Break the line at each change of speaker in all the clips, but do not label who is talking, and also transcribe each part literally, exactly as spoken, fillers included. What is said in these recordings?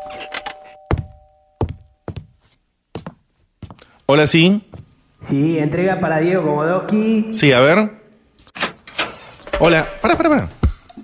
Hola, sí.
Sí, entrega para Diego Komodowski.
Sí, a ver. Hola, pará, pará, pará.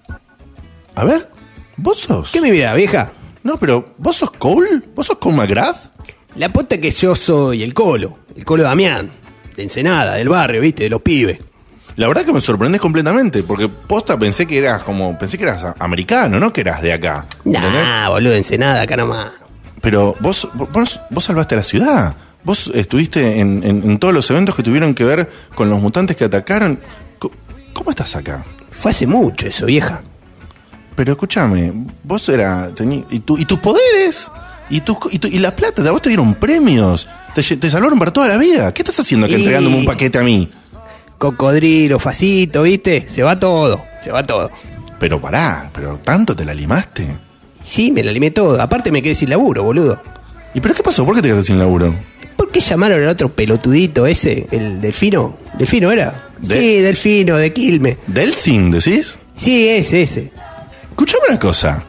A ver, ¿vos sos?
¿Qué me mira, vieja?
No, pero ¿vos sos Cole? ¿Vos sos Cole McGrath?
La posta que yo soy el Colo, el Colo Damián, de Ensenada, del barrio, viste, de los pibes.
La verdad que me sorprendés completamente, porque posta pensé que eras como, pensé que eras americano, no que eras de acá.
Nah, boludo, de Ensenada, acá nomás.
Pero vos, vos, vos salvaste a la ciudad. Vos estuviste en, en, en todos los eventos que tuvieron que ver con los mutantes que atacaron. ¿Cómo estás acá?
Fue hace mucho eso, vieja.
Pero escúchame, vos era, tení, y, tu, y tus poderes, y, tus, y, tu, y la plata, a vos te dieron premios, te, te salvaron para toda la vida. ¿Qué estás haciendo aquí y... entregándome un paquete a mí?
Cocodrilo, facito, ¿viste? Se va todo, se va todo.
Pero pará, pero ¿tanto te la limaste?
Sí, me la limé todo. Aparte me quedé sin laburo, boludo.
¿Y pero qué pasó? ¿Por qué te quedaste sin laburo?
¿Por qué llamaron al otro pelotudito ese, el Delfino? ¿Delfino era? De... Sí, Delfino, de Quilmes.
¿Delsin, decís?
Sí, ese, ese.
Escuchame una cosa.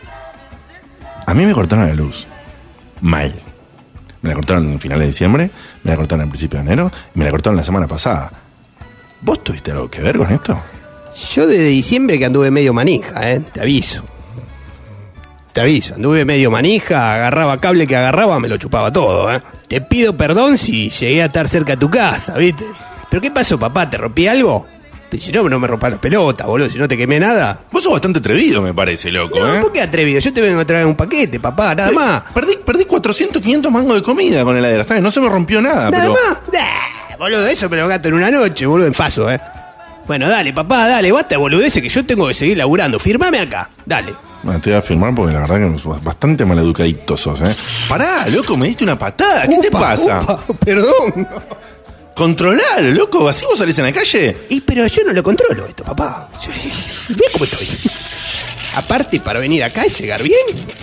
A mí me cortaron la luz. Mal. Me la cortaron en finales de diciembre, me la cortaron en principio de enero y me la cortaron la semana pasada. ¿Vos tuviste algo que ver con esto?
Yo desde diciembre que anduve medio manija, eh, te aviso. Te aviso, anduve medio manija, agarraba cable que agarraba, me lo chupaba todo, eh. Te pido perdón si llegué a estar cerca de tu casa, ¿viste? ¿Pero qué pasó, papá? ¿Te rompí algo? Si no, no me rompas las pelotas, boludo, si no te quemé nada.
Vos sos bastante atrevido, me parece, loco,
no,
¿eh?
¿Por qué atrevido? Yo te vengo a traer un paquete, papá, nada
Pe-
más.
Perdí, perdí cuatrocientos, quinientos mangos de comida con heladera, ¿sabes? No se me rompió nada,
¿Nada
pero...
más? Nah, boludo, eso me lo gasto en una noche, boludo, en faso, ¿eh? Bueno, dale, papá, dale, basta, boludeces, que yo tengo que seguir laburando. Firmame acá, dale.
Bueno, te voy a firmar porque la verdad que sos bastante maleducadito sos, ¿eh? Pará, loco, me diste una patada, ¿qué
Upa,
te pasa?
Upa, perdón.
Controlalo, loco, ¿así vos salís en la calle?
Y pero yo no lo controlo esto, papá. Ve cómo estoy. Aparte, para venir acá y llegar bien,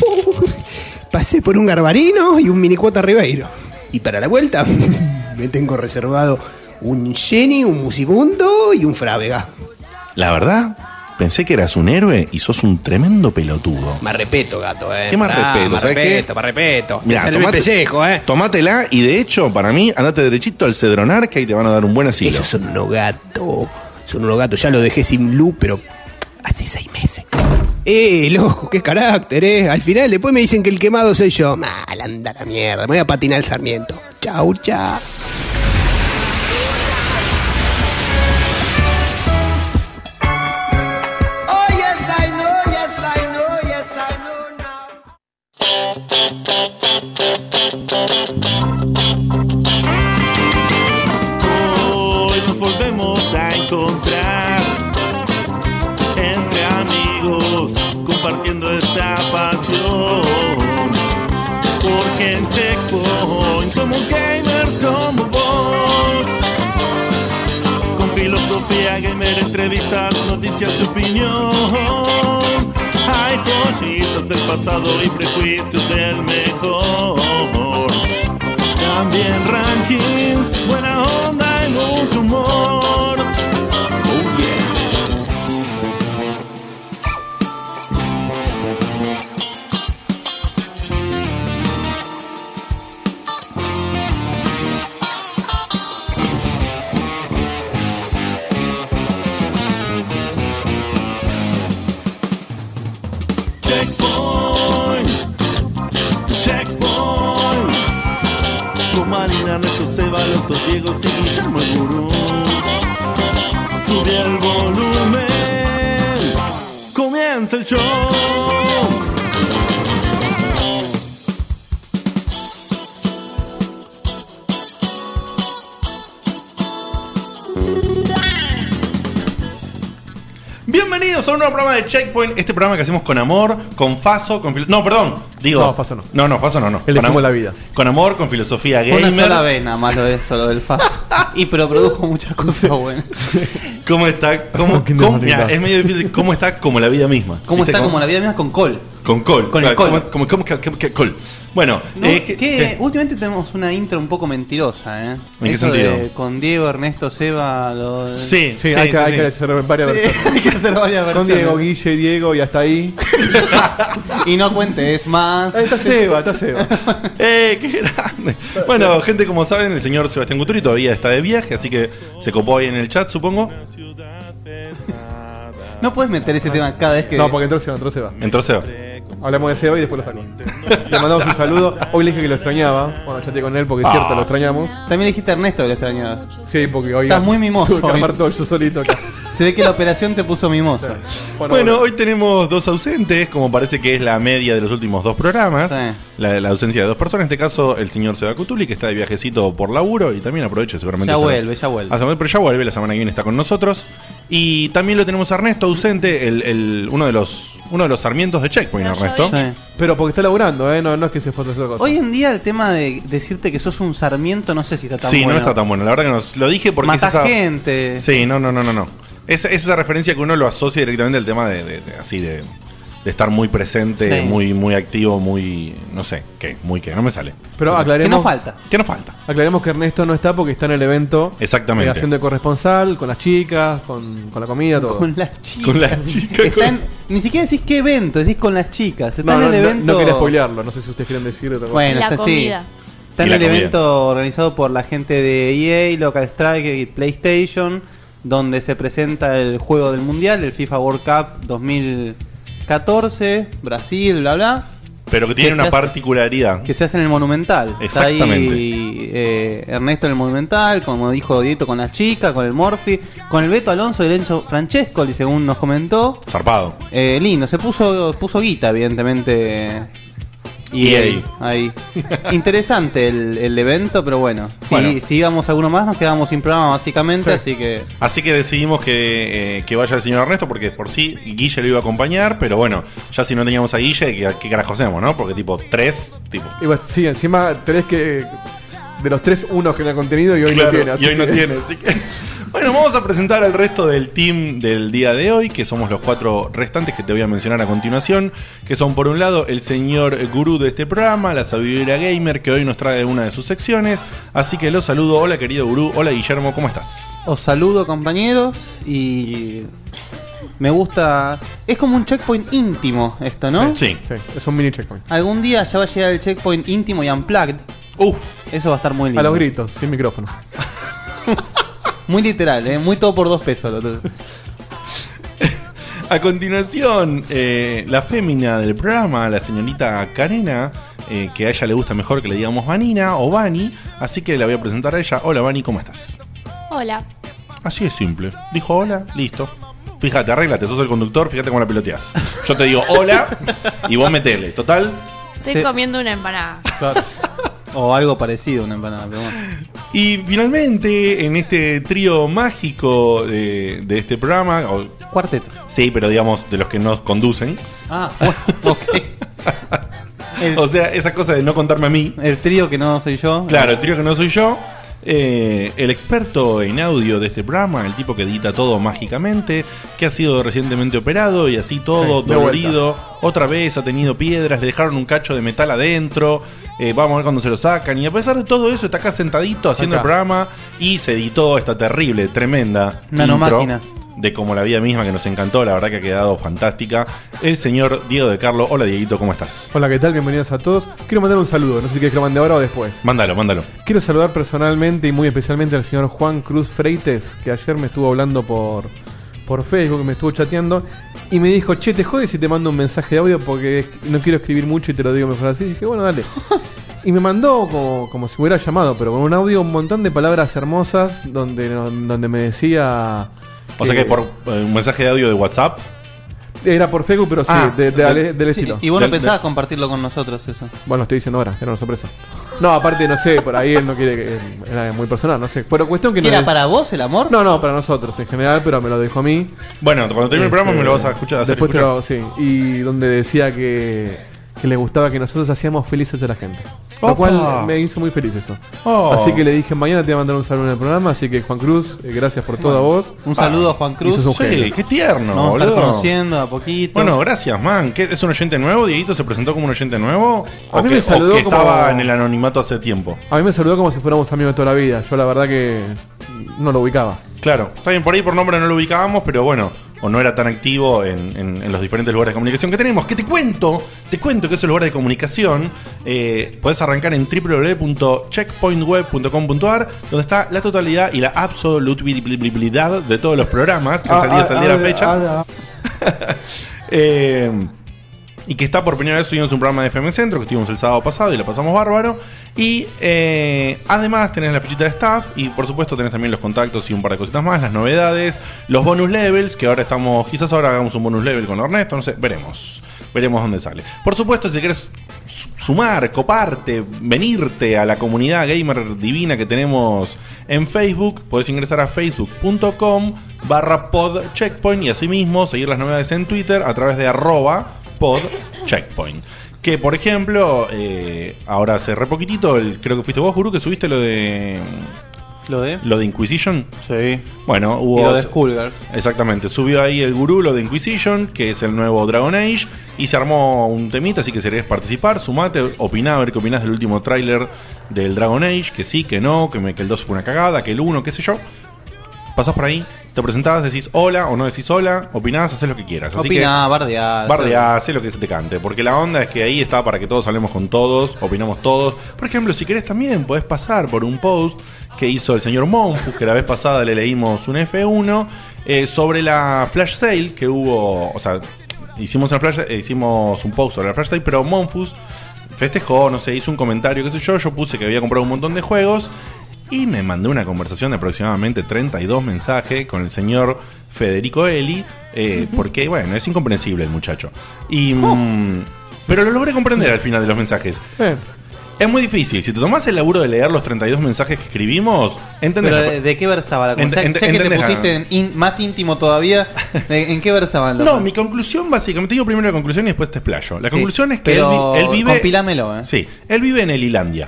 pasé por un Garbarino y un Minicuota Ribeiro. Y para la vuelta, me tengo reservado un Jenny, un Musimundo y un Frávega.
La verdad, pensé que eras un héroe y sos un tremendo pelotudo.
Más respeto, gato, eh.
¿Qué más
ah,
respeto?
Más
¿Sabes
respeto,
qué?
más respeto.
Mirá,
Me
tomate,
el pellejo, eh.
Tomátela y de hecho, para mí, andate derechito al Cedronar que ahí te van a dar un buen asilo.
Esos son unos gatos. Son unos gatos. Ya lo dejé sin luz, pero hace seis meses. Eh, loco, qué carácter, eh. Al final después me dicen que el quemado soy yo. Mal, anda la mierda. Me voy a patinar el Sarmiento. Chau, chau.
Hoy nos volvemos a encontrar entre amigos compartiendo esta pasión, porque en Checkpoint somos gamers como vos, con filosofía gamer, entrevistas, noticias y opinión. Hay joyitas del pasado y prejuicios del mejor. También rankings, buena onda y mucho humor. Oh yeah. Checkpoint, Checkpoint. Con Marina, Ernesto, Seba, los dos Diegos y Guillermo el Gurú. Sube el volumen, comienza el show.
Bienvenidos a un nuevo programa de Checkpoint, este programa que hacemos con amor, con Faso, con filo... No, perdón, digo...
No, Faso no.
No, no, Faso no, no.
Elegimos
Con
la vida.
Con amor, con filosofía gamer.
Una sola vez nada más lo de eso, lo del F A S. Y pero produjo muchas cosas buenas.
¿Cómo está? ¿Cómo,
¿Cómo que no,
cómo-
no,
mirá,
no.
es medio difícil. ¿Cómo está como la vida misma?
¿Cómo
¿Viste
está como la vida misma con Cole?
Con col.
Con el
claro,
col.
Como, como, como, como- que- col. Bueno,
No,
eh,
que,
que-
últimamente tenemos una intro un poco mentirosa, ¿eh?
¿En qué
Eso
sentido?
de con Diego, Ernesto, Seba, lo...
Sí,
Sí,
sí,
hay, que,
sí,
hay
sí.
que hacer varias
Sí,
versiones.
hay que hacer varias
Con
versiones.
Diego, Guille, Diego y hasta ahí.
Y no cuentes más.
Ahí está Seba, está Seba.
¡Eh, qué grande! Bueno, gente, como saben, el señor Sebastián Guturi todavía está de viaje, así que se copó ahí en el chat, supongo.
No puedes meter ese tema cada vez que...
No, porque entró Seba, entró Seba.
Entró Seba.
Hablamos de Seba y después lo saco. Le mandamos un saludo. Hoy le dije que lo extrañaba. Bueno, chateé con él porque es cierto, lo extrañamos.
También le dijiste a Ernesto que lo extrañabas.
Sí, porque hoy.
Estás muy mimoso
Tuve que
hoy.
armar todo yo solito acá.
Se ve que la operación te puso mimoso.
Bueno, hoy tenemos dos ausentes, como parece que es la media de los últimos dos programas.
Sí.
La, la ausencia de dos personas, en este caso el señor Seba Cutuli, que está de viajecito por laburo y también aprovecha seguramente.
Ya
esa-
vuelve, ya vuelve.
hace- Pero ya vuelve, la semana que viene está con nosotros. Y también lo tenemos a Ernesto ausente, el, el- uno de los uno de los sarmientos de Checkpoint,
Pero yo
Ernesto.
Sí.
Pero porque está laburando, ¿eh? No, no es que se fue a hacer otra cosa.
Hoy en día el tema de decirte que sos un sarmiento no sé si está tan
Sí,
bueno.
no está tan bueno. La verdad que nos lo dije porque
Mata
es esa-
gente.
Sí, no, no, no, no, no. Es, es esa referencia que uno lo asocia directamente al tema de, de- de- así de, de estar muy presente,
Sí.
muy, muy activo, muy, no sé, qué, muy qué, no me sale.
Pero
Que
aclaremos.
no falta.
¿Qué nos falta?
Aclaremos que Ernesto no está porque está en el evento.
Exactamente.
eh, haciendo de corresponsal, con las chicas, con, con la comida, todo.
Con las chicas.
Con las chicas.
Está en- ni siquiera decís qué evento, decís con las chicas. Está
No,
en
no,
el
no,
evento.
no quería spoilearlo. No sé si ustedes quieren decir otra cosa.
Bueno,
La
está,
comida.
sí. Está
Y
en
la
el
comida.
evento organizado por la gente de E A, Local Strike y PlayStation, donde se presenta el juego del mundial, el FIFA World Cup dos mil catorce, Brasil, bla bla.
Pero que tiene
Que se
una
hace-
particularidad.
Que se hace en el Monumental. Está
Exactamente.
ahí eh, Ernesto en el Monumental, como dijo Dieto, con las chicas, con el Morphy, con el Beto Alonso y el Enzo Francescoli, según nos comentó.
Zarpado.
Eh, lindo, se puso puso guita, evidentemente. Y
E A.
ahí. Interesante el, el evento, pero bueno. Si,
Bueno.
si íbamos a alguno más, nos quedamos sin programa, básicamente.
Sí.
Así que.
Así que decidimos que, eh, que vaya el señor Ernesto, porque por sí Guille lo iba a acompañar, pero bueno, ya si no teníamos a Guille, ¿qué, qué carajo hacemos, no? Porque tipo, tres, tipo.
Y bueno, sí, encima tenés que. De los tres, uno genera contenido y hoy
Claro,
no tiene. así
y hoy no
que-
tiene, así que. Bueno, vamos a presentar al resto del team del día de hoy, que somos los cuatro restantes que te voy a mencionar a continuación, que son por un lado el señor gurú de este programa, la sabiduría gamer, que hoy nos trae una de sus secciones, así que los saludo. Hola querido gurú, hola Guillermo, ¿cómo estás?
Os saludo, compañeros. Y. Me gusta. Es como un checkpoint íntimo esto, ¿no?
Sí.
Sí, es un mini checkpoint.
Algún día ya va a llegar el checkpoint íntimo y unplugged.
Uf,
Eso va a estar muy lindo.
A los gritos, sin micrófono.
Muy literal, ¿eh? Muy todo por dos pesos. Lo otro.
a continuación, eh, la fémina del programa, la señorita Karena, eh, que a ella le gusta mejor que le digamos Vanina o Vani, así que la voy a presentar a ella. Hola Vani, ¿cómo estás?
Hola.
Así es simple. Dijo hola, listo. Fíjate, arréglate, sos el conductor, fíjate cómo la peloteás. Yo te digo hola y vos metele. Total.
Estoy
Se-
comiendo una empanada.
O algo parecido, una empanada. Pero bueno.
Y finalmente, en este trío mágico de, de este programa, o-
Cuarteto.
sí, pero digamos de los que nos conducen,
Ah, bueno, ok. El,
o sea, esa cosa de no contarme a mí,
el trío que no soy yo.
claro, el trío que no soy yo, eh, el experto en audio de este programa, el tipo que edita todo mágicamente, que ha sido recientemente operado y así todo
Sí, de
dolorido, otra vez ha tenido piedras, le dejaron un cacho de metal adentro, eh, vamos a ver cuando se lo sacan, y a pesar de todo eso está acá sentadito haciendo
Acá.
el programa y se editó esta terrible, tremenda
Nanomáquinas.
intro de Como la vida misma, que nos encantó, la verdad que ha quedado fantástica, el señor Diego de Carlo. Hola Dieguito, ¿cómo estás?
Hola, ¿qué tal? Bienvenidos a todos. Quiero mandar un saludo, no sé si quieres que lo mande ahora o después.
Mándalo, mándalo.
Quiero saludar personalmente y muy especialmente al señor Juan Cruz Freites, que ayer me estuvo hablando por, por Facebook, me estuvo chateando y me dijo, che, te jodes si te mando un mensaje de audio porque no quiero escribir mucho y te lo digo mejor así. Y dije, bueno, dale. Y me mandó como, como si hubiera llamado, pero con un audio, un montón de palabras hermosas donde, donde me decía...
O sea que por eh, un mensaje de audio de WhatsApp.
Era por Facebook, pero sí,
Ah,
de- de-
del-
del
Sí,
estilo.
y vos no
Del-
pensabas
del-
compartirlo con nosotros eso.
Bueno, lo estoy diciendo ahora, era una sorpresa. No, aparte, no sé, por ahí él no quiere que... Era muy personal, no sé. Pero cuestión que
¿Qué
no...
era
es-
para vos el amor?
No, no, para nosotros en general, pero me lo dijo a mí.
Bueno, cuando termine el programa
Este,
me lo vas a escuchar. a hacer
Después te
escuchar.
lo, sí. Y donde decía que, que le gustaba que nosotros hacíamos felices a la gente. Lo
¡Opa!
cual me hizo muy feliz eso.
Oh.
Así que le dije, mañana te voy a mandar un saludo en el programa. Así que Juan Cruz, eh, gracias por todo a vos.
Un saludo a Juan Cruz.
Eso es un
Sí,
genio.
qué tierno,
Nos vamos a estar
boludo.
conociendo a poquito.
Bueno, gracias, man. ¿Qué, ¿Es un oyente nuevo? ¿Dieguito se presentó como un oyente nuevo?
A
¿O
mí
que,
me saludó
o que
como-
estaba en el anonimato hace tiempo?
A mí me saludó como si fuéramos amigos de toda la vida. Yo la verdad que no lo ubicaba.
Claro, está bien, por ahí por nombre no lo ubicábamos, pero bueno, o no era tan activo en, en- en los diferentes lugares de comunicación que tenemos. Que te cuento, te cuento que esos lugares de comunicación eh, podés arrancar en w w w punto checkpoint web punto com punto a r, donde está la totalidad y la absolutabilidad de todos los programas que han salido hasta el día de la fecha. Eh, y que está por primera vez subimos un programa de F M Centro que estuvimos el sábado pasado y lo pasamos bárbaro. Y eh, además tenés la fichita de staff y por supuesto tenés también los contactos y un par de cositas más, las novedades, los bonus levels, que ahora estamos, quizás ahora hagamos un bonus level con Ernesto, no sé, veremos, veremos dónde sale. Por supuesto, si querés su- sumar, coparte, venirte a la comunidad gamer divina que tenemos en Facebook, podés ingresar a facebook punto com barra pod checkpoint y asimismo seguir las novedades en Twitter a través de arroba pod checkpoint. Que por ejemplo, eh, ahora hace re poquitito, el, creo que fuiste vos, Guru, que subiste lo de
¿Lo de?
lo de Inquisition.
Sí.
Bueno, hubo
Y lo de Skullgirls.
exactamente, subió ahí el Gurú lo de Inquisition, que es el nuevo Dragon Age, y se armó un temita, así que si querés participar, sumate, opiná, a ver qué opinás del último tráiler del Dragon Age, que sí, que no, que, me- que el dos fue una cagada, que el uno, qué sé yo. Pasás por ahí, te presentás, decís hola o no decís hola, opinás, haces lo que quieras. Así
Opina,
que
bardear.
bardeá, hacé lo que se te cante, porque la onda es que ahí está para que todos hablemos con todos, opinamos todos. Por ejemplo, si querés también podés pasar por un post que hizo el señor Monfus, que la vez pasada le leímos un F uno, eh, sobre la flash sale que hubo, o sea, hicimos, el flash, eh, hicimos un post sobre la flash sale, pero Monfus festejó, no sé, hizo un comentario, qué sé yo, yo puse que había comprado un montón de juegos. Y me mandé una conversación de aproximadamente treinta y dos mensajes con el señor Federico Eli, eh, porque, bueno, es incomprensible el muchacho. Y, mm, pero lo logré comprender al final de los mensajes.
Eh,
Es muy difícil. Si te tomás el laburo de leer los treinta y dos mensajes que escribimos, entendés.
Pero
la-
de, ¿de qué versaba la
Ent-
conversación?
ent-
Ya que te
entendés la-
pusiste en in- más íntimo todavía, ¿de- ¿en qué versaban los
No, mi conclusión básicamente, te digo primero la conclusión y después te explayo. La
Sí,
conclusión es que él,
pero
vi- él vive...
compílamelo, ¿eh?
Sí, él vive en Elilandia.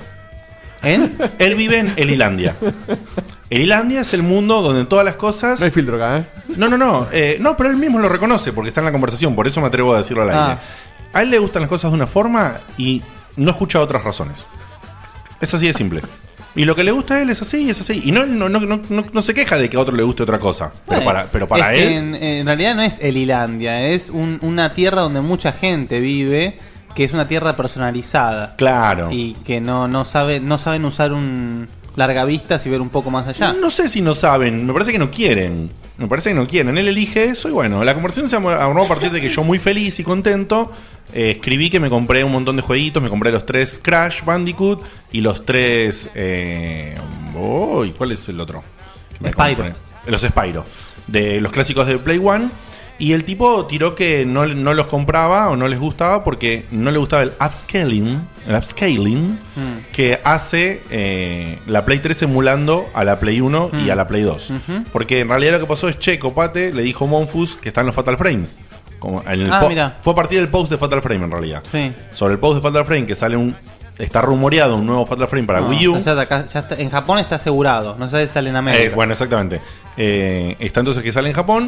¿En?
Él vive en Elilandia. Elilandia es el mundo donde todas las cosas...
no hay filtro acá, ¿eh?
No, no, no. eh, no, pero él mismo lo reconoce porque está en la conversación. Por eso me atrevo a decirlo al aire.
Ah.
A él le gustan las cosas de una forma y no escucha otras razones. Es así de simple. Y lo que le gusta a él es así, es así. Y no, no, no, no, no, no se queja de que a otro le guste otra cosa. Pero
Bueno,
para, pero para
es que
él...
En, en realidad no es Elilandia, es un- una tierra donde mucha gente vive, que es una tierra personalizada.
Claro.
Y que no, no, sabe, no saben usar un largavistas y ver un poco más allá.
No sé si no saben, me parece que no quieren. Me parece que no quieren. Él elige eso y bueno, la conversación se armó a partir de que yo muy feliz y contento eh, escribí que me compré un montón de jueguitos. Me compré los tres Crash Bandicoot y los tres... Eh, oh, ¿y cuál es el otro? Que me
Spyro.
compré. Los Spyro. De los clásicos de Play One. Y el tipo tiró que no, no los compraba o no les gustaba porque no le gustaba el upscaling, el upscaling que hace eh, la Play tres emulando a la Play uno y a la Play dos. Porque en realidad lo que pasó es, che, copate, le dijo Monfus que están los Fatal Frames. Como en el
Ah,
po-
mira.
Fue a partir del post de Fatal Frame en realidad.
Sí.
Sobre el post de Fatal Frame que sale un... Está rumoreado un nuevo Fatal Frame para
No,
Wii U.
ya está acá- ya está- en Japón está asegurado, no sé si sale en América.
Eh, bueno, exactamente. Eh, está entonces que sale en Japón.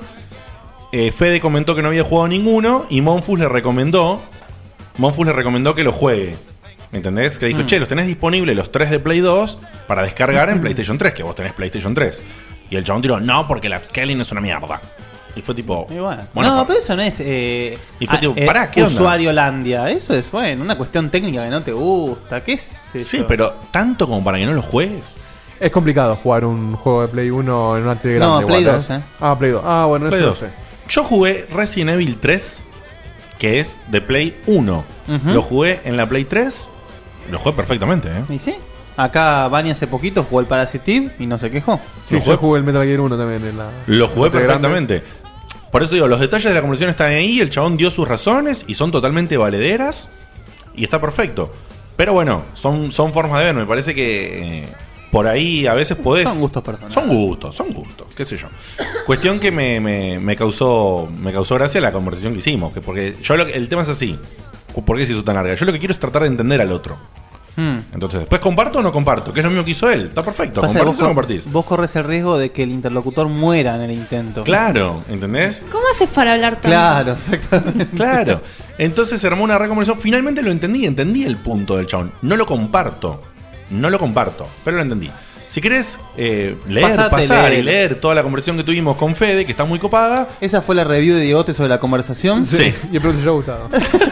Eh, Fede comentó que no había jugado ninguno y Monfus le recomendó Monfus le recomendó que lo juegue. ¿Me entendés? Que dijo,
Mm.
che, los tenés disponibles los tres de Play dos para descargar en PlayStation tres, que vos tenés PlayStation tres. Y el chabón tiró, no, porque la upscaling es una mierda. Y fue tipo...
Y bueno.
bueno,
no,
pa-
pero eso no es eh,
Y fue
ah,
tipo,
eh,
pará, ¿qué onda?
usuario Landia. Eso es, bueno, una cuestión técnica que no te gusta. ¿Qué es eso?
Sí, pero tanto como para que no lo juegues.
Es complicado jugar un juego de Play uno en una T V
No,
grande.
Play
igual,
dos, eh.
Ah, Play dos. Ah, bueno,
Play
eso
dos.
no sé.
Yo jugué Resident Evil tres, que es de Play uno.
Ujú.
Lo jugué en la Play tres. Lo jugué perfectamente, ¿eh?
¿Y sí? Acá Bani hace poquito jugó el Parasite Eve y no se quejó.
Sí,
Lo
yo
jugué-
jugué el Metal Gear uno también en la.
Lo jugué
en la T V grande.
perfectamente. Por eso digo, los detalles de la conversación están ahí, el chabón dio sus razones y son totalmente valederas y está perfecto. Pero bueno, son, son formas de ver, me parece que eh, por ahí a veces podés...
Son gustos personales.
Son gustos, son gustos, qué sé yo. Cuestión que me, me, me causó me causó gracia la conversación que hicimos, que porque yo lo que- el tema es así. por qué se hizo tan larga. Yo lo que quiero es tratar de entender al otro.
Hmm.
Entonces, después comparto o no comparto, que es lo mismo que hizo él. Está perfecto.
Pasa que
¿Compartís o no
vos,
compartís?
vos corres el riesgo de que el interlocutor muera en el intento.
Claro, ¿entendés?
¿Cómo haces para hablar tanto?
Claro, exactamente.
Claro. Entonces se armó una reconversación. Finalmente lo entendí, entendí el punto del chabón. No lo comparto. No lo comparto, pero lo entendí. Si querés eh, leer,
Pasate,
pasar
leer.
y leer toda la conversación que tuvimos con Fede, que está muy copada.
¿Esa fue la review de Diegote sobre la conversación?
Sí.
Y espero que te haya gustado.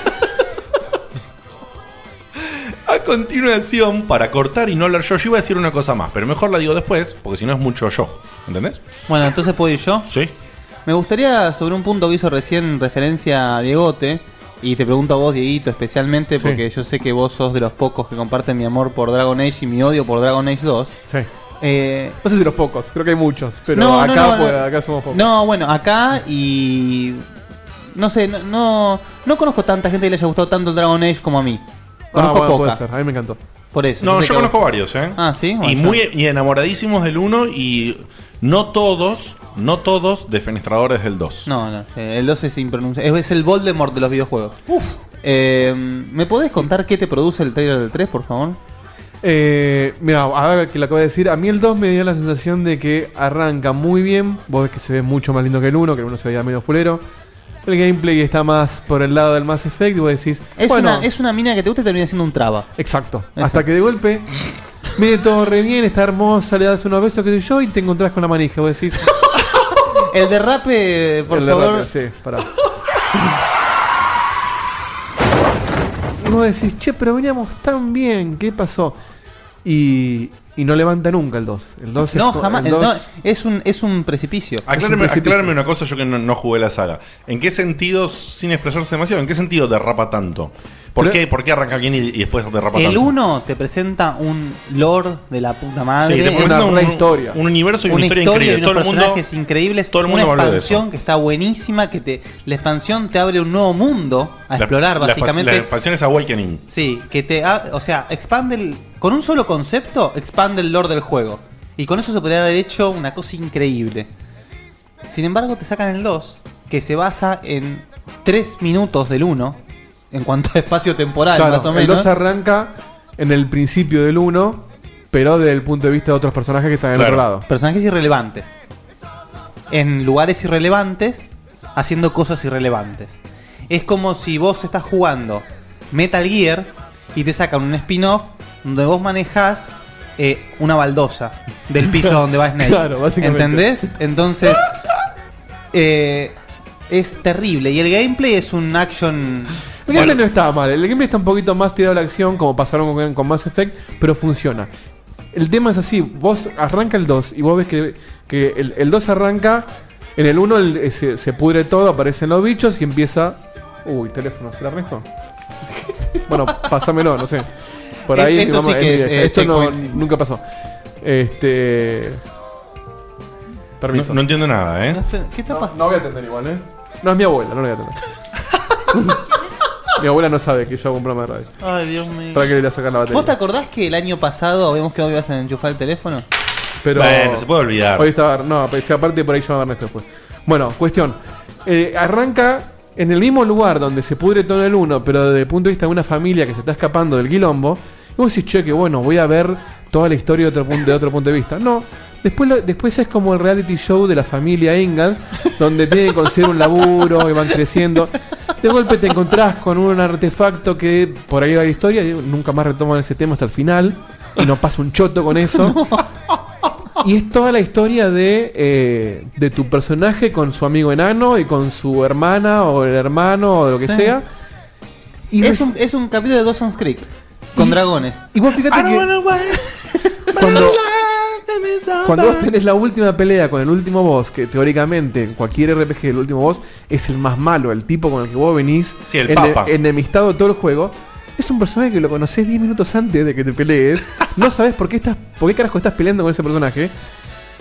A continuación, para cortar y no hablar yo, yo iba a decir una cosa más, pero mejor la digo después, porque si no es mucho yo. ¿Entendés?
Bueno, entonces puedo ir yo.
Sí.
Me gustaría, sobre un punto que hizo recién referencia a Diegote, y te pregunto a vos, Dieguito, especialmente,
Sí.
porque yo sé que vos sos de los pocos que comparten mi amor por Dragon Age y mi odio por Dragon Age dos.
Sí.
Eh,
No sé si los pocos, creo que hay muchos, pero
No, no,
acá,
no,
pues,
no.
acá somos pocos.
no, bueno, acá y... No sé, no, no, no conozco tanta gente que le haya gustado tanto el Dragon Age como a mí.
Ah,
Conozco
bueno,
poca.
puede ser, a mí me encantó.
Por eso.
No,
sé
yo
que
conozco
vos-
varios, ¿eh?
Ah, ¿sí?
Y
Bueno,
muy
ya.
y enamoradísimos del uno y no todos, no todos defenestradores del dos.
No, no, sí, el dos es impronunciable. Es, es el Voldemort de los videojuegos. Uf. Eh, ¿Me podés contar qué te produce el trailer del tres, por favor?
Eh, mira, ahora que lo acabo de decir, a mí el dos me dio la sensación de que arranca muy bien. Vos ves que se ve mucho más lindo que el uno, que el uno se veía medio fulero. El gameplay está más por el lado del Mass Effect y vos decís,
Es,
bueno,
una, es una mina que te gusta y termina siendo un traba.
exacto.
Eso.
Hasta que de golpe viene todo re bien, está hermosa, le das unos besos, qué sé yo, y te encontrás con la manija. Vos decís,
El derrape, por
el
favor.
derrape, sí, pará. Y vos decís, che, pero veníamos tan bien, ¿qué pasó? Y, y no levanta nunca el dos. El dos
No,
es,
jamás.
el
el-
dos-
no, es, un, es un precipicio.
Aclárame,
Es un precipicio.
aclárame una cosa, yo que no, no jugué la saga. ¿En qué sentido, sin expresarse demasiado, en qué sentido derrapa tanto? ¿Por,
Pero-
qué, ¿Por qué arranca bien y, y después derrapa
El
tanto?
uno te presenta un lore de la puta madre.
Sí, te
es
presenta
una
un,
re historia.
un universo y una,
una
historia,
historia y
increíble.
unos
Todo el mundo,
personajes increíbles.
todo el mundo
una
habló de
expansión
eso.
que está buenísima. Que te, la expansión te abre un nuevo mundo a
La-
explorar,
la-
básicamente.
La expansión es Awakening.
Sí, que te. ha- O sea, expande el. Con un solo concepto, expande el lore del juego. Y con eso se podría haber hecho una cosa increíble. Sin embargo, te sacan el dos, que se basa en tres minutos del uno, en cuanto a espacio temporal,
Claro,
más o
el
menos.
dos arranca en el principio del uno, pero desde el punto de vista de otros personajes que están en el
Claro.
otro lado.
Personajes irrelevantes. En lugares irrelevantes, haciendo cosas irrelevantes. Es como si vos estás jugando Metal Gear y te sacan un spin-off donde vos manejás eh, una baldosa del piso donde va Snake.
Claro, básicamente.
¿Entendés? Entonces, eh, es terrible. Y el gameplay es un action.
El gameplay no está mal, el gameplay está un poquito más tirado a la acción, como pasaron con, con Mass Effect, pero funciona. El tema es así, vos arranca el dos y vos ves que, que el, el dos arranca, en el uno el- se, se pudre todo, aparecen los bichos y empieza... Uy, teléfono, ¿será Ernesto? Bueno, pásamelo, no sé. Por ahí,
Esto sí
vamos,
que
es
es,
mi-
eh,
esto no,
checkpoint.
nunca pasó. Este...
No,
Permiso.
no entiendo nada, ¿eh?
¿Qué está
No,
pasando?
no voy a atender igual, ¿eh? No, es mi abuela, no la voy a atender. Mi abuela no sabe que yo hago un programa de radio.
Ay, Dios mío.
Para que le voy a sacar la batería.
¿Vos te acordás que el año pasado habíamos quedado que ibas a enchufar el teléfono?
Pero
Bueno, se puede olvidar.
Hoy estaba. No, pues, aparte por ahí llama Ernesto después. Bueno, cuestión. Eh, arranca en el mismo lugar donde se pudre todo el uno, pero desde el punto de vista de una familia que se está escapando del quilombo. Y vos decís, che, que bueno, voy a ver toda la historia de otro punto, de otro punto de vista. No. Después, lo- después es como el reality show de la familia Ingalls, donde tienen que conseguir un laburo y van creciendo. De golpe te encontrás con un artefacto que por ahí va la historia y nunca más retoman ese tema hasta el final. Y no pasa un choto con eso. Y es toda la historia de, eh, de tu personaje con su amigo enano y con su hermana o el hermano o lo que
Sí.
sea. Y,
Es
res-
un, es un capítulo de Dawson's Creek con
Y-
dragones.
y vos fíjate que cuando, cuando vos tenés la última pelea con el último boss, que teóricamente en cualquier R P G el último boss es el más malo, el tipo con el que vos venís
Sí, el
ene-
papa.
enemistado todo el juego. Es un personaje que lo conocés diez minutos antes de que te pelees. No sabes por qué estás, por qué carajo estás peleando con ese personaje.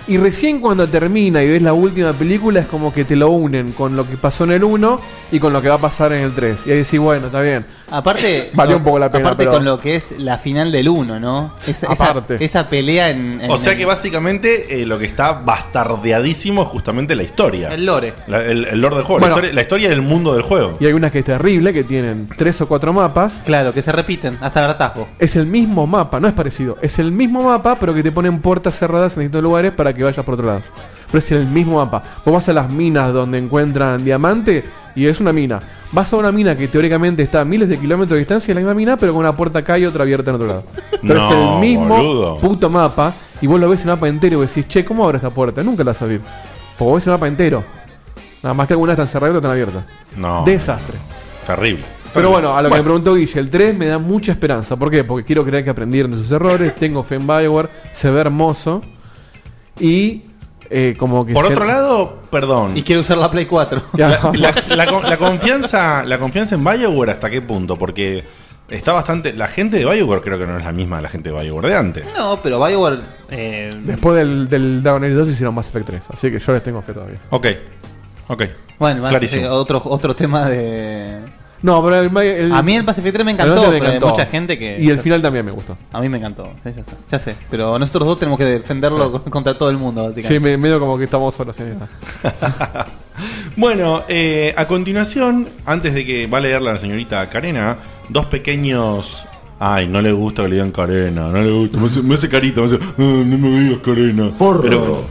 Y recién cuando termina y ves la última película es como que te lo unen con lo que pasó en el uno y con lo que va a pasar en el tres. Y ahí decís, bueno, está bien.
Aparte,
valió un poco la pena.
Aparte
pero...
con lo que es la final del uno, ¿no? Esa,
Aparte.
Esa, esa pelea en, en
O sea
en-
que básicamente eh, lo que está bastardeadísimo es justamente la historia.
el lore.
La- el, el lore del juego,
Bueno.
la, historia, la historia del mundo del juego.
Y hay unas que es terrible, que tienen tres o cuatro mapas.
Claro, que se repiten hasta el hartazgo.
Es el mismo mapa, no es parecido. Es el mismo mapa, pero que te ponen puertas cerradas en distintos lugares para que vayas por otro lado. Pero es el mismo mapa. Vos vas a las minas donde encuentran diamante y es una mina. Vas a una mina que teóricamente está a miles de kilómetros de distancia, en la misma mina, pero con una puerta acá y otra abierta en otro lado. Pero
No,
es el mismo
boludo.
puto mapa. Y vos lo ves en el mapa entero y decís, che, ¿cómo abre esta puerta? Nunca la vas a abrir. Porque vos ves el mapa entero. Nada más que algunas están cerradas y otras están abiertas.
No.
Desastre.
Terrible.
Pero bueno, a lo que
Bueno.
me preguntó Guille, el tres me da mucha esperanza. ¿Por qué? Porque quiero creer que aprendieron de sus errores. Tengo fe en Bioware. Se ve hermoso. Y eh, como que...
Por
se-
otro lado, perdón.
Y quiero usar la Play cuatro.
Ya,
La, la- la con- la confianza, la confianza en BioWare, ¿hasta qué punto? Porque está bastante. La gente de BioWare creo que no es la misma de la gente de BioWare de antes.
No, pero BioWare. Eh,
Después del, del Dragon Age dos hicieron Mass Effect tres. Así que yo les tengo fe todavía.
Ok. Ok.
bueno, Mass
Clarísimo.
Effect, otro, otro tema de.
No, pero el, el-
A mí el Mass Effect tres me
el
encantó,
once me
pero hay
encantó.
mucha gente que.
Y el
ya
final también me gustó.
sé. A mí me encantó, sí, ya sé, ya sé. Pero nosotros dos tenemos que defenderlo con- contra todo el mundo,
Sí,
básicamente.
me, medio como que estamos solos en esta.
Bueno, eh, a continuación, antes de que va a leer la señorita Karena, dos pequeños. Ay, no le gusta que le digan Karena, no le gusta, me hace, me hace carita, me hace, "Ah, no me digas Karena. Pero-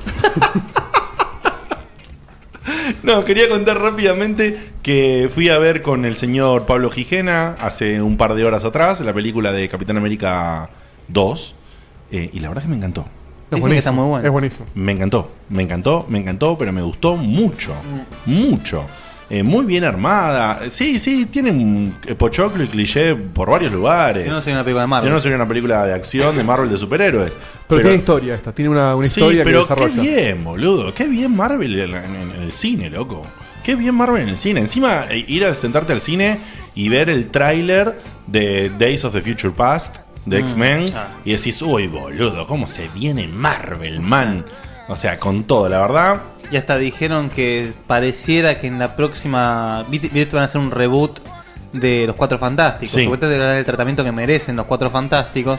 No, quería contar rápidamente que fui a ver con el señor Pablo Gijena hace un par de horas atrás la película de Capitán América dos, eh, y la verdad es que me encantó.
Es
Dicen que está muy bueno.
Es buenísimo.
Me encantó, me encantó, me encantó, pero me gustó mucho, mucho. Eh, muy bien armada. Sí, sí, tiene un eh, pochoclo y cliché por varios lugares.
Si no, soy una película de Marvel.
Si no, sería una película de acción de Marvel de superhéroes.
Pero, tiene historia esta. Tiene una, una
sí,
historia que
pero
desarrolla.
qué bien, boludo. Qué bien Marvel en, en- en el cine, loco. Qué bien Marvel en el cine. Encima, eh, ir a sentarte al cine y ver el tráiler de Days of the Future Past de X-Men
ah.
y decís, uy, boludo, cómo se viene Marvel, man. O sea, con todo, la verdad.
Y hasta dijeron que pareciera que en la próxima. ¿Viste viste que van a hacer un reboot de Los Cuatro Fantásticos?
Sí.
Supuestamente le dan el tratamiento que merecen Los Cuatro Fantásticos.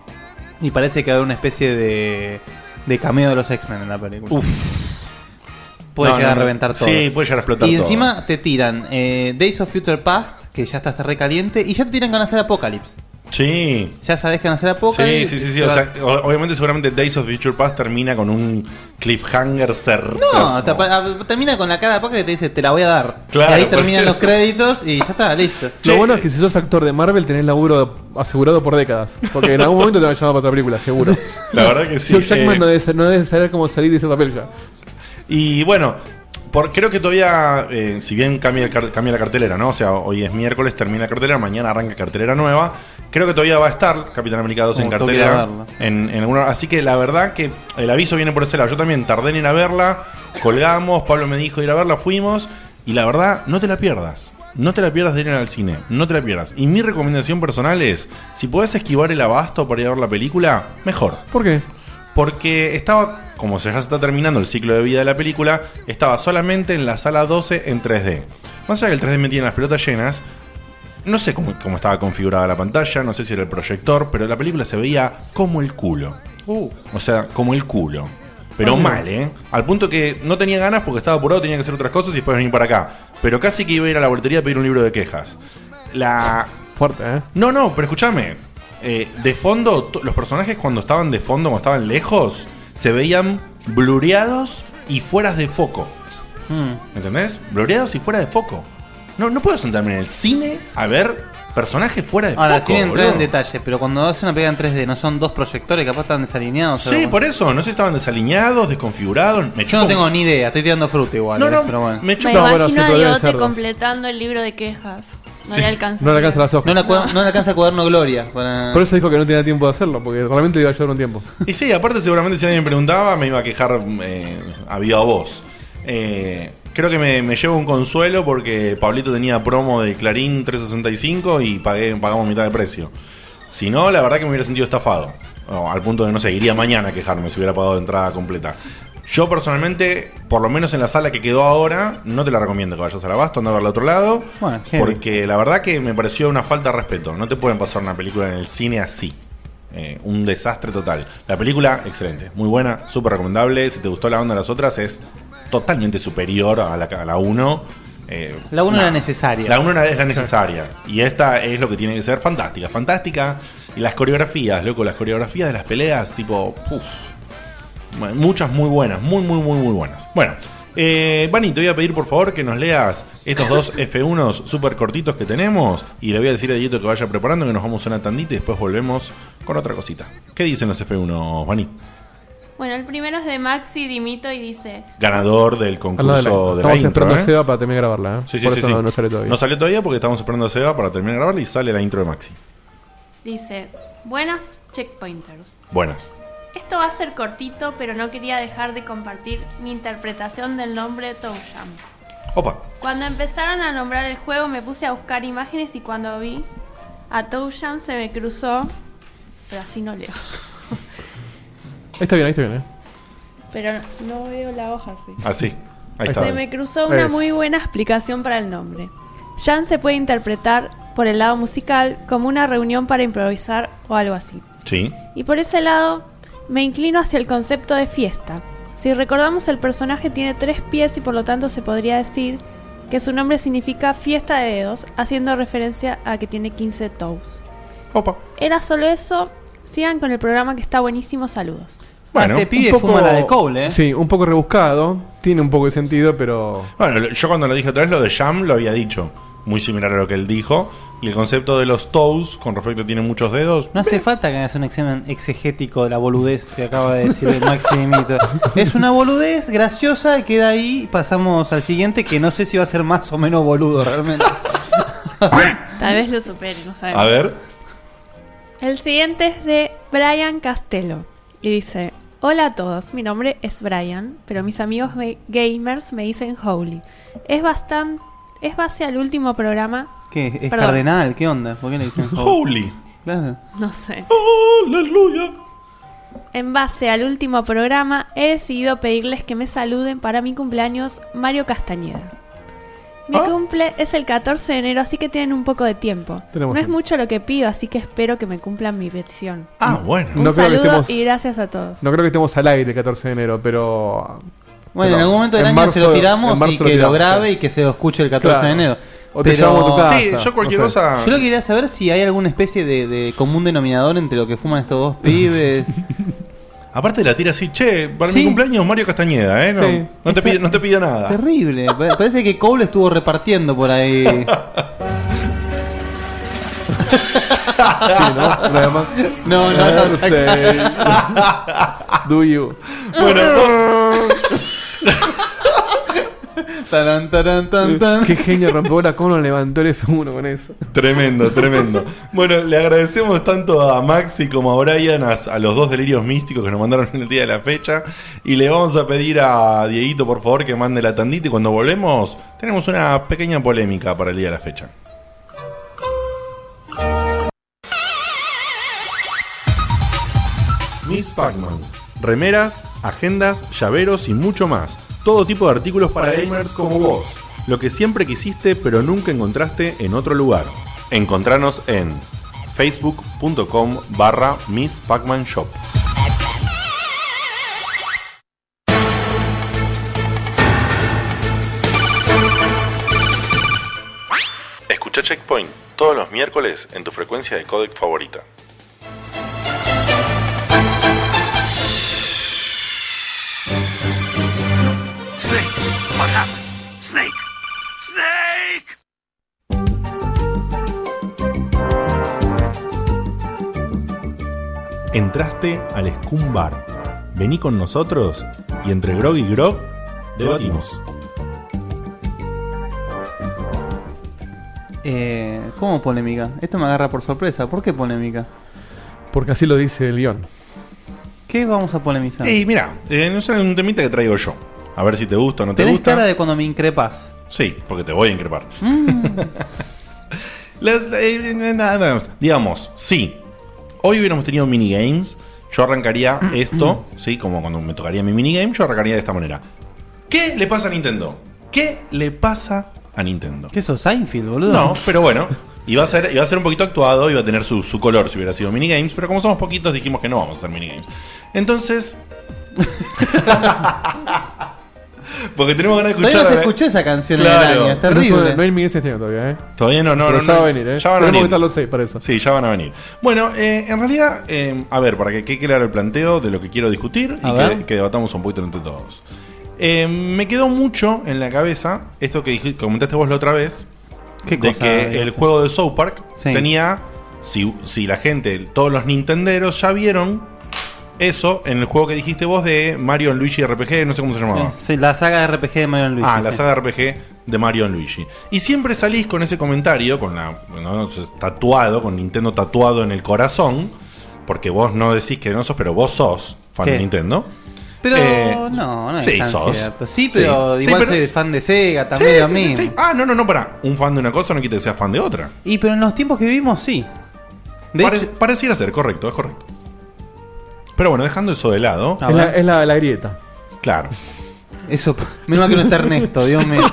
Y parece que va a haber una especie de. de cameo de los X-Men en la película.
Uf.
Puede
No,
llegar
no,
a reventar todo.
Sí, puede llegar a explotar
Y
todo.
encima te tiran eh, Days of Future Past, que ya está, está re caliente, y ya te tiran que van a hacer Apocalypse.
Sí.
Ya sabes que van a hacer
Sí,
Apocalypse.
sí, sí, sí.
Se
O
va-
sea, o- obviamente, seguramente Days of Future Past termina con un cliffhanger certero.
No, te apa- termina con la cara de Apocalypse que te dice, te la voy a dar.
Claro,
y ahí
por
terminan los
eso.
créditos y ya está, listo.
Lo
Che,
bueno es que si sos actor de Marvel tenés laburo asegurado por décadas. Porque en algún momento te van a llamar para otra película, seguro.
La verdad que sí.
Hugh Jackman
eh,
no, debe, sa- no debe saber cómo salir de ese papel ya.
Y bueno, por, creo que todavía, eh, si bien cambia, el car- cambia la cartelera, ¿no? O sea, hoy es miércoles, termina la cartelera, mañana arranca cartelera nueva. Creo que todavía va a estar Capitán América dos en
Como tengo que ir a
cartelera.
verla.
En, en alguna- así que la verdad que el aviso viene por ese lado. Yo también tardé en ir a verla, colgamos, Pablo me dijo ir a verla, fuimos. Y la verdad, no te la pierdas. No te la pierdas de ir al cine. No te la pierdas. Y mi recomendación personal es, si podés esquivar el abasto para ir a ver la película, mejor.
¿Por qué?
Porque estaba, como se ya se está terminando el ciclo de vida de la película, estaba solamente en la sala doce en tres D. Más allá que el tres D me tiene las pelotas llenas, no sé cómo, cómo estaba configurada la pantalla, no sé si era el proyector, pero la película se veía como el culo.
Uh,
O sea, como el culo. Pero
Ah,
mal, ¿eh? Al punto que no tenía ganas porque estaba apurado, tenía que hacer otras cosas y después venir para acá. Pero casi que iba a ir a la boletería a pedir un libro de quejas. La...
Fuerte, ¿eh?
No, no, pero escúchame. Eh, de fondo, to- los personajes cuando estaban de fondo, cuando estaban lejos, se veían blureados y fueras de foco.
mm.
¿Entendés? Blureados y fuera de foco. No, no puedo sentarme en el cine a ver personajes fuera de
Ahora,
foco.
sin entrar en
boludo.
detalle, pero cuando haces una película en tres D, ¿no son dos proyectores? Capaz están desalineados.
Sí,
o-
por eso. No sé si estaban desalineados, desconfigurados. Me
Yo no
chupa-
tengo ni idea, estoy tirando fruta igual.
No,
eh,
no,
pero bueno.
me
Me
chupa.
No, bueno,
imagino
sí,
a
pero deben
Diegote
ser dos.
completando el libro de quejas. No
Sí.
le alcanza.
No le alcanza las hojas.
No le, acu- no le alcanza el cuaderno Gloria. Para...
Por eso dijo que no tenía tiempo de hacerlo, porque realmente le iba a llevar un tiempo.
Y sí, aparte seguramente si alguien me preguntaba me iba a quejar eh, a viva voz. Eh, creo que me, me llevo un consuelo porque Pablito tenía promo de Clarín trescientos sesenta y cinco y pagué, pagamos mitad de precio. Si no, la verdad que me hubiera sentido estafado. No, al punto de no sé, iría mañana a quejarme si hubiera pagado de entrada completa. Yo personalmente, por lo menos en la sala que quedó ahora, no te la recomiendo que vayas a la Abasto, anda a verla a otro lado.
Bueno, heavy.
Porque la verdad que me pareció una falta de respeto. No te pueden pasar una película en el cine así. Eh, un desastre total. La película, excelente, muy buena, súper recomendable. Si te gustó la onda de las otras, es totalmente superior a la uno. Eh,
la uno
nah,
era necesaria.
La uno es la necesaria. Y esta es lo que tiene que ser fantástica. Fantástica. Y las coreografías, loco, las coreografías de las peleas, tipo, uf, muchas muy buenas, muy, muy, muy, muy buenas. Bueno, eh, Vani, te voy a pedir por favor que nos leas estos dos F uno súper cortitos que tenemos. Y le voy a decir a Dieguito que vaya preparando, que nos vamos a una tandita y después volvemos con otra cosita. ¿Qué dicen los F uno, Vani?
Bueno, el primero es de Maxi Dimito y dice:
ganador del concurso de la,
de la intro. Estamos esperando
¿eh?
a Seba para terminar de grabarla. ¿eh?
Sí, sí,
Por
sí,
eso
sí.
No, no sale todavía.
No salió todavía porque estamos esperando a Seba para terminar de grabarla y sale la intro de Maxi.
Dice: buenas checkpointers.
Buenas.
Esto va a ser cortito, pero no quería dejar de compartir mi interpretación del nombre ToeJam.
Opa.
Cuando empezaron a nombrar el juego me puse a buscar imágenes y cuando vi a ToeJam se me cruzó, pero así no leo.
Ahí está bien, ahí está bien, ¿eh?
Pero no veo la hoja así.
Ah, sí. Ahí está.
Se me cruzó una
Es.
muy buena explicación para el nombre. Jam se puede interpretar por el lado musical como una reunión para improvisar o algo así.
Sí.
Y por ese lado me inclino hacia el concepto de fiesta. Si recordamos, el personaje tiene tres pies y por lo tanto se podría decir que su nombre significa fiesta de dedos, haciendo referencia a que tiene quince toes.
Opa.
Era solo eso. Sigan con el programa que está buenísimo. Saludos.
Bueno,
este pibe
un poco-
fuma la de Cole, ¿eh?
Sí, un poco rebuscado. Tiene un poco de sentido, pero.
Bueno, lo- yo cuando lo dije otra vez, lo de Jam lo había dicho. Muy similar a lo que él dijo. Y el concepto de los toes, con respecto a tiene muchos dedos.
No hace falta que hagas un examen exegético de la boludez que acaba de decir el Maxi Dimito. Es una boludez graciosa, queda ahí. Pasamos al siguiente, que no sé si va a ser más o menos boludo realmente.
Tal vez lo supere, no sabemos.
A ver.
El siguiente es de Brian Castelo y dice: hola a todos, mi nombre es Brian, pero mis amigos me- gamers me dicen Holy. Es bastante, es base al último programa,
¿Qué? ¿Es
Perdón.
cardenal? ¿Qué onda? ¿Por qué le dicen Holy?
Holy.
Claro.
no sé.
Aleluya.
En base al último programa he decidido pedirles que me saluden para mi cumpleaños, Mario Castañeda. Mi
Ah.
cumple es el catorce de enero, así que tienen un poco de tiempo.
Tenemos
no es
tiempo.
mucho lo que pido, así que espero que me cumplan mi petición.
Ah, bueno.
Un
No creo que
saludo
estemos-
y gracias a todos.
No creo que estemos al aire el catorce de enero, pero.
Bueno,
pero
en algún momento del
en
año se lo
marzo-
tiramos
en marzo
y
lo
que lo
tiramos,
grabe
claro.
y que se lo escuche el catorce
Claro.
de enero.
O te llevamos a tu casa.
Sí, yo cualquier
no sé.
cosa.
Yo lo que quería saber si hay alguna especie de, de común denominador entre lo que fuman estos dos pibes.
Aparte la tira así, che, para
Sí.
mi cumpleaños Mario Castañeda, ¿eh? No,
Sí.
no, te,
Está-
pide, no te pide nada.
Terrible. Pa- Parece que Cole estuvo repartiendo por ahí.
Sí, ¿no? Nada más.
No, no, no.
No sé. Do you?
Bueno,
Taran, taran, tan, tan.
Qué genio rompeola, cómo lo levantó el F uno con eso.
tremendo, tremendo. Bueno, le agradecemos tanto a Maxi como a Brian, a, a los dos delirios místicos que nos mandaron en el día de la fecha. Y le vamos a pedir a Dieguito, por favor, que mande la tandita. Y cuando volvemos, tenemos una pequeña polémica para el día de la fecha. Miss Pac-Man. Remeras, agendas, llaveros y mucho más. Todo tipo de artículos para gamers como vos. Lo que siempre quisiste pero nunca encontraste en otro lugar. Encontranos en facebook.com barra Miss Pac-Man Shop. Escucha Checkpoint todos los miércoles en tu frecuencia de codec favorita.
Snake, what happened? Snake! Snake!
Entraste al Scum Bar. Vení con nosotros y entre Grog y Grog debatimos.
Eh, ¿Cómo polémica? Esto me agarra por sorpresa. ¿Por qué polémica?
Porque así lo dice el guión.
¿Qué vamos a polemizar?
Y mira, eh, no es un temita que traigo yo. A ver si te gusta o no te
Tenés
gusta.
cara de cuando me increpas.
Sí, porque te voy a increpar. Las- eh, nada, digamos, sí. hoy hubiéramos tenido minigames, yo arrancaría esto, ¿sí? Como cuando me tocaría mi minigame, yo arrancaría de esta manera. ¿Qué le pasa a Nintendo? ¿Qué le pasa a Nintendo?
¿Qué sos, Seinfeld, boludo?
No, pero bueno, iba a ser, iba a ser un poquito actuado, iba a tener su, su color si hubiera sido minigames, pero como somos poquitos dijimos que no vamos a hacer minigames. Entonces... porque tenemos ganas de escuchar...
Todavía no se escuchó esa canción en
Claro.
el año, es terrible.
No, no hay Miguel este año todavía, ¿eh?
Todavía no, no,
Pero
no,
ya
no.
va a venir, ¿eh?
Ya van a
Tenemos
venir.
que estar los seis para eso.
Sí, ya van a venir. Bueno, eh, en realidad, eh, a ver, para que quede claro el planteo de lo que quiero discutir
A
y
ver.
que, que debatamos un poquito entre todos. Eh, me quedó mucho en la cabeza esto que dijiste, comentaste vos la otra vez,
¿Qué
de
cosa
que
dijiste?
el juego de South Park
Sí.
tenía, si, si la gente, todos los nintenderos ya vieron eso en el juego que dijiste vos de Mario and Luigi R P G, no sé cómo se llamaba.
Sí, la saga de R P G de Mario and Luigi.
Ah, la
sí.
saga R P G de Mario and Luigi. Y siempre salís con ese comentario, con la ¿no? tatuado, con Nintendo tatuado en el corazón, porque vos no decís que no sos, pero vos sos fan
¿Qué?
de Nintendo.
Pero
Eh,
no, no es
sí,
tan
sos.
cierto. Sí, pero
Sí,
igual
sí, pero-
soy fan de Sega,
Sí,
también lo
sí, sí,
mismo.
sí. Ah, no, no, no, para. Un fan de una cosa no quita que sea fan de otra.
Y pero en los tiempos que vivimos, sí. De
Pare-
hecho,
pareciera ser, correcto, es correcto. Pero bueno, dejando eso de lado,
A
Es la,
ver.
es la, la grieta.
claro.
eso, menos mal que no está Ernesto, Dios mío.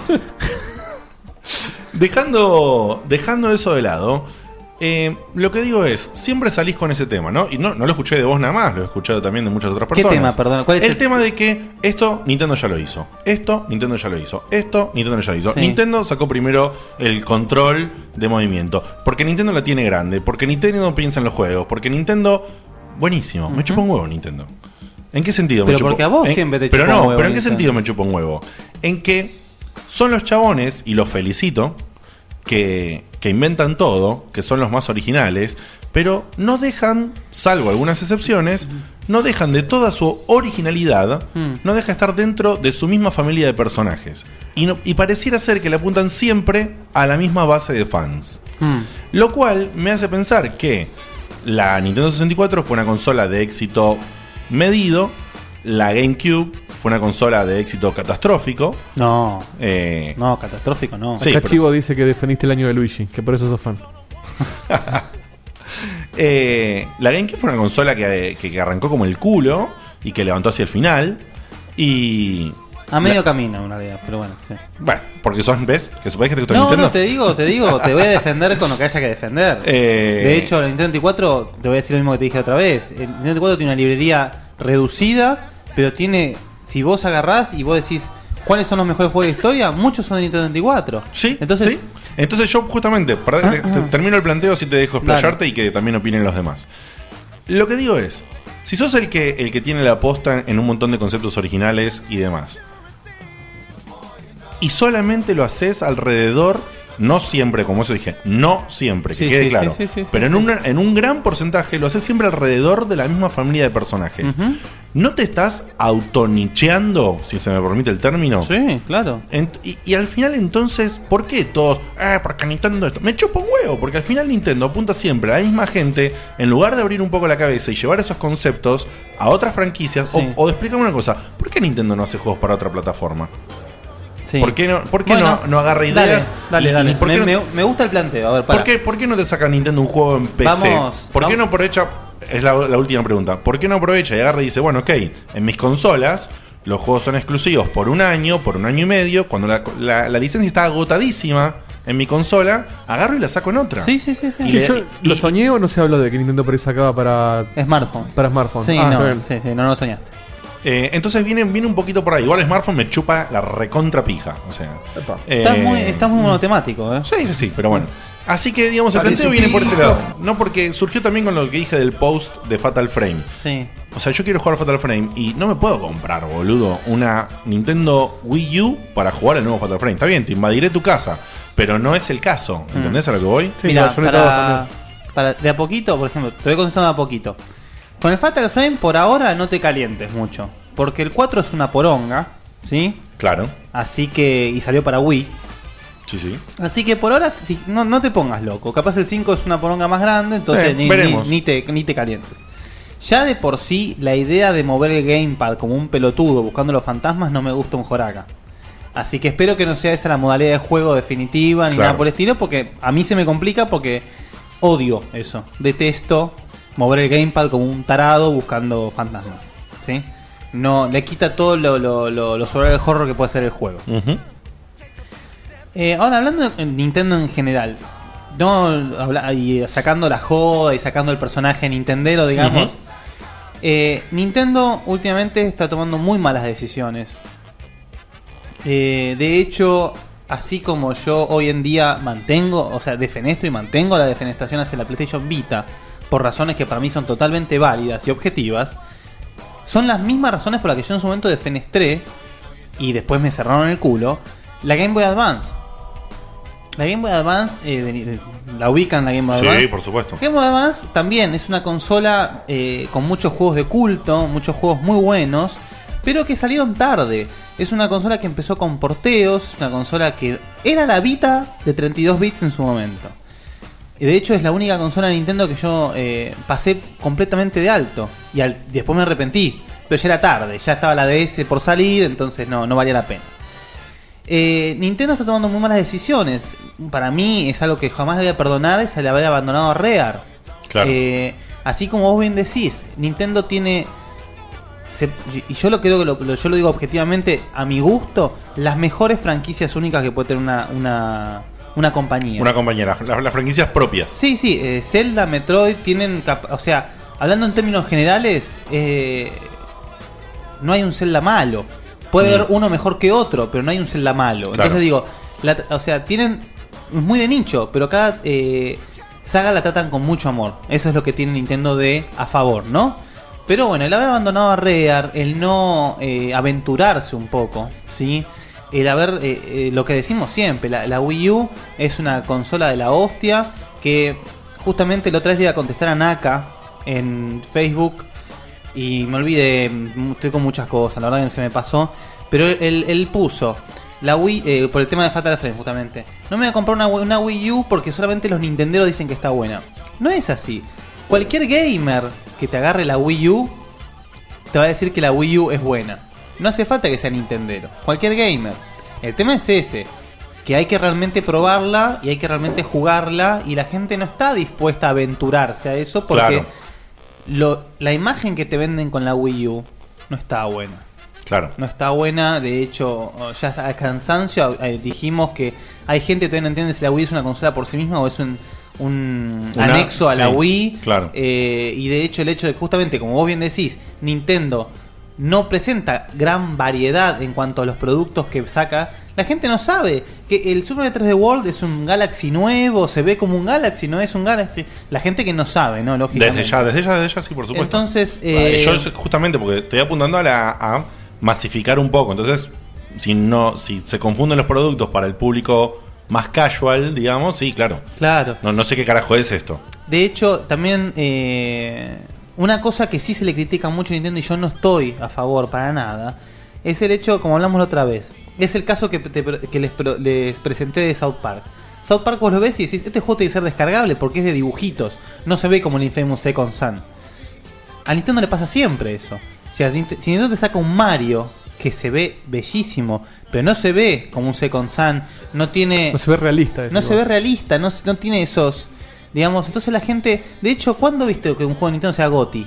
Dejando, dejando eso de lado, eh, lo que digo es, siempre salís con ese tema, ¿no? Y no, no lo escuché de vos nada más, lo he escuchado también de muchas otras
¿Qué
personas.
tema, perdón? ¿Cuál es
el,
el-
tema de que esto Nintendo ya lo hizo, esto Nintendo ya lo hizo, esto Nintendo ya lo hizo.
Sí.
Nintendo sacó primero el control de movimiento, porque Nintendo la tiene grande, porque Nintendo piensa en los juegos, porque Nintendo... Buenísimo, me chupa un huevo Nintendo. ¿En qué sentido
Pero
me chupa?
porque a vos
en-
siempre te
Pero
chupa
no,
un huevo
pero ¿en qué
Nintendo.
sentido me chupa un huevo? En que son los chabones, y los felicito, que, que inventan todo, que son los más originales, pero no dejan, salvo algunas excepciones, no dejan de toda su originalidad,
Mm.
no deja estar dentro de su misma familia de personajes. Y, no- y pareciera ser que le apuntan siempre a la misma base de fans.
Mm.
Lo cual me hace pensar que la Nintendo sesenta y cuatro fue una consola de éxito medido, la GameCube fue una consola de éxito catastrófico.
No,
eh,
no, catastrófico no.
Sí,
Acá
pero-
Chivo dice que defendiste el año de Luigi, que por eso sos fan.
eh, la GameCube fue una consola que, que- que arrancó como el culo y que levantó hacia el final. Y.
A medio
la-
camino, una idea, pero bueno, sí.
Bueno, porque sos, ¿ves? Que supone que te gusta
No,
Nintendo.
no, te digo, te digo, te voy a defender con lo que haya que defender.
Eh,
De hecho, la Nintendo sesenta y cuatro, te voy a decir lo mismo que te dije otra vez. El Nintendo sesenta y cuatro tiene una librería reducida, pero tiene, si vos agarrás y vos decís cuáles son los mejores juegos de historia, muchos son de Nintendo sesenta y cuatro.
Sí,
entonces,
sí. Entonces yo justamente, para- te- te- termino el planteo si te dejo explayarte y que también opinen los demás. Lo que digo es, si sos el que, el que tiene la posta en un montón de conceptos originales y demás, y solamente lo haces alrededor, no siempre, como eso dije, no siempre, que
Sí,
quede
sí,
claro,
sí, sí, sí,
pero
sí,
en,
sí.
un, en un gran porcentaje lo haces siempre alrededor de la misma familia de personajes.
Ujú.
¿No te estás autonicheando, si se me permite el término?
sí, claro.
Ent- y, y al final entonces, ¿por qué todos? Eh, porque Nintendo esto. Me chupa un huevo, porque al final Nintendo apunta siempre a la misma gente, en lugar de abrir un poco la cabeza y llevar esos conceptos a otras franquicias,
Sí.
o, o de explicarme una cosa, ¿por qué Nintendo no hace juegos para otra plataforma?
Sí.
¿Por qué no, por qué
Bueno,
no, no agarra ideas?
Dale,
y-
dale, dale.
y ¿por,
me,
qué no,
me- me gusta el planteo. A ver, para.
¿por qué, por qué no te saca Nintendo un juego en P C?
Vamos,
¿Por qué
vamos.
no aprovecha? Es la, la última pregunta. ¿Por qué no aprovecha y agarra y dice, bueno, ok, en mis consolas los juegos son exclusivos por un año, por un año y medio, cuando la, la- la licencia está agotadísima en mi consola, agarro y la saco en otra?
Sí, sí, sí, sí.
Y
Che,
le-
yo,
y-
¿Lo soñé o no se habló de que Nintendo por ahí sacaba para,
Smartphone.
para smartphone?
Sí,
Ah, está
no,
bien.
sí, sí, no lo soñaste.
Eh, entonces viene, viene un poquito por ahí. Igual el smartphone me chupa la recontra pija. O sea,
Epa.
eh,
Estás muy, estás muy monotemático, ¿eh?
Sí, sí, sí, pero bueno. Así que, digamos, el
Parece
planteo viene por ese
pijo.
lado. No, porque surgió también con lo que dije del post de Fatal Frame.
Sí.
O sea, yo quiero jugar Fatal Frame y no me puedo comprar, boludo, una Nintendo Wii U para jugar el nuevo Fatal Frame. Está bien, te invadiré tu casa, pero no es el caso. ¿Entendés a lo que voy?
Sí,
Mira,
Bayonetta dos
para,
también.
para de a poquito, por ejemplo, te voy contestando de a poquito. Con el Fatal Frame, por ahora no te calientes mucho. Porque el cuatro es una poronga, ¿sí?
Claro.
Así que. Y salió para Wii.
Sí, sí.
Así que por ahora fi- no, no te pongas loco. Capaz el cinco es una poronga más grande, entonces
Eh,
ni,
veremos.
ni- ni te, ni te calientes. Ya de por sí, la idea de mover el gamepad como un pelotudo buscando los fantasmas no me gusta un joraca. Así que espero que no sea esa la modalidad de juego definitiva ni
Claro.
nada por el estilo, porque a mí se me complica porque odio eso. Detesto mover el gamepad como un tarado buscando fantasmas, ¿sí? No, le quita todo lo, lo, lo, lo sobre el horror que puede ser el juego.
Uh-huh.
Eh, ahora, hablando de Nintendo en general, no habla, y sacando la joda y sacando el personaje nintendero, digamos, uh-huh. eh, Nintendo últimamente está tomando muy malas decisiones. Eh, de hecho, así como yo hoy en día mantengo, o sea, defenestro y mantengo la defenestración hacia la PlayStation Vita, por razones que para mí son totalmente válidas y objetivas, son las mismas razones por las que yo en su momento defenestré y después me cerraron el culo la Game Boy Advance. La Game Boy Advance, eh, de, de, la ubican la Game Boy
sí,
Advance.
Sí, por supuesto.
Game Boy Advance también es una consola eh, con muchos juegos de culto, muchos juegos muy buenos, pero que salieron tarde. Es una consola que empezó con porteos, una consola que era la Vita de treinta y dos bits en su momento. Y de hecho es la única consola de Nintendo que yo eh, pasé completamente de alto. Y al, después me arrepentí, pero ya era tarde, ya estaba la D S por salir, entonces no, no valía la pena. Eh, Nintendo está tomando muy malas decisiones. Para mí es algo que jamás le voy a perdonar, es el haber abandonado a Rare.
Claro.
Eh, así como vos bien decís, Nintendo tiene... Se, y yo lo creo que lo, lo, yo lo digo objetivamente, a mi gusto, las mejores franquicias únicas que puede tener una, una, una compañía.
Una compañía, las, las franquicias propias.
Sí, sí, eh, Zelda, Metroid tienen... Cap- o sea, hablando en términos generales, eh, no hay un Zelda malo. Puede mm. haber uno mejor que otro, pero no hay un Zelda malo.
Claro.
Entonces digo, la, o sea, tienen... Es muy de nicho, pero cada eh, saga la tratan con mucho amor. Eso es lo que tiene Nintendo de a favor, ¿no? Pero bueno, el haber abandonado a Rare, el no eh, aventurarse un poco, ¿sí? El haber, eh, eh, lo que decimos siempre, la, la Wii U es una consola de la hostia, que justamente la otra vez le iba a contestar a Naka en Facebook y me olvidé, estoy con muchas cosas, la verdad que se me pasó, pero él, él puso la Wii, eh, por el tema de Fatal Frame justamente, no me voy a comprar una, una Wii U porque solamente los nintenderos dicen que está buena. No es así. Cualquier gamer que te agarre la Wii U te va a decir que la Wii U es buena. No hace falta que sea nintendero. Cualquier gamer. El tema es ese, que hay que realmente probarla y hay que realmente jugarla, y la gente no está dispuesta a aventurarse a eso porque
claro.
lo, la imagen que te venden con la Wii U no está buena.
Claro.
No está buena, de hecho, ya a cansancio eh, dijimos que hay gente que todavía no entiende si la Wii es una consola por sí misma o es un... un Una, anexo a la sí, Wii,
claro.
eh, y de hecho el hecho de justamente, como vos bien decís, Nintendo no presenta gran variedad en cuanto a los productos que saca. La gente no sabe que el Super tres D World es un Galaxy nuevo, se ve como un Galaxy, no es un Galaxy. La gente que no sabe, ¿no? Lógicamente.
Desde ya, desde ya, desde ya, sí, por supuesto.
Entonces, eh,
yo justamente porque estoy apuntando a, la, a masificar un poco. Entonces, si no, si se confunden los productos para el público más casual, digamos, sí, claro.
Claro.
No, no sé qué carajo es esto.
De hecho, también eh, una cosa que sí se le critica mucho a Nintendo y yo no estoy a favor para nada, es el hecho, como hablamos la otra vez, es el caso que, te, que les, les presenté de South Park. South Park vos lo ves y decís, este juego tiene que ser descargable porque es de dibujitos, no se ve como el Infamous Second Son. A Nintendo le pasa siempre eso. Si, a, si Nintendo te saca un Mario que se ve bellísimo, pero no se ve como un Second Son, no tiene...
No se ve realista.
No se ve realista, no, no tiene esos... Digamos, entonces la gente... De hecho, ¿cuándo viste que un juego de Nintendo sea GOTY?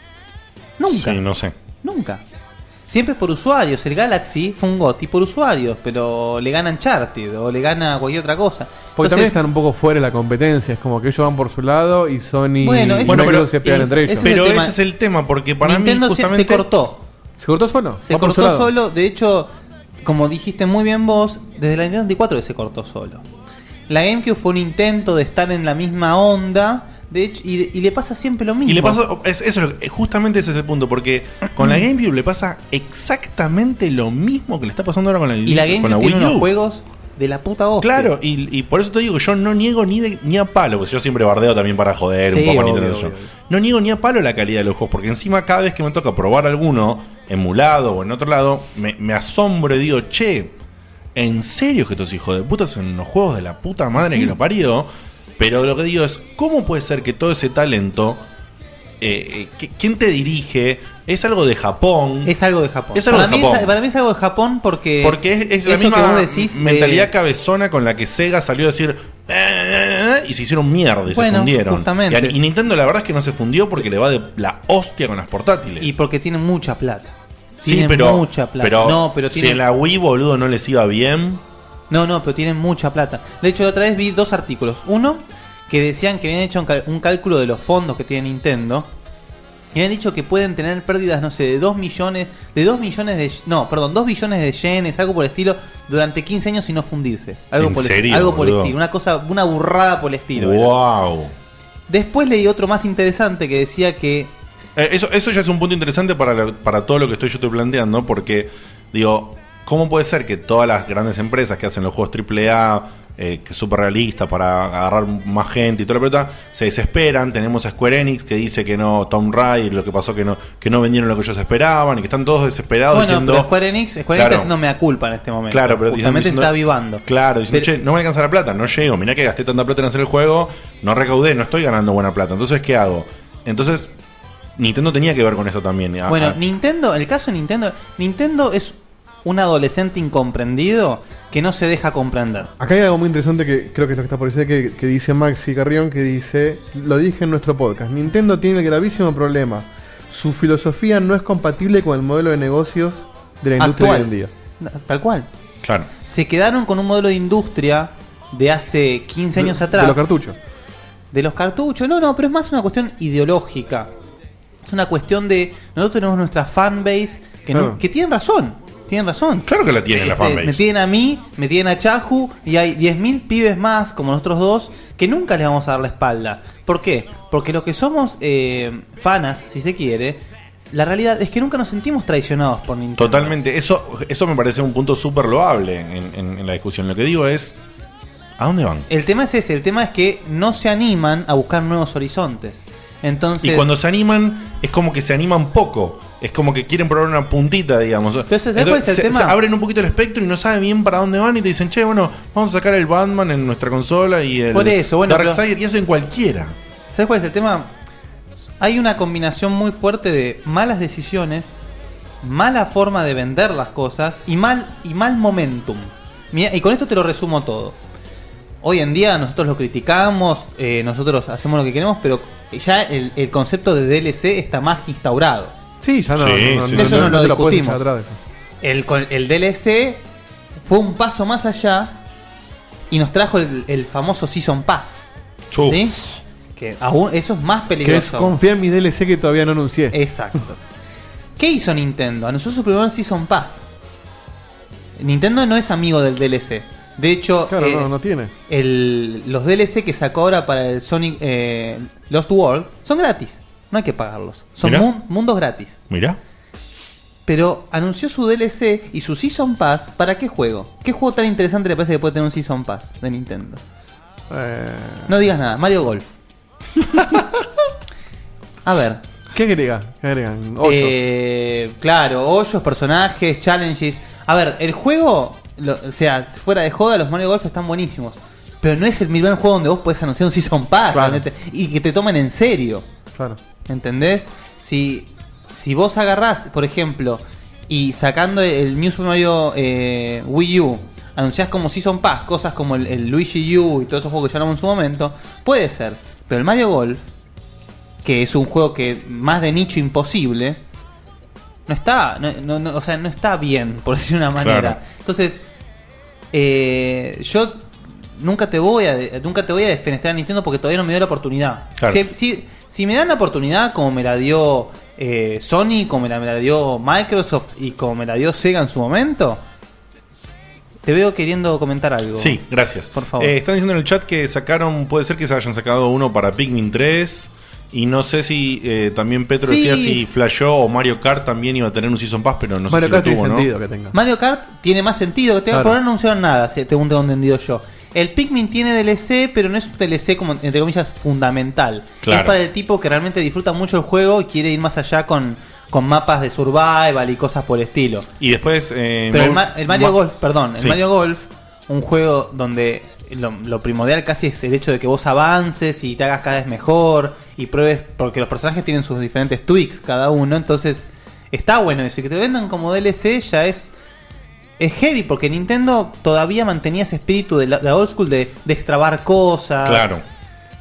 Nunca.
Sí, no sé.
Nunca. Siempre es por usuarios. El Galaxy fue un GOTY por usuarios, pero le gana Uncharted o le gana cualquier otra cosa.
Porque
entonces,
también están un poco fuera de la competencia. Es como que ellos van por su lado y Sony
bueno,
y
bueno,
Microsoft se pegan
es,
entre ellos.
ese
Pero
es
ese es el tema, porque para
Nintendo
mí justamente...
se, se cortó.
¿Se cortó solo?
Se cortó solo, de hecho, como dijiste muy bien vos, desde la Nintendo sesenta y cuatro que se cortó solo. La GameCube fue un intento de estar en la misma onda, de hecho, y, y le pasa siempre lo mismo.
Y le pasa, es, eso, justamente ese es el punto, porque con la GameCube le pasa exactamente lo mismo que le está pasando ahora con la,
y la GameCube
con la
tiene
Wii U.
unos juegos de la puta hostia.
Claro, y, y por eso te digo, yo no niego ni, de, ni a palo, porque yo siempre bardeo también para joder
sí,
un poco a
obvio,
Nintendo.
obvio, obvio.
No niego ni a palo la calidad de los juegos, porque encima cada vez que me toca probar alguno, emulado o en otro lado, me, me asombro y digo, che, ¿en serio que estos hijos de puta son unos juegos de la puta madre sí. que lo parió? Pero lo que digo es, ¿cómo puede ser que todo ese talento, eh, eh, ¿quién te dirige? ¿Es algo de Japón?
Es algo de Japón.
Es algo
para,
de
mí
Japón.
Es, para mí es algo de Japón porque...
Porque es, es la
eso
misma
que vos decís,
mentalidad
eh,
cabezona con la que Sega salió a decir... Eh, eh, publicidad y se hicieron mierda y
Bueno,
se fundieron.
justamente.
Y, y Nintendo la verdad es que no se fundió porque le va de la hostia con las portátiles.
Y porque tienen mucha plata.
sí,
Tienen
pero,
mucha plata.
pero,
no, pero
si
tienen...
en la Wii, boludo, no les iba bien.
No, no, pero tienen mucha plata. De hecho, la otra vez vi dos artículos. Uno, que decían que habían hecho un, cal- un cálculo de los fondos que tiene Nintendo. Y habían dicho que pueden tener pérdidas, no sé, de dos millones, de dos millones de, no, perdón, dos billones de yenes, algo por el estilo, durante quince años y no fundirse. Algo
¿En
por el-
serio,
algo por el
boludo?
estilo, una cosa, una burrada por el estilo. era.
Wow.
Después leí otro más interesante que decía que
Eh, eso, eso ya es un punto interesante para, lo- para todo lo que estoy yo estoy planteando, porque, digo, ¿cómo puede ser que todas las grandes empresas que hacen los juegos triple A, eh, que es súper realista para agarrar más gente y toda la pelota, se desesperan? Tenemos a Square Enix que dice que no, Tomb Raider, lo que pasó que no que no vendieron lo que ellos esperaban y que están todos desesperados
bueno,
diciendo...
pero Square Enix, Square Enix
Claro.
está haciendo mea culpa en este momento.
Claro, pero
justamente
diciendo-
se está avivando.
Claro, diciendo,
Pero-
che, no me alcanza la plata, no llego, mirá que gasté tanta plata en hacer el juego, no recaudé, no estoy ganando buena plata, entonces ¿qué hago? Entonces, Nintendo tenía que ver con eso también. Ah,
Bueno,
ah,
Nintendo, el caso de Nintendo, Nintendo es un adolescente incomprendido que no se deja comprender.
Acá hay algo muy interesante que creo que es lo que está por decir, que, que dice Maxi Carrión, que dice, lo dije en nuestro podcast, Nintendo tiene el gravísimo problema. Su filosofía no es compatible con el modelo de negocios de la industria
Actual.
de hoy en día.
Tal cual.
claro.
Se quedaron con un modelo de industria de hace quince años
De-
atrás.
De los cartuchos.
De los cartuchos. No, no, pero es más una cuestión ideológica. Es una cuestión de... Nosotros tenemos nuestra fanbase que, no-
Claro.
que tienen razón. Tienen razón.
Claro que la tiene la
Este,
fanbase.
Me tienen a mí, me tienen a Chahu y hay diez mil pibes más, como nosotros dos, que nunca les vamos a dar la espalda. ¿Por qué? Porque los que somos eh, fanas, si se quiere, la realidad es que nunca nos sentimos traicionados por Nintendo.
Totalmente, eso eso me parece un punto súper loable en, en- en la discusión. Lo que digo es, ¿a dónde van?
El tema es ese, el tema es que no se animan a buscar nuevos horizontes. Entonces,
Y cuando se animan, es como que se animan poco. Es como que quieren probar una puntita, digamos.
Pero ¿sabes cuál es el
se,
tema?
se abren un poquito el espectro y no saben bien para dónde van y te dicen, che, bueno, vamos a sacar el Batman en nuestra consola y el
Por eso, bueno, pero-
Darkseid y hacen cualquiera.
¿sabes cuál es el tema? Hay una combinación muy fuerte de malas decisiones, mala forma de vender las cosas y mal, y mal momentum. Mira, y con esto te lo resumo todo. Hoy en día nosotros lo criticamos, eh, nosotros hacemos lo que queremos, pero ya el, el concepto de D L C está más que instaurado.
Sí, ya no,
Sí,
no, no,
sí,
no,
sí.
Eso no lo
te puedes
discutimos.
echar atrás de eso.
El, con- el D L C fue un paso más allá y nos trajo el, el famoso Season Pass.
Chuf.
¿Sí? Que aún eso es más
Que es
peligroso.
confiar en mi D L C que todavía no anuncié.
Exacto. ¿Qué hizo Nintendo? Anunció su primer Season Pass. Nintendo no es amigo del D L C. De hecho,
Claro,
eh,
no, no tiene.
el- los D L C que sacó ahora para el Sonic eh, Lost World son gratis. No hay que pagarlos. Son
Mirá.
mun- mundos gratis.
Mirá.
Pero anunció su D L C y su Season Pass. ¿Para qué juego? ¿Qué juego tan interesante le parece que puede tener un Season Pass de Nintendo?
Eh,
No digas nada. Mario Golf. A ver.
¿Qué agrega? ¿Qué agregan? Hoyos.
Eh, claro, hoyos, personajes, challenges. A ver, el juego, lo- o sea, fuera de joda, los Mario Golf están buenísimos. Pero no es el primer juego donde vos podés anunciar un Season Pass
Claro.
realmente, y que te tomen en serio.
Claro.
¿Entendés? Si, si vos agarrás, por ejemplo, y sacando el New Super Mario eh, Wii U, anunciás como Season Pass cosas como el, el Luigi U y todos esos juegos que ya hablamos en su momento, puede ser. Pero el Mario Golf, que es un juego que más de nicho imposible, no está, no, no- no- o sea, no está bien, por decir una manera.
Claro.
Entonces, eh, yo nunca te voy a nunca te voy a defenestrar a Nintendo porque todavía no me dio la oportunidad.
Claro.
Si, si- si me dan la oportunidad como me la dio eh, Sony, como me la, me la dio Microsoft y como me la dio Sega en su momento, te veo queriendo comentar algo.
Sí, gracias.
Por favor.
Eh, están diciendo en el chat que sacaron, puede ser que se hayan sacado uno para Pikmin tres. Y no sé si eh, también Petro
Sí.
decía si Flashó o Mario Kart también iba a tener un Season Pass, pero no
Mario
sé si
Kart
lo
tiene
tuvo, ¿no?
sentido que tenga.
Mario Kart tiene más sentido que tenga,
Claro.
por ahora no anunciaron nada, se- según tengo entendido yo. El Pikmin tiene D L C, pero no es un D L C como entre comillas fundamental.
Claro.
Es para el tipo que realmente disfruta mucho el juego y quiere ir más allá con, con mapas de survival y cosas por el estilo.
Y después... eh,
Pero el,
Mo-
Ma- el Mario
Ma-
Golf, perdón, el
Sí.
Mario Golf, un juego donde lo, lo primordial casi es el hecho de que vos avances y te hagas cada vez mejor y pruebes, porque los personajes tienen sus diferentes tweaks cada uno, entonces está bueno eso. Y que te lo vendan como D L C ya es, es heavy, porque Nintendo todavía mantenía ese espíritu de la, la old school de, de extrabar cosas.
Claro.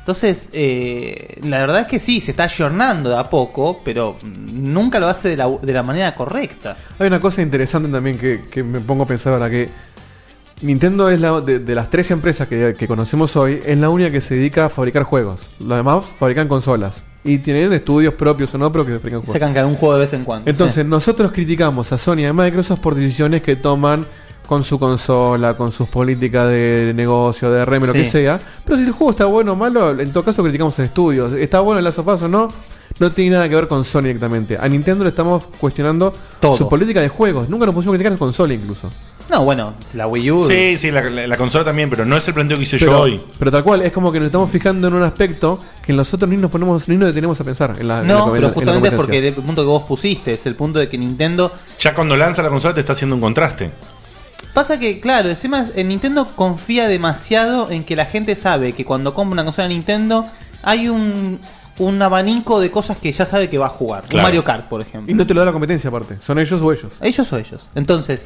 Entonces, eh, la verdad es que sí, se está ayornando de a poco, pero nunca lo hace de la, de la manera correcta.
Hay una cosa interesante también que, que me pongo a pensar ahora, que Nintendo es la de, de las tres empresas que, que conocemos hoy, es la única que se dedica a fabricar juegos. Los demás fabrican consolas. Y tienen estudios propios o no, pero que fabrican juegos.
Sacan cada un juego de vez en cuando.
Entonces,
sí.
nosotros criticamos a Sony y a Microsoft por decisiones que toman con su consola, con sus políticas de negocio, de R M, lo
Sí.
que sea. Pero si el juego está bueno o malo, en todo caso criticamos el estudio. ¿Está bueno el Last of Us o no? No tiene nada que ver con Sony directamente. A Nintendo le estamos cuestionando
Todo.
su política de juegos. Nunca nos pusimos a criticar en consola incluso.
No, bueno, la Wii U.
Sí, sí, la, la- la consola también, pero no es el planteo que hice
Pero,
yo hoy.
pero tal cual, es como que nos estamos fijando en un aspecto que nosotros ni nos ponemos, ni nos detenemos a pensar en la en la
No,
comen-
pero
en la
justamente es porque
competencia.
el punto que vos pusiste es el punto de que Nintendo.
Ya cuando lanza la consola te está haciendo un contraste.
Pasa que, claro, encima en Nintendo confía demasiado en que la gente sabe que cuando compra una consola de Nintendo hay un, un abanico de cosas que ya sabe que va a jugar.
Claro.
Un Mario Kart, por ejemplo.
Y no te lo da la competencia aparte. ¿Son ellos o ellos?
Ellos o ellos. Entonces,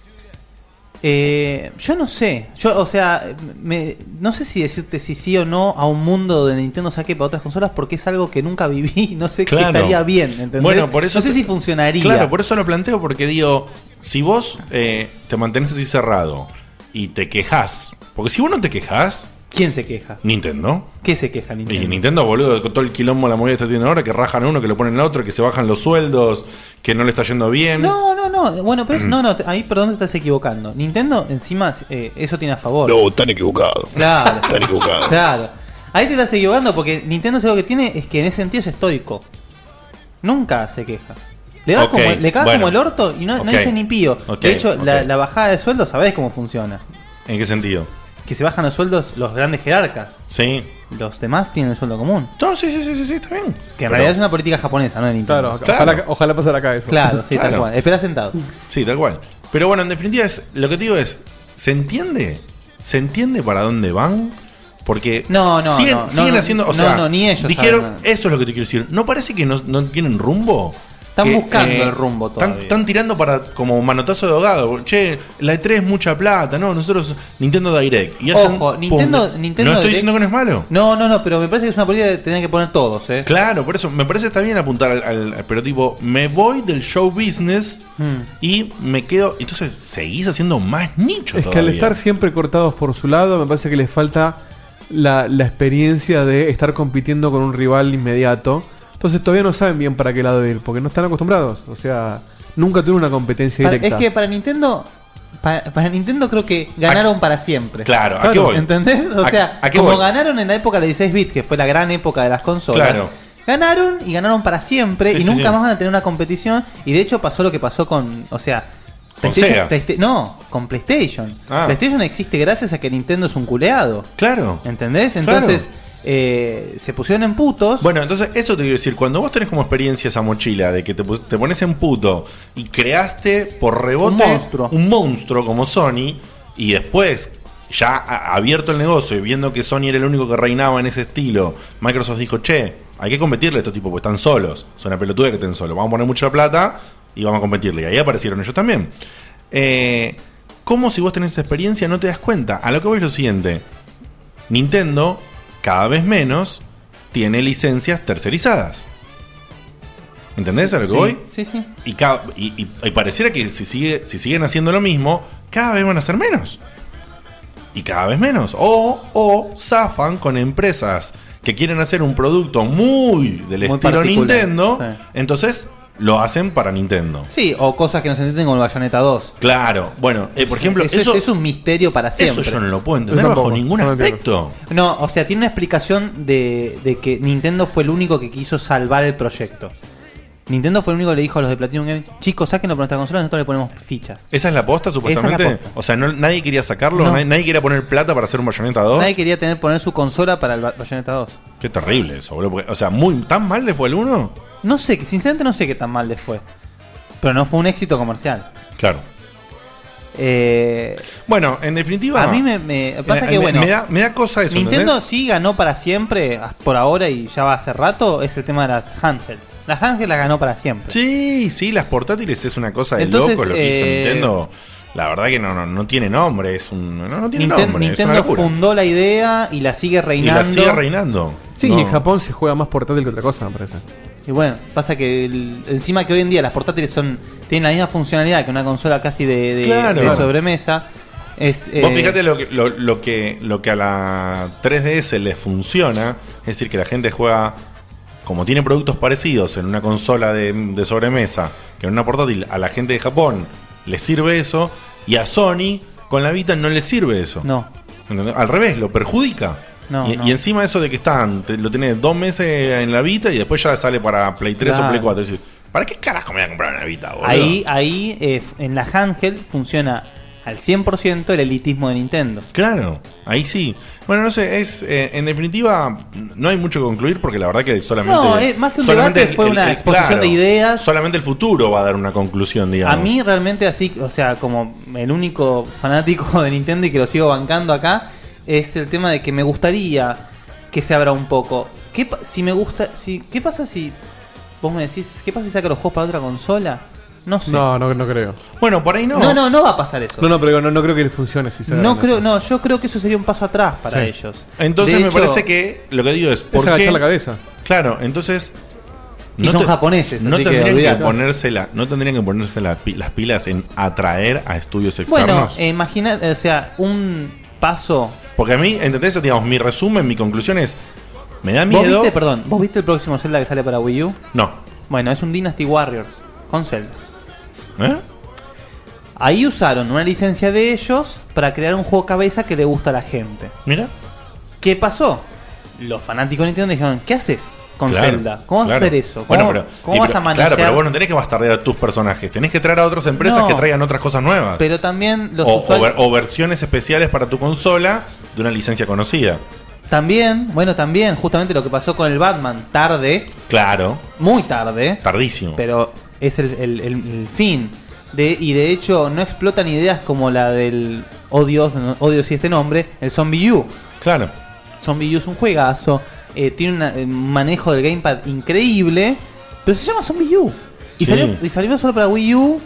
eh, yo no sé. Yo, o sea, me, no sé si decirte si sí o no a un mundo donde Nintendo saque para otras consolas porque es algo que nunca viví. No sé
Claro.
si estaría bien, ¿entendés?
Bueno, por eso
no sé
te-
si funcionaría.
Claro, por eso lo planteo, porque digo, si vos eh, te mantenés así cerrado y te quejás, porque si vos no te quejás,
¿Quién se queja?
Nintendo.
¿Qué se queja Nintendo?
Y Nintendo, boludo, con todo el quilombo de la movida que está teniendo ahora, que rajan a uno, que lo ponen a otro, que se bajan los sueldos, que no le está yendo bien.
No, no, no. Bueno, pero no, no. Ahí, perdón, te estás equivocando. Nintendo, encima, eh, eso tiene a favor.
No, están equivocados.
Claro.
Están equivocados.
Claro. Ahí te estás equivocando porque Nintendo algo que tiene es que en ese sentido es estoico. Nunca se queja. Le, da
Ok,
como, le caga
bueno.
como el orto y no, no
Ok.
dice ni pío.
Ok,
de hecho, la,
ok.
la bajada de sueldo, ¿sabés cómo funciona?
¿En qué sentido?
Que se bajan los sueldos los grandes jerarcas.
Sí.
Los demás tienen el sueldo común.
No, sí, sí, sí, sí, sí, está bien.
Que en
Pero-
realidad es una política japonesa, no de Nintendo.
Claro,
Claro.
Ojalá, ojalá pasara acá eso.
Claro, sí, tal
Claro.
cual. Espera sentado.
Sí, tal cual. Pero bueno, en definitiva, es, lo que te digo es, ¿se entiende? ¿Se entiende para dónde van? Porque
No, no,
siguen,
no, no,
siguen
no,
haciendo, o
no,
sea,
no, ni ellos
dijeron,
saben nada.
eso es lo que te quiero decir. ¿No parece que no, no tienen rumbo?
Están
Que,
buscando
eh,
el rumbo
están,
todavía.
están tirando para como manotazo de ahogado. Che, la E tres es mucha plata, no, nosotros Nintendo Direct. Y hacen,
Ojo,
pum.
Nintendo, Nintendo
no estoy
Direct-
diciendo que no es malo.
No, no, no, pero me parece que es una política que tenían que poner todos, ¿eh?
Claro, por eso me parece que está bien apuntar al, al- al- pero tipo, me voy del show business
Hmm.
y me quedo. Entonces seguís haciendo más nicho
Es que
todavía.
al estar siempre cortados por su lado, me parece que les falta la, la experiencia de estar compitiendo con un rival inmediato. Entonces todavía no saben bien para qué lado ir, porque no están acostumbrados. O sea, nunca tuvieron una competencia
Para-
directa.
es que para Nintendo, para, para Nintendo creo que ganaron para siempre.
Claro, ¿a
Claro,
qué voy?
¿Entendés? O
¿A-
sea,
a qué
como
voy?
ganaron en la época de dieciséis bits, que fue la gran época de las consolas.
Claro.
Ganaron y ganaron para siempre
Sí,
y
sí,
nunca
sí.
más van a tener una competición. Y de hecho pasó lo que pasó con, o sea,
Con
PlayStation-
Sega.
Playsta- no, con PlayStation.
Ah.
PlayStation existe gracias a que Nintendo es un culeado.
Claro.
¿Entendés?
Claro.
Entonces, eh, se pusieron en putos.
Bueno, entonces eso te quiero decir, cuando vos tenés como experiencia esa mochila de que te, pu- te pones en puto y creaste por rebote
Un monstruo.
un monstruo como Sony y después ya a- abierto el negocio y viendo que Sony era el único que reinaba en ese estilo, Microsoft dijo, che, hay que competirle a estos tipos porque están solos, son una pelotuda que estén solos, vamos a poner mucha plata y vamos a competirle. Y ahí aparecieron ellos también. Eh, ¿Cómo si vos tenés esa experiencia no te das cuenta? A lo que voy es lo siguiente. Nintendo, cada vez menos, tiene licencias tercerizadas. ¿Entendés a lo que
Sí,
voy?
sí, sí.
Y, cada- y, y- y pareciera que si, sigue, si siguen haciendo lo mismo, cada vez van a ser menos. Y cada vez menos. O, o zafan con empresas que quieren hacer un producto muy del
Muy
estilo
particular,
Nintendo.
sí.
Entonces lo hacen para Nintendo.
Sí, o cosas que no se entienden como el Bayonetta dos.
Claro. Bueno, eh, por ejemplo,
eso,
eso,
es, es un misterio para siempre.
eso yo no lo puedo entender
Yo
bajo
tampoco,
ningún
no lo entiendo.
aspecto.
No, o sea, tiene una explicación de, de que Nintendo fue el único que quiso salvar el proyecto. Nintendo fue el único que le dijo a los de Platinum Games, chicos, sáquenlo por nuestra consola, nosotros le ponemos fichas.
¿Esa es la posta, supuestamente?
Esa es la posta.
O sea, no- nadie quería sacarlo,
No.
nadie, nadie quería poner plata para hacer un Bayonetta dos.
Nadie quería tener poner su consola para el Ba- Bayonetta dos.
Qué terrible eso, boludo. porque- o sea, muy, ¿tan mal le fue el uno?
No sé, sinceramente no sé qué tan mal le fue. Pero no fue un éxito comercial.
Claro.
Eh,
Bueno, en definitiva.
a mí me, me- pasa
me-
que,
me-
bueno,
Me da, me da cosa eso.
Nintendo
¿entendés?
sí ganó para siempre, hasta por ahora y ya va hace rato, es el tema de las handhelds. Las handhelds las ganó para siempre.
Sí, sí, las portátiles es una cosa de
Entonces,
loco lo que hizo
eh,
Nintendo. la verdad que no, no, no tiene nombre, es un, no, no tiene
Ninten-
nombre.
Nintendo
es una locura.
fundó la idea y la sigue reinando.
Y la sigue reinando.
Sí,
No.
y en Japón se juega más portátil que otra cosa, me parece.
Y bueno, pasa que el- encima que hoy en día las portátiles son tienen la misma funcionalidad que una consola casi de, de-
Claro.
de sobremesa. Es,
Vos
eh,
fíjate lo que, lo, lo que lo que a la tres D S le funciona, es decir, que la gente juega, como tiene productos parecidos en una consola de, de sobremesa que en una portátil, a la gente de Japón le sirve eso, y a Sony con la Vita no le sirve eso.
No.
¿Entendés? Al revés, lo perjudica.
No,
y,
no.
y encima eso de que están, te- lo tenés dos meses en la Vita y después ya sale para Play tres
Claro.
o Play cuatro. Es decir, ¿para qué carajo me voy a comprar una Vita, boludo?
Ahí, ahí eh, f- en la handheld funciona al cien por ciento el elitismo de Nintendo.
Claro, ahí sí. Bueno, no sé, es eh, en definitiva no hay mucho que concluir porque la verdad que solamente
No, eh, más que un
solamente
debate, fue una exposición de ideas.
Solamente el futuro va a dar una conclusión, digamos.
A mí realmente así, o sea, como el único fanático de Nintendo y que lo sigo bancando acá, es el tema de que me gustaría que se abra un poco. ¿Qué, pa- si me gusta, si, ¿Qué pasa si vos me decís, qué pasa si saca los juegos para otra consola? No sé.
No, no, no creo.
Bueno, por ahí no.
No, no, no va a pasar eso.
No, no, pero no, no creo que funcione si se
No
hagan
creo,
eso.
no, yo creo que eso sería un paso atrás para
Sí.
ellos.
Entonces
De
me
hecho,
parece que lo que digo es
Es
¿por
agachar
qué?
la cabeza.
Claro, entonces
Y son japoneses,
no
así que
tendrían que,
olvidate.
ponerse la, no tendrían que ponerse la pi- las pilas en atraer a estudios externos.
Bueno, eh, imagina, o sea, un paso.
Porque a mí, ¿entendés? Digamos, mi resumen, mi conclusión es me da
¿Vos
miedo.
viste, perdón, vos viste el próximo Zelda que sale para Wii U?
No.
Bueno, es un Dynasty Warriors con Zelda.
¿Eh?
Ahí usaron una licencia de ellos para crear un juego cabeza que le gusta a la gente.
Mira.
¿Qué pasó? Los fanáticos de Nintendo dijeron, ¿qué haces con
Claro,
Zelda? ¿Cómo vas
claro.
a hacer eso? ¿Cómo,
Bueno, pero-
cómo
y
vas
pero-
a manejar?
Claro, pero vos no tenés que bastardear a tus personajes. Tenés que traer a otras empresas
No.
que traigan otras cosas nuevas.
Pero también los
o, o
usuarios...
ver- o versiones especiales para tu consola de una licencia conocida.
También, bueno, también, justamente lo que pasó con el Batman, tarde,
Claro.
muy tarde,
Tardísimo.
pero es el, el- el- el fin. De, y de hecho no explotan ideas como la del, oh Dios, no- oh Dios y este nombre, el Zombie U.
Claro.
Zombie U es un juegazo, eh, tiene una- un manejo del gamepad increíble, pero se llama Zombie U. Y,
Sí.
salió, y salió solo para Wii U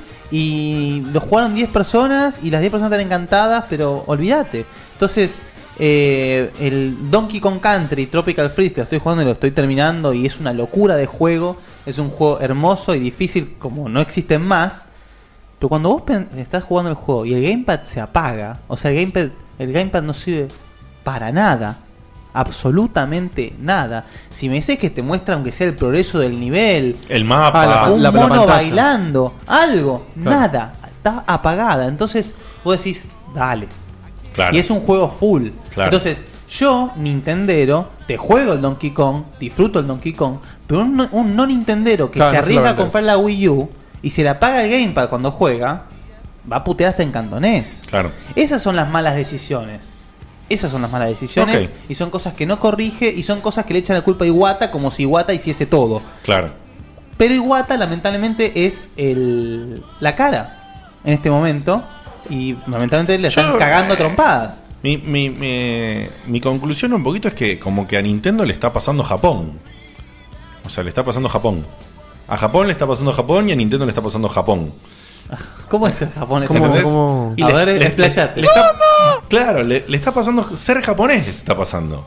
y lo jugaron diez personas y las diez personas están encantadas, pero olvídate. Entonces, eh, el Donkey Kong Country Tropical Freeze que lo estoy jugando y lo estoy terminando y es una locura de juego, es un juego hermoso y difícil como no existen más. Pero cuando vos pen- estás jugando el juego y el gamepad se apaga, o sea, el gamepad, el gamepad no sirve para nada, absolutamente nada. Si me dices que te muestra aunque sea el progreso del nivel,
El mapa.
Ah, la-
un
la
mono
pantalla.
bailando, algo,
Claro.
nada, está apagada. Entonces vos decís, dale.
Claro.
Y es un juego full.
Claro.
Entonces, yo, Nintendero, te juego el Donkey Kong, disfruto el Donkey Kong, pero un, no- un no Nintendero que
Claro,
se
no se lo
arriesga a
vendes.
comprar la Wii U y se le apaga el gamepad cuando juega, va a putear hasta en cantonés.
Claro.
Esas son las malas decisiones. Esas son las malas decisiones
Ok.
y son cosas que no corrige y son cosas que le echan la culpa a Iwata como si Iwata hiciese todo.
Claro.
Pero Iwata lamentablemente es el, la cara en este momento y lamentablemente le están
Yo,
cagando
eh,
trompadas.
Mi, mi, mi, mi conclusión un poquito es que como que a Nintendo le está pasando Japón. O sea, le está pasando Japón. A Japón le está pasando Japón y a Nintendo le está pasando Japón.
¿Cómo es el Japón?
¿Cómo-
¿Entendés?
cómo?
Y
A
le-
ver,
le-
explayate.
le está- Claro, le, le está pasando ser japonés, les está pasando.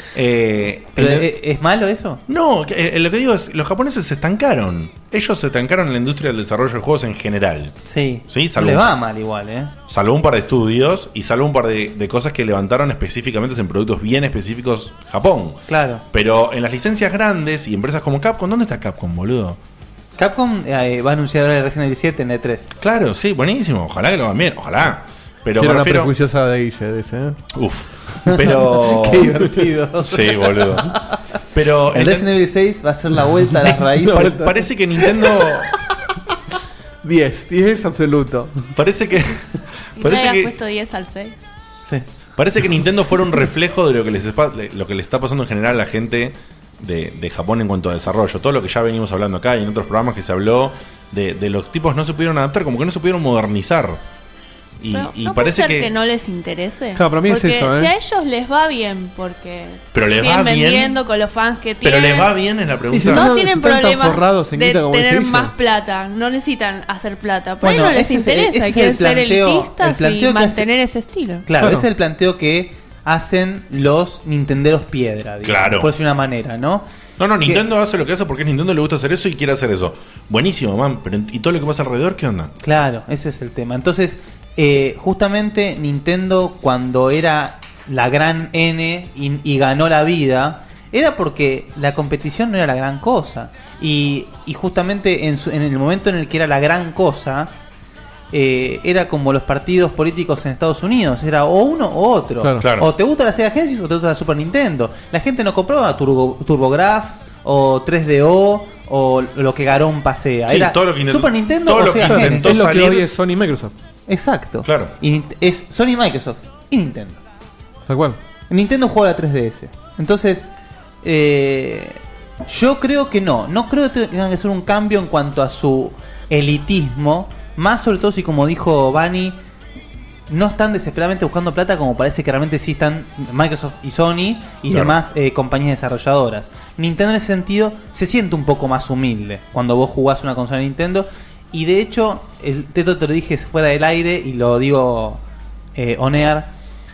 Eh,
Pero,
el-
¿es, es malo eso?
no, que- eh, lo que digo es, los japoneses se estancaron. Ellos se estancaron en la industria del desarrollo de juegos en general.
Sí.
Sí,
No
salvo,
le va mal igual, ¿eh?
salvo un par de estudios y salvo un par de, de cosas que levantaron específicamente en productos bien específicos Japón.
Claro.
Pero en las licencias grandes y empresas como Capcom, ¿dónde está Capcom, boludo?
Capcom eh, va a anunciar ahora el Resident Evil siete en E tres.
Claro, sí, buenísimo. Ojalá que lo hagan bien, ojalá. Pero
Tiene
me
una
refiero...
prejuiciosa de Guille, dice. ¿eh?
Uf. Pero...
Qué divertido.
Sí, boludo. Pero...
El
enten-
Resident Evil seis va a ser la vuelta a las raíces.
Pare- parece que Nintendo...
diez, diez absoluto.
Parece que...
¿Y no
Parece
habías
que...
puesto diez al seis?
Sí.
Parece que Nintendo fuera un reflejo de lo que les espa- de lo que le está pasando en general a la gente de, de Japón en cuanto a desarrollo. Todo lo que ya venimos hablando acá y en otros programas que se habló de, de los tipos no se pudieron adaptar, como que no se pudieron modernizar. Y,
Pero
y
¿no
parece
puede ser
que...
que no les interese?
Claro, para mí es
porque
eso, ¿eh?
si a ellos les va bien, porque
Pero les
siguen
va bien.
vendiendo con los fans que
Pero
tienen.
les va bien es la
Y si
pregunta.
no-
No
si
tienen
están tan
problemas
forrados en
de
guita como
tener
dice
más
ella.
plata. No necesitan hacer plata. Por
Bueno,
ahí no les
ese es el- ese
interesa.
es
Quieren
el
ser
planteo- el
elitistas
planteo
y
que hace-
mantener ese estilo.
Claro,
Claro.
ese es el planteo que hacen los Nintenderos piedra, digamos,
Claro.
por decir una manera, ¿no?
No, no,
Que-
Nintendo hace lo que hace porque a Nintendo le gusta hacer eso y quiere hacer eso. Buenísimo, man. Pero ¿y todo lo que pasa alrededor qué onda?
Claro, ese es el tema. Entonces, eh, justamente Nintendo cuando era la gran N y, y ganó la vida, era porque la competición no era la gran cosa. Y, y justamente en, su- en el momento en el que era la gran cosa, eh, era como los partidos políticos en Estados Unidos, era o uno o otro.
Claro.
Claro.
O te gusta la Sega Genesis o te gusta la Super Nintendo. La gente no compraba Turbo, TurboGrafx o tres D O o lo que Garón pasea.
Sí,
era
todo lo que intentó-
Super Nintendo
todo
o
lo que
Sega
intentó
Genesis.
Es lo que
salir-
hoy es Sony y Microsoft.
Exacto.
Claro.
Y Nint- es Sony, Microsoft y Nintendo.
Tal cual.
Nintendo juega la tres D S. Entonces, eh, yo creo que no. No creo que tengan que hacer un cambio en cuanto a su elitismo. Más sobre todo si, como dijo Bani, no están desesperadamente buscando plata como parece que realmente sí están Microsoft y Sony y
Claro.
demás eh, compañías desarrolladoras. Nintendo en ese sentido se siente un poco más humilde cuando vos jugás una consola de Nintendo. Y de hecho, el Teto te lo dije fuera del aire y lo digo eh, on air.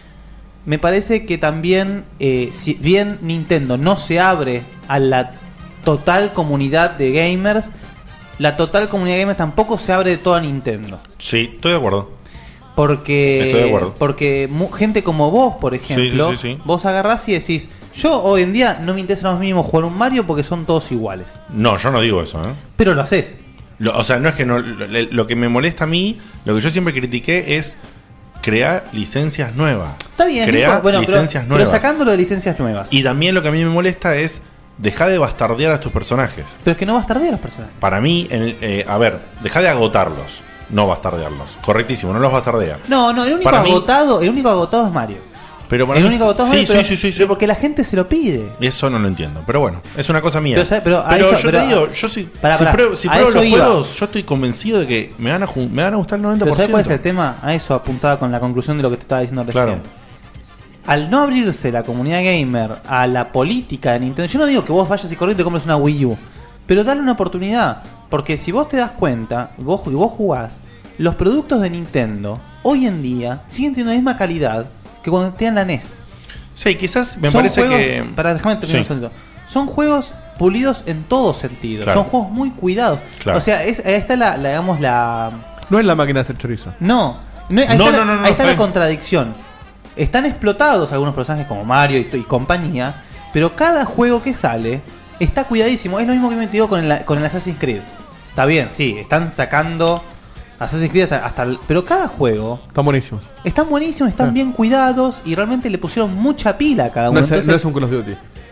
Me parece que también, eh, si bien Nintendo no se abre a la total comunidad de gamers, la total comunidad de gamers tampoco se abre de toda Nintendo.
Sí, estoy de acuerdo.
Porque,
Estoy de acuerdo.
porque mu- gente como vos, por ejemplo,
Sí, sí, sí, sí.
vos agarrás y decís, yo hoy en día no me interesa lo más mínimo jugar un Mario porque son todos iguales.
No, yo no digo eso, ¿eh?
Pero lo haces.
Lo- o sea, no es que no. Lo, lo que me molesta a mí, lo que yo siempre critiqué es crear licencias nuevas.
Está bien,
Crear
Nico, bueno, pero,
licencias
pero
nuevas.
sacándolo de licencias nuevas.
Y también lo que a mí me molesta es dejar de bastardear a tus personajes.
Pero es que no vas a tardar los personajes.
Para mí, en- eh, a ver, deja de agotarlos, no bastardearlos. Correctísimo, no los bastardea.
No, no, el único
Para mí-
agotado, el único agotado es Mario.
Pero para
El
mí-
único agotado
sí,
es Mario,
sí,
pero,
sí, sí, sí.
pero porque la gente se lo pide.
Eso no lo entiendo. Pero bueno, es una cosa mía.
Pero, ¿sabes? Pero a
Pero
eso-
yo
pero
te
a-
digo, yo si,
pará,
si
pará,
pruebo, si
a
pruebo
eso
los
iba.
juegos, yo estoy convencido de que me van a, ju- me van a gustar el noventa por
Pero
ciento.
¿sabes cuál es el tema? A eso apuntaba con la conclusión de lo que te estaba diciendo recién.
Claro.
Al no abrirse la comunidad gamer a la política de Nintendo, yo no digo que vos vayas y corres y te compres una Wii U, pero dale una oportunidad. Porque si vos te das cuenta vos, y vos jugás, los productos de Nintendo hoy en día siguen teniendo la misma calidad que cuando tenían la N E S.
Sí, quizás me
Son
parece
juegos-
que.
Pará, déjame terminar
Sí.
un segundito. Son juegos pulidos en todo sentido.
Claro.
Son juegos muy cuidados.
Claro.
O sea, es, ahí está la, la, digamos, la...
No es la máquina de hacer chorizo.
No, no, ahí
No,
está, la-
no, no, no,
ahí está la
está bien.
contradicción. Están explotados algunos personajes como Mario y, y compañía, pero cada juego que sale está cuidadísimo. Es lo mismo que me digo con el, con el Assassin's Creed. Está bien, sí, están sacando Assassin's Creed hasta, hasta el- pero cada juego
Están buenísimos.
están buenísimos, están
Ah.
bien cuidados y realmente le pusieron mucha pila a cada
No
uno.
es,
Entonces,
no es un Call of Duty.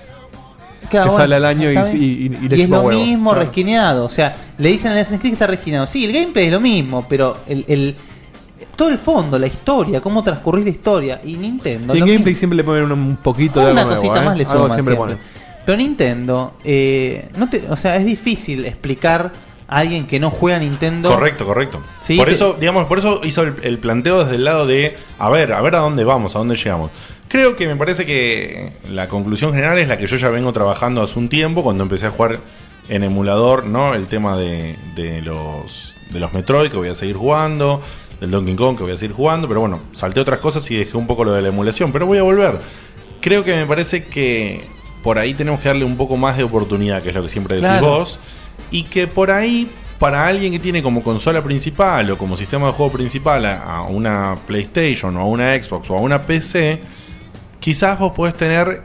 cada
que
uno-
sale al año y-
está bien.
y- y- y le
Y es
chupa
lo
huevo.
mismo
Claro.
resquineado. O sea, le dicen al Assassin's Creed que está resquineado. Sí, el gameplay es lo mismo, pero el, el- todo el fondo, la historia, cómo transcurrir la historia. Y Nintendo.
Y en
lo
gameplay
mismo.
siempre le ponen un, un poquito de algo
Una
nuevo,
cosita
¿eh?
más le
Algo
suma
siempre
siempre.
pone.
Pero Nintendo, eh, no te, o sea, es difícil explicar a alguien que no juega a Nintendo.
Correcto, correcto.
Sí,
por
te-
eso, digamos, por eso hizo el, el planteo desde el lado de a ver, a ver a dónde vamos, a dónde llegamos. Creo que me parece que la conclusión general es la que yo ya vengo trabajando hace un tiempo, cuando empecé a jugar en emulador, ¿no? El tema de, de los de los Metroid que voy a seguir jugando, del Donkey Kong que voy a seguir jugando, pero bueno, salté otras cosas y dejé un poco lo de la emulación, pero voy a volver. Creo que me parece que por ahí tenemos que darle un poco más de oportunidad, que es lo que siempre decís
Claro.
vos, y que por ahí, para alguien que tiene como consola principal o como sistema de juego principal a, a una PlayStation o a una Xbox o a una P C, quizás vos podés tener,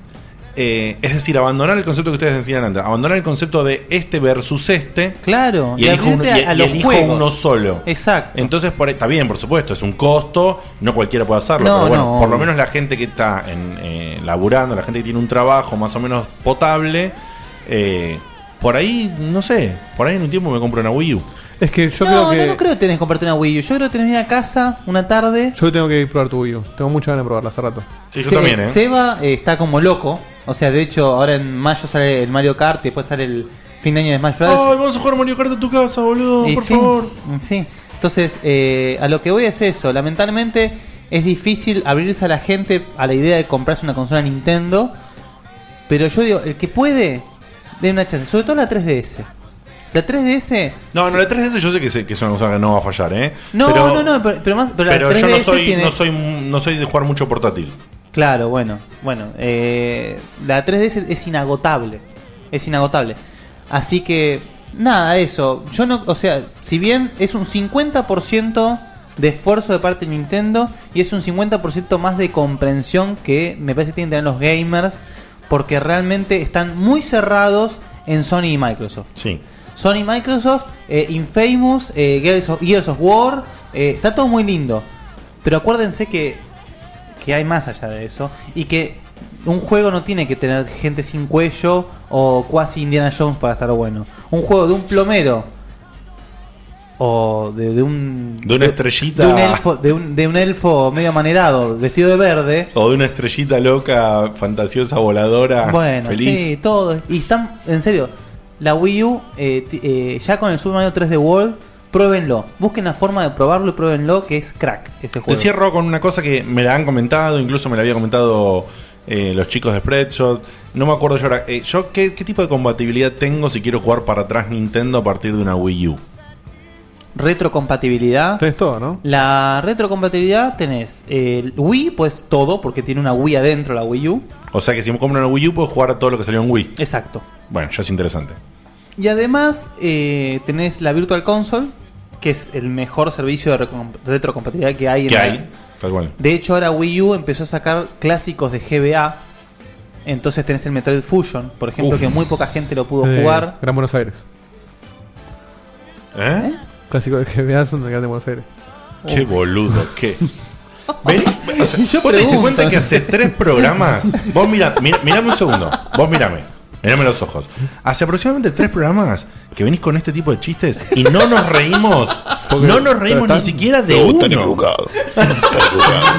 eh, es decir, abandonar el concepto que ustedes decían antes, abandonar el concepto de este versus este,
Claro,
y elijo, uno,
abrirte
y-
a, a
y
los
elijo
juegos.
uno solo.
Exacto.
Entonces, por, está bien, por supuesto, es un costo, no cualquiera puede hacerlo,
No,
pero bueno,
no,
por lo
obvio.
menos la gente que está en, eh, laburando, la gente que tiene un trabajo más o menos potable, eh, por ahí, no sé, por ahí en un tiempo me compro una Wii U.
Es que yo
no,
creo que.
no, no creo que tenés que comprarte una Wii U. Yo creo que tenés que ir a casa una tarde.
Yo tengo que probar tu Wii U. Tengo muchas ganas de probarla hace rato.
Sí, yo
Se-
también, ¿eh?
Seba eh, está como loco. O sea, de hecho, ahora en mayo sale el Mario Kart y después sale el fin de año de Smash Bros.
Ay, vamos a jugar Mario Kart en tu casa, boludo,
Y
por
sí,
favor.
Sí. Entonces, eh, a lo que voy es eso. Lamentablemente es difícil abrirse a la gente a la idea de comprarse una consola Nintendo. Pero yo digo, el que puede, den una chance. Sobre todo la tres D S. La tres D S...
No, no, la tres D S yo sé que, se- que es una cosa que no va a fallar, ¿eh?
No,
pero,
no, no, pero, pero más, pero,
Pero
la
yo no
tres D S
soy,
tiene...
no, soy, no soy de jugar mucho portátil.
Claro, bueno, bueno, eh, la tres D S es inagotable, es inagotable. Así que, nada, eso. Yo no, o sea, si bien es un cincuenta por ciento de esfuerzo de parte de Nintendo y es un cincuenta por ciento más de comprensión que me parece que tienen que tener los gamers, porque realmente están muy cerrados en Sony y Microsoft.
Sí.
Sony y Microsoft, eh, Infamous, eh, Gears, of, Gears of War, eh, está todo muy lindo. Pero acuérdense que, que hay más allá de eso y que un juego no tiene que tener gente sin cuello o cuasi Indiana Jones para estar bueno. Un juego de un plomero o de, de un
De una estrellita.
de un elfo de un, de un elfo medio amanerado vestido de verde.
O de una estrellita loca, fantasiosa, voladora,
Bueno,
feliz.
sí, todo. Y están, en serio, la Wii U, eh, t- eh, ya con el Super Mario tres D World, pruébenlo. Busquen la forma de probarlo y pruébenlo, que es crack ese
Te
juego.
cierro con una cosa que me la han comentado, incluso me la había comentado eh, los chicos de Spreadshot. No me acuerdo yo ahora. Eh, yo ¿qué, ¿Qué tipo de compatibilidad tengo si quiero jugar para atrás Nintendo a partir de una Wii U?
Retrocompatibilidad.
Tenés todo, ¿no?
La retrocompatibilidad tenés el Wii, pues todo, porque tiene una Wii adentro la Wii U.
O sea que si me compro una Wii U puedo jugar a todo lo que salió en Wii.
Exacto.
Bueno, ya es interesante.
Y además eh, tenés la Virtual Console, que es el mejor servicio de recom- retrocompatibilidad que hay. en
¿Qué
la-
hay? Tal cual.
De hecho, ahora Wii U empezó a sacar clásicos de G B A. Entonces tenés el Metroid Fusion, por ejemplo,
Uf.
que muy poca gente lo pudo
Eh,
jugar.
Gran Buenos Aires.
¿Eh?
Clásico de G B A son de Gran de Buenos Aires.
Qué boludo, qué. Vení, o sea,
Yo
¿vos te diste
pregunto.
cuenta que hace tres programas? Vos mira, mira, mirame un segundo. Vos mirame. Mirame los ojos. Hace aproximadamente tres programas que venís con este tipo de chistes y no nos reímos.
Porque
No nos reímos
están-
ni siquiera de
No,
uno.
están equivocados. Están equivocados.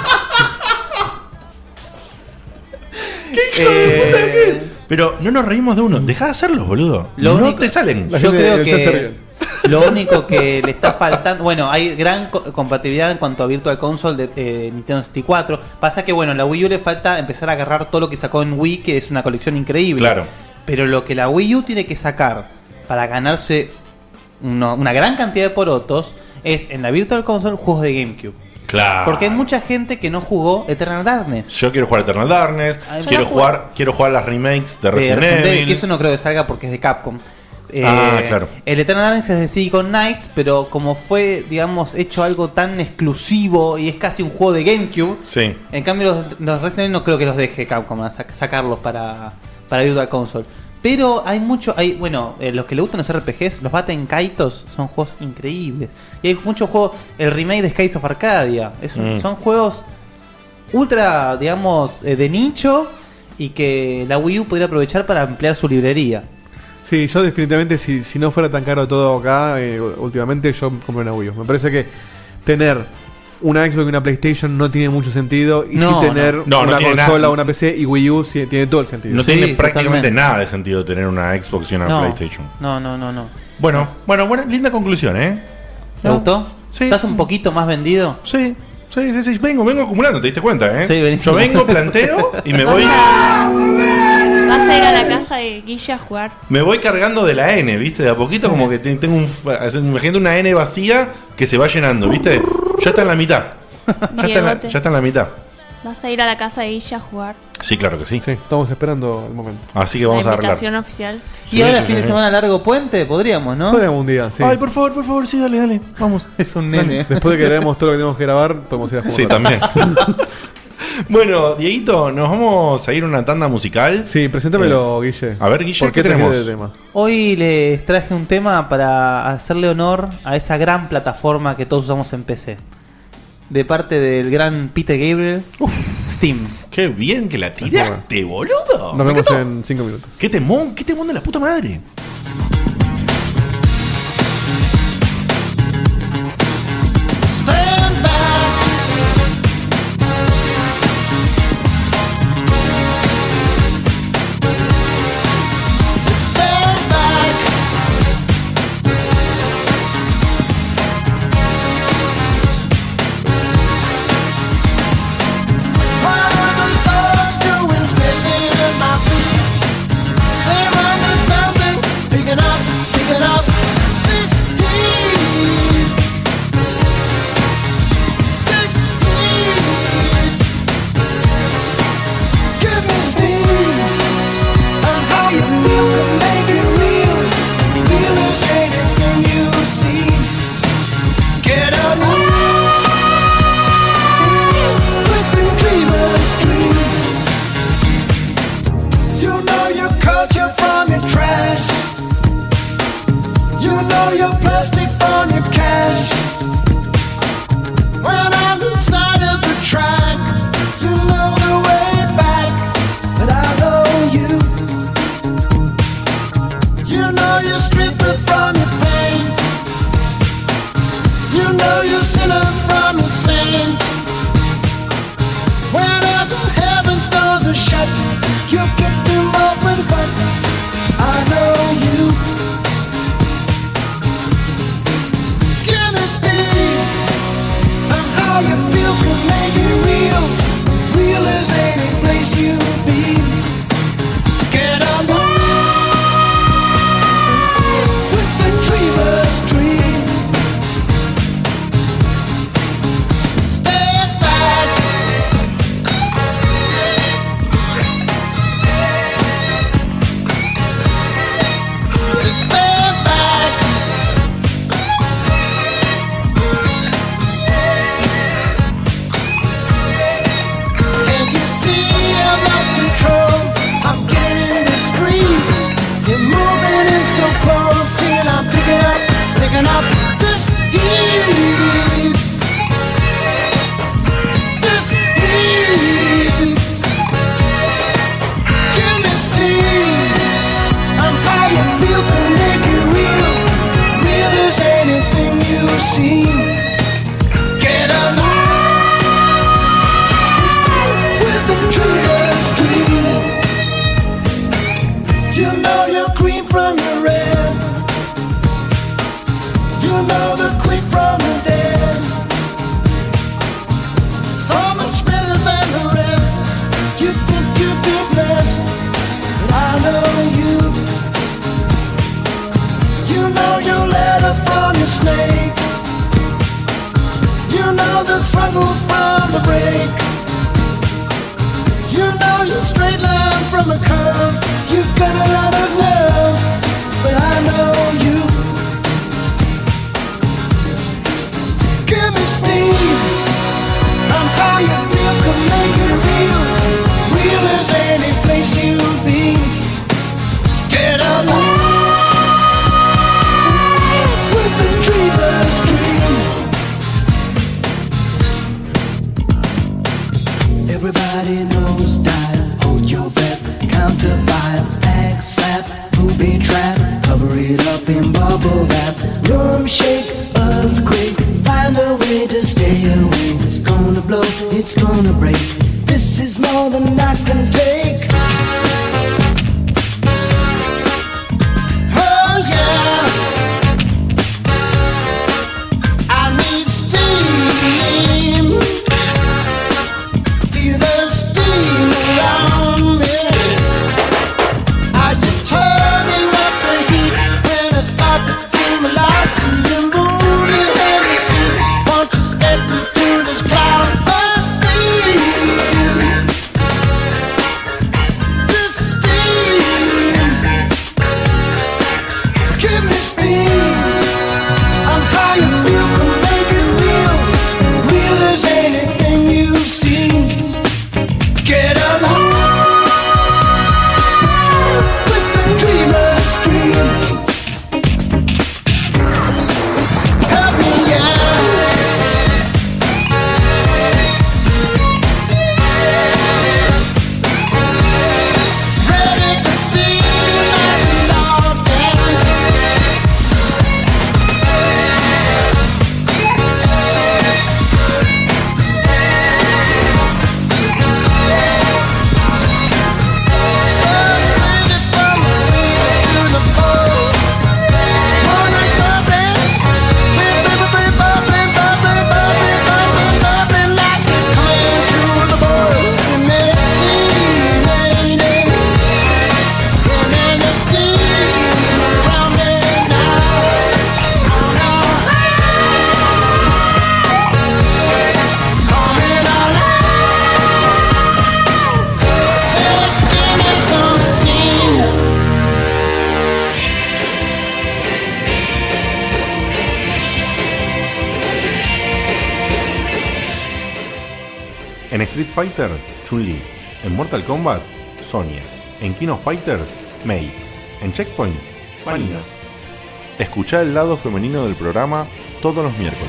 Eh,
Pero no nos reímos de uno. Dejá de hacerlos, boludo.
Lo
no
único-
te salen.
La
yo
gente
creo
del chat se
que
ríe.
lo único que le está faltando, bueno, hay gran co- compatibilidad en cuanto a Virtual Console de eh, Nintendo sesenta y cuatro. Pasa que bueno, a la Wii U le falta empezar a agarrar todo lo que sacó en Wii, que es una colección increíble.
Claro.
Pero lo que la Wii U tiene que sacar para ganarse uno- una gran cantidad de porotos es en la Virtual Console juegos de GameCube.
Claro.
Porque hay mucha gente que no jugó Eternal Darkness.
Yo quiero jugar Eternal Darkness.
Ah, yo
Quiero
no jugué.
jugar, quiero jugar las remakes de
de
Resident,
Resident Evil,
Evil.
que eso no creo que salga porque es de Capcom. Eh,
Ah, claro.
El Eternal Darkness es de Silicon Knights, pero como fue, digamos, hecho algo tan exclusivo y es casi un juego de GameCube,
Sí.
en cambio los, los Resident Evil no creo que los deje Capcom a sac- sacarlos para, para Virtual Console. Pero hay mucho, hay bueno, eh, los que le gustan los R P Gs, los Baten Kaitos son juegos increíbles. Y hay muchos juegos, el remake de Skies of Arcadia, es un-
Mm.
son juegos ultra, digamos, eh, de nicho y que la Wii U podría aprovechar para ampliar su librería.
Sí, yo definitivamente, si, si no fuera tan caro todo acá, eh, últimamente yo compré una Wii U. Me parece que tener una Xbox y una PlayStation no tiene mucho sentido. Y
No,
si tener
no. No, no
una
tiene
consola
nada.
o una P C y Wii U sí, tiene todo el sentido.
No
Sí,
tiene prácticamente
totalmente.
nada de sentido tener una Xbox y una
No,
PlayStation.
no, no, no, no.
Bueno, bueno, buena, linda conclusión, ¿eh?
¿Te
No.
gustó?
Sí.
¿Estás un poquito más vendido?
Sí, sí, sí, sí. Vengo, vengo acumulando, ¿te diste cuenta, eh?
Sí, buenísimo.
Yo vengo, planteo y me voy,
Vas a ir a la casa de Guille a jugar.
me voy cargando de la N, ¿viste? De a poquito como que te- tengo un... f- Imagínate una N vacía que se va llenando, ¿viste? Ya está en la mitad. Ya está en la,
Diegote.
ya está en la mitad.
Vas a ir a la casa de Guille a jugar.
Sí, claro que sí.
Sí, estamos esperando el momento.
Así que
La
vamos a arreglar.
invitación oficial.
Y
Sí,
ahora
sí,
fin de
sí.
semana largo puente, podríamos, ¿no?
Podríamos un día, sí.
Ay, por favor, por favor, sí, dale, dale. Vamos.
Es un nene.
Después de que grabemos todo lo que tenemos que grabar, podemos ir a jugar.
Sí, también. Bueno, Dieguito, nos vamos a ir a una tanda musical.
Sí, preséntamelo, Guille.
A ver, Guille,
¿por qué
¿qué
tenemos
tenemos?
de tema?
Hoy les traje un tema para hacerle honor a esa gran plataforma que todos usamos en P C. De parte del gran Peter Gabriel, Steam.
Qué bien que la tiraste, boludo.
Nos
Me
vemos
encantó.
en cinco minutos.
Qué temón, qué temón de la puta madre.
Stand back. Just stand back. know you strip her from your pain. You know you sinner from your sin. Whenever heaven's doors are shut, you get them open, but I know you. Give me steam, and how you feel can make it real. Real as any place you've been. Get along with the dreamer's dream. Stay back. So stay back. Can't you see I've lost control? I'm getting indiscreet. You're moving in so close, till I'm picking up, picking up this heat. This heat. Give me steam. I'm how you feel can make it real. Real as anything you've seen. Get along with the dreamer's dream. You know you're green from your red. You know the quick from the dead. So much better than the rest. You think you've been blessed, but I know you. You know you let her from your snake. You know the throttle from the brake. You know your straight line from a curve. You've got a lot of love, but I know you. Give me steam. I'm how you feel can make it real. Real as any place you've been. Get along with the dreamer's dream. Everybody knows style. Hold your breath, count to five. Act slap, booby trap. Cover it up in bubble wrap. Room shake, earthquake. Find a way to stay away. It's gonna blow, it's gonna break. This is more than I can take. Oh yeah, I need steam. Feel the steam around me. Are you turning up the heat when I start to feel a lot to the moon and everything? Won't you step into this cloud of steam? This steam, give me steam. I'm how you feel can make it real. Real as anything you've seen. Get along with the dreamer's dream. Help me, yeah. Ready to see my Lord down.
En Street Fighter, Chun-Li. En Mortal Kombat, Sonya. En King of Fighters, Mei. En Checkpoint, Vanilla. Escuchá el lado femenino del programa todos los miércoles.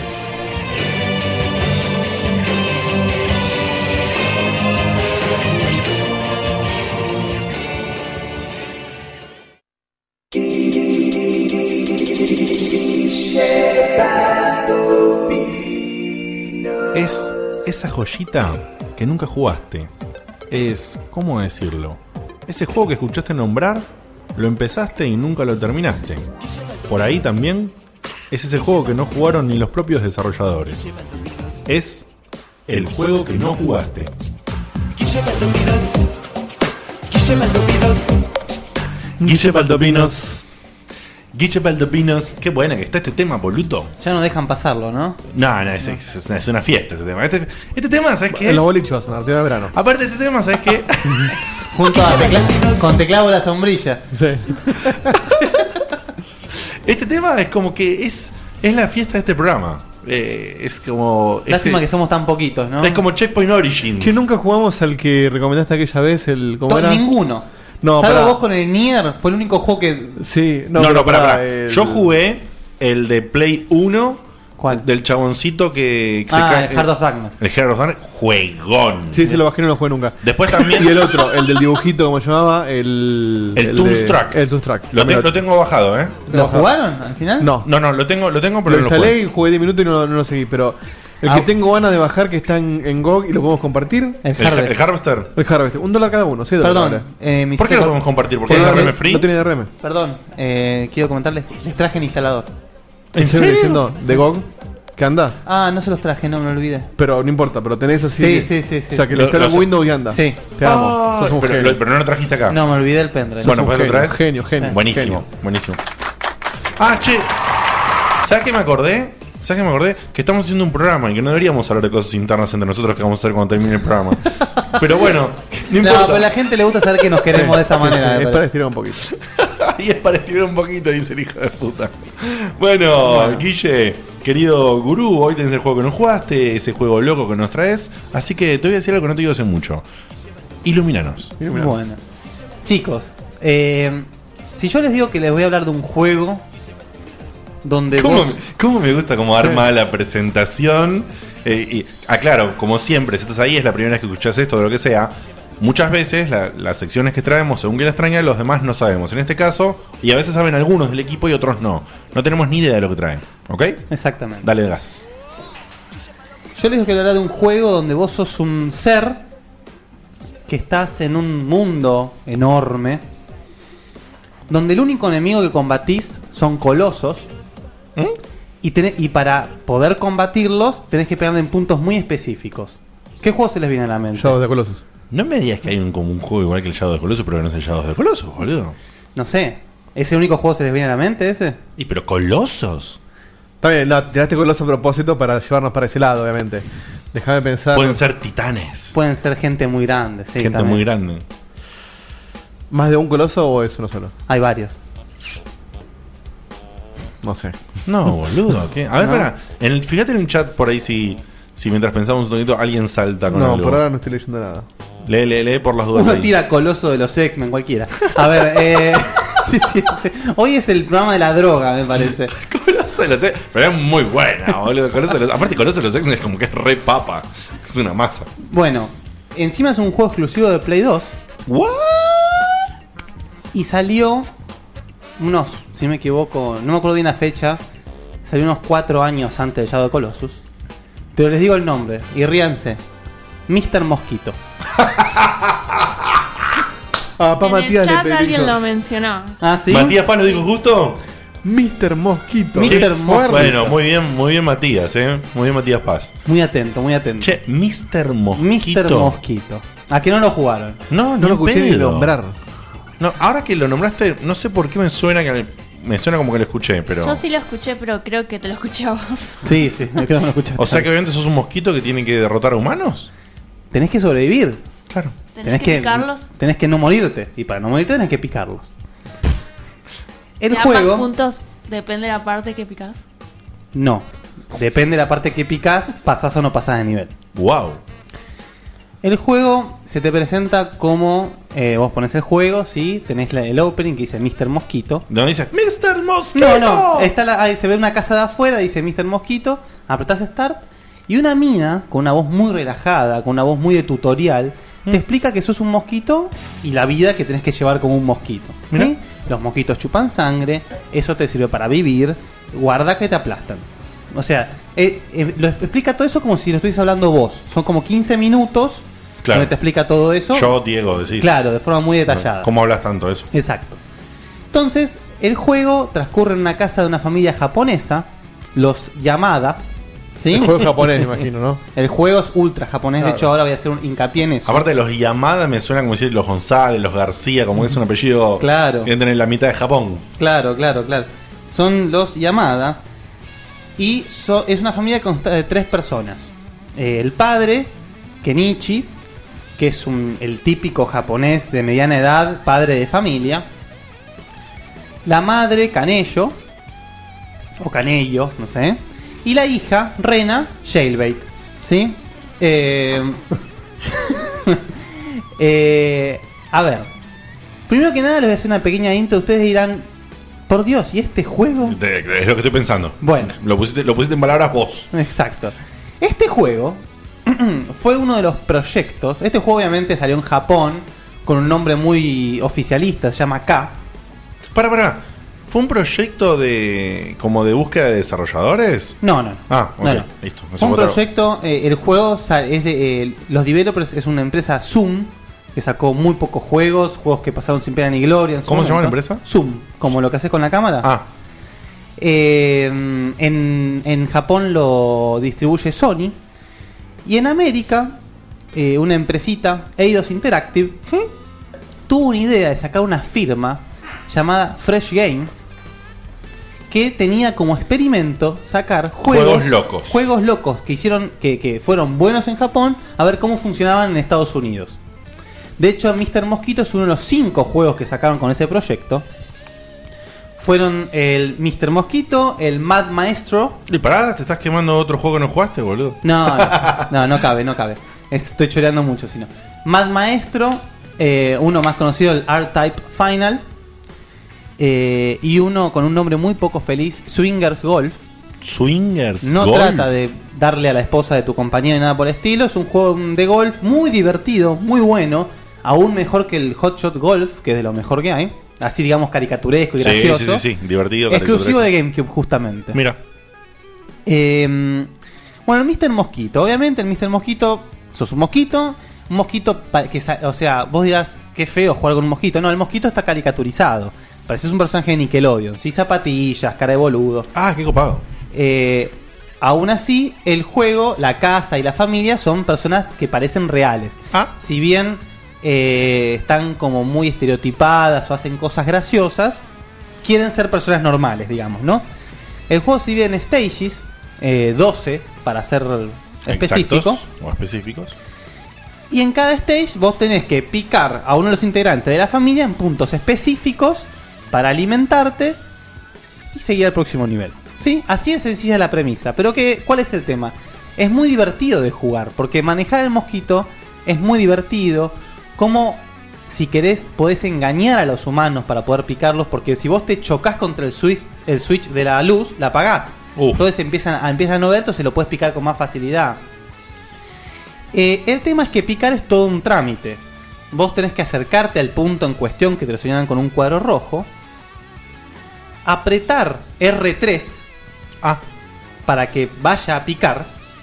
Es esa joyita que nunca jugaste. Es, ¿cómo decirlo? Ese juego que escuchaste nombrar, lo empezaste y nunca lo terminaste. Por ahí también es ese juego que no jugaron ni los propios desarrolladores. Es el juego que no jugaste. Guille Baldovinos. Guille Baldovinos. Qué buena que está este tema, boludo.
Ya no dejan pasarlo, ¿no?
No, no, es, es, es una, es una fiesta este tema. Este, este tema, ¿sabes qué es?
En los bolichos va a sonar, de verano.
Aparte de este tema, ¿sabes qué?
Junto a tecla- con teclado la sombrilla.
Sí.
Este tema es como que es, es la fiesta de este programa. Eh, es como.
Lástima
ese-
que somos tan poquitos, ¿no?
Es como Checkpoint Origins.
Que nunca jugamos al que recomendaste aquella vez, el. ¿Cómo
To-
era?
Ninguno.
No,
Salvo
pará.
vos con el Nier, fue el único juego que.
Sí,
No, no,
pero
pará,
pará,
pará.
el-
Yo jugué el de Play uno.
¿Cuál?
Del chaboncito que, que
Ah,
cae.
el Heart of Darkness.
El Heart of Darkness. Juegón.
Sí, se lo bajé y no lo jugué nunca.
Después también.
Y el otro, el del dibujito, ¿cómo se llamaba? El.
El
de-
Toonstruck.
El Toonstruck.
Lo, te-
También
lo tengo bajado, ¿eh?
¿Lo jugaron al final?
No.
No, no, lo tengo, lo tengo, pero
Lo
no lo
instalé
jugué.
y jugué diez minutos y no, no lo seguí, pero el
Ah.
que tengo ganas de bajar que está en, en G O G y lo podemos compartir.
El
El,
Harvest.
el Harvester.
El Harvest, un dólar cada uno, sí,
Perdón, eh, me
¿Por qué
hiciste
lo
cor-
podemos compartir? ¿Porque
Sí,
es
sí.
R M free?
No tiene D R M.
Perdón, eh, quiero comentarles, les traje el instalador.
¿En
Estoy
serio?
diciendo, de G O G, que anda.
Ah, no se los traje, no me lo olvidé.
Pero no importa, pero tenés así.
Sí,
que-
sí, sí, sí.
O sea, que
Lo-
lo instala
lo-
en Windows y anda.
Sí.
Te amo.
Ah,
Sos un
pero,
genio.
lo- pero no lo trajiste acá.
No, me olvidé el pendrive.
Bueno,
un
pues lo
genio,
traes.
genio, genio.
Buenísimo,
genio.
buenísimo. Ah, che. ¿Sabes qué me acordé? ¿Sabes qué me acordé? Que estamos haciendo un programa y que no deberíamos hablar de cosas internas entre nosotros que vamos a hacer cuando termine el programa. Pero bueno, no
No,
importa.
pero a la gente le gusta saber que nos queremos de esa
Sí,
manera.
sí,
me
es para
parece.
estirar un poquito.
Y es para estirar un poquito, dice el hijo de puta. Bueno, Guille, querido gurú, hoy tenés el juego que no jugaste, ese juego loco que nos traes. Así que te voy a decir algo que no te digo hace mucho. Ilumínanos.
Bueno, chicos, eh, si yo les digo que les voy a hablar de un juego donde
¿Cómo,
vos...
me- cómo me gusta cómo arma la presentación? Eh, y, aclaro, como siempre, si estás ahí, es la primera vez que escuchás esto, de lo que sea. Muchas veces la- las secciones que traemos, según que las traen, los demás no sabemos. En este caso, y a veces saben algunos del equipo y otros no. No tenemos ni idea de lo que traen. ¿Ok?
Exactamente.
Dale gas.
Yo les quiero hablar de un juego donde vos sos un ser que estás en un mundo enorme, donde el único enemigo que combatís son colosos. Y, tenés- y para poder combatirlos tenés que pegarle en puntos muy específicos. ¿Qué juego se les viene a la mente?
Shadow of the Colossus.
No me digas que hay un, como un juego igual que el Shadow of the Colossus, pero que no es el Shadow of the Colossus, boludo.
No sé. ¿Ese único juego se les viene a la mente ese?
¿Y pero colosos?
Está bien, no, tiraste Coloso a propósito para llevarnos para ese lado, obviamente. Déjame pensar.
Pueden ser titanes.
Pueden ser gente muy grande, sí.
Gente
también.
muy grande.
¿Más de un Coloso o es uno solo?
Hay varios.
No sé.
No, boludo. ¿qué? A ver,
No.
espera. En el- fíjate en el chat por ahí si, si mientras pensamos un poquito alguien salta con
No,
algo.
por ahora no estoy leyendo nada.
Lee, lee, lee por las dudas.
Uno
ahí.
tira Coloso de los X-Men, cualquiera. A ver, eh, sí, sí, sí. Hoy es el programa de la droga, me parece.
Coloso de los X, pero es muy buena, boludo. Coloso de los- aparte, Coloso de los X es como que es re papa. Es una masa.
Bueno, encima es un juego exclusivo de Play dos.
¿What?
Y salió unos, si no me equivoco, no me acuerdo bien la fecha. Salió unos cuatro años antes de Shadow of the Colossus. Pero les digo el nombre, y ríanse. mister Mosquito.
Ah, pa
En
Matías
el chat
le
alguien
dijo.
lo mencionó.
Ah, sí.
¿Matías Paz lo dijo justo?
mister Mosquito.
mister
Qué
Mosquito.
fuerte.
Bueno, muy bien, muy bien Matías, eh. Muy bien Matías Paz.
Muy atento, muy atento.
Che, mister Mosquito.
mister Mosquito. ¿A que no lo jugaron?
No,
No lo escuché ni
pedo.
nombrar.
No, ahora que lo nombraste, no sé por qué me suena que me suena como que lo escuché, pero.
Yo sí lo escuché, pero creo que te lo escuché a vos.
Sí, sí, me creo que no lo escuchaste.
O sea que obviamente sos un mosquito que tiene que derrotar a humanos.
Tenés que sobrevivir.
Claro.
Tenés, que, picarlos.
Tenés que no morirte. Y para no morirte tenés que picarlos. El
¿Te dan
juego.
más puntos? Depende de la parte que picás.
No. Depende de la parte que picás, pasás o no pasás de nivel.
Wow.
El juego se te presenta como. eh, vos pones el juego, sí. Tenés la- el opening que dice mister Mosquito.
Donde dice mister Mosquito.
No, no. Está la- ahí se ve una casa de afuera, dice mister Mosquito. Apretás Start. Y una mina con una voz muy relajada, con una voz muy de tutorial, te explica que sos un mosquito y la vida que tenés que llevar como un mosquito. ¿Sí?
Mirá.
Los mosquitos chupan sangre, eso te sirve para vivir, guarda que te aplastan. O sea, Eh, eh, lo explica todo eso como si lo estuviese hablando vos. Son como quince minutos
Claro.
donde te explica todo eso.
Yo, Diego, decís.
Claro, de forma muy detallada.
¿Cómo hablas tanto de eso?
Exacto. Entonces, el juego transcurre en una casa de una familia japonesa, los Yamada. ¿Sí?
El juego es japonés, me imagino, ¿no?
El juego es ultra japonés,
Claro.
de hecho ahora voy a hacer un hincapié en eso.
Aparte de los Yamada, me suena como decir los González, los García, como que es un apellido
Claro.
que entra en la mitad de Japón.
Claro, claro, claro. Son los Yamada y so- es una familia que consta de tres personas. Eh, el padre, Kenichi, que es un, el típico japonés de mediana edad, padre de familia. La madre, Kanello, o Canello, no sé. Y la hija, Rena, Jailbait. ¿Sí? Eh, eh, a ver. Primero que nada les voy a hacer una pequeña intro. Ustedes dirán, por Dios, ¿y este juego?
Te- Es lo que estoy pensando.
Bueno.
Lo pusiste, lo pusiste en palabras vos.
Exacto. Este juego fue uno de los proyectos. Este juego obviamente salió en Japón con un nombre muy oficialista, se llama K.
Para, para. ¿Fue un proyecto de como de búsqueda de desarrolladores?
No, no.
Ah, ok,
No, no.
listo. Eso
Fue un
fue otra-
proyecto, eh, el juego sa- es de eh, los developers, es una empresa Zoom que sacó muy pocos juegos, juegos que pasaron sin pena ni gloria. en su
¿Cómo se llama la
momento.
empresa?
Zoom, como lo que haces con la cámara.
Ah,
Eh, en, en Japón lo distribuye Sony. Y en América, eh, una empresita, Eidos Interactive, tuvo una idea de sacar una firma llamada Fresh Games, que tenía como experimento sacar juegos,
Juegos locos.
juegos locos que hicieron, que, que fueron buenos en Japón, a ver cómo funcionaban en Estados Unidos. De hecho, míster Mosquito es uno de los cinco juegos que sacaron con ese proyecto. Fueron el míster Mosquito, el Mad Maestro.
y pará, te estás quemando otro juego que no jugaste, boludo.
No, no, no, no cabe, no cabe. Estoy choreando mucho, si no. Mad Maestro, eh, uno más conocido, el R-Type Final. eh, y uno con un nombre muy poco feliz, Swingers Golf.
Swingers
No
Golf.
trata de darle a la esposa de tu compañía ni nada por el estilo. Es un juego de golf muy divertido, muy bueno. Aún mejor que el Hot Shot Golf, que es de lo mejor que hay. Así, digamos, caricaturesco y
Sí,
gracioso.
sí, sí, sí, divertido.
Exclusivo de
caricaturesco.
GameCube, justamente.
Mira,
Eh, bueno, el míster Mosquito. Obviamente, el míster Mosquito, sos un mosquito. Un mosquito, pa- que, sa- o sea, vos dirás, qué feo jugar con un mosquito. No, el mosquito está caricaturizado. Pareces un personaje de Nickelodeon. Sí, zapatillas, cara de boludo.
ah, qué copado.
Eh, aún así, el juego, la casa y la familia son personas que parecen reales.
Ah.
Si bien eh, están como muy estereotipadas o hacen cosas graciosas, quieren ser personas normales, digamos, ¿no? El juego se divide en stages, eh, doce para ser específico.
Exactos o específicos.
Y en cada stage vos tenés que picar a uno de los integrantes de la familia en puntos específicos para alimentarte y seguir al próximo nivel. ¿Sí? Así es sencilla la premisa. Pero ¿qué, ¿cuál es el tema? Es muy divertido de jugar, porque manejar el mosquito es muy divertido. Como, si querés, podés engañar a los humanos para poder picarlos, porque si vos te chocas contra el switch, el switch de la luz, la apagás.
Uf.
Entonces empiezan a, empiezan a no ver, entonces lo puedes picar con más facilidad. Eh, el tema es que picar es todo un trámite. Vos tenés que acercarte al punto en cuestión que te lo señalan con un cuadro rojo, apretar erre tres
Ah,
para que vaya a picar,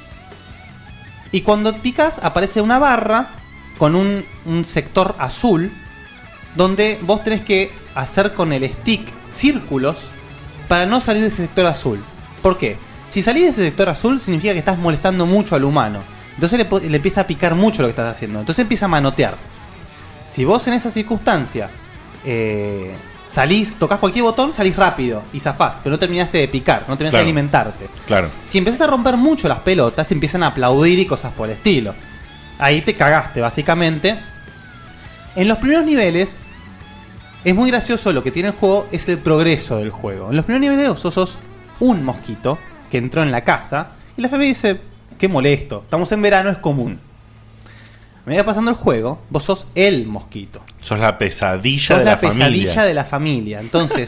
y cuando picas aparece una barra con un, un sector azul donde vos tenés que hacer con el stick círculos para no salir de ese sector azul. ¿Por qué? Si salís de ese sector azul significa que estás molestando mucho al humano. Entonces le, po- le empieza a picar mucho lo que estás haciendo. Entonces empieza a manotear. Si vos en esa circunstancia eh, salís, tocas cualquier botón, salís rápido y zafás, pero no terminaste de picar, no terminaste
Claro.
de alimentarte.
claro.
Si empezás a romper mucho las pelotas, empiezan a aplaudir y cosas por el estilo. Ahí te cagaste, básicamente. En los primeros niveles, es muy gracioso, lo que tiene el juego es el progreso del juego. En los primeros niveles vos sos un mosquito que entró en la casa y la familia dice, qué molesto, estamos en verano, es común. A medida que va pasando el juego, vos sos el mosquito.
Sos la pesadilla
Sos
de
la,
la,
pesadilla
familia.
de la familia. Entonces,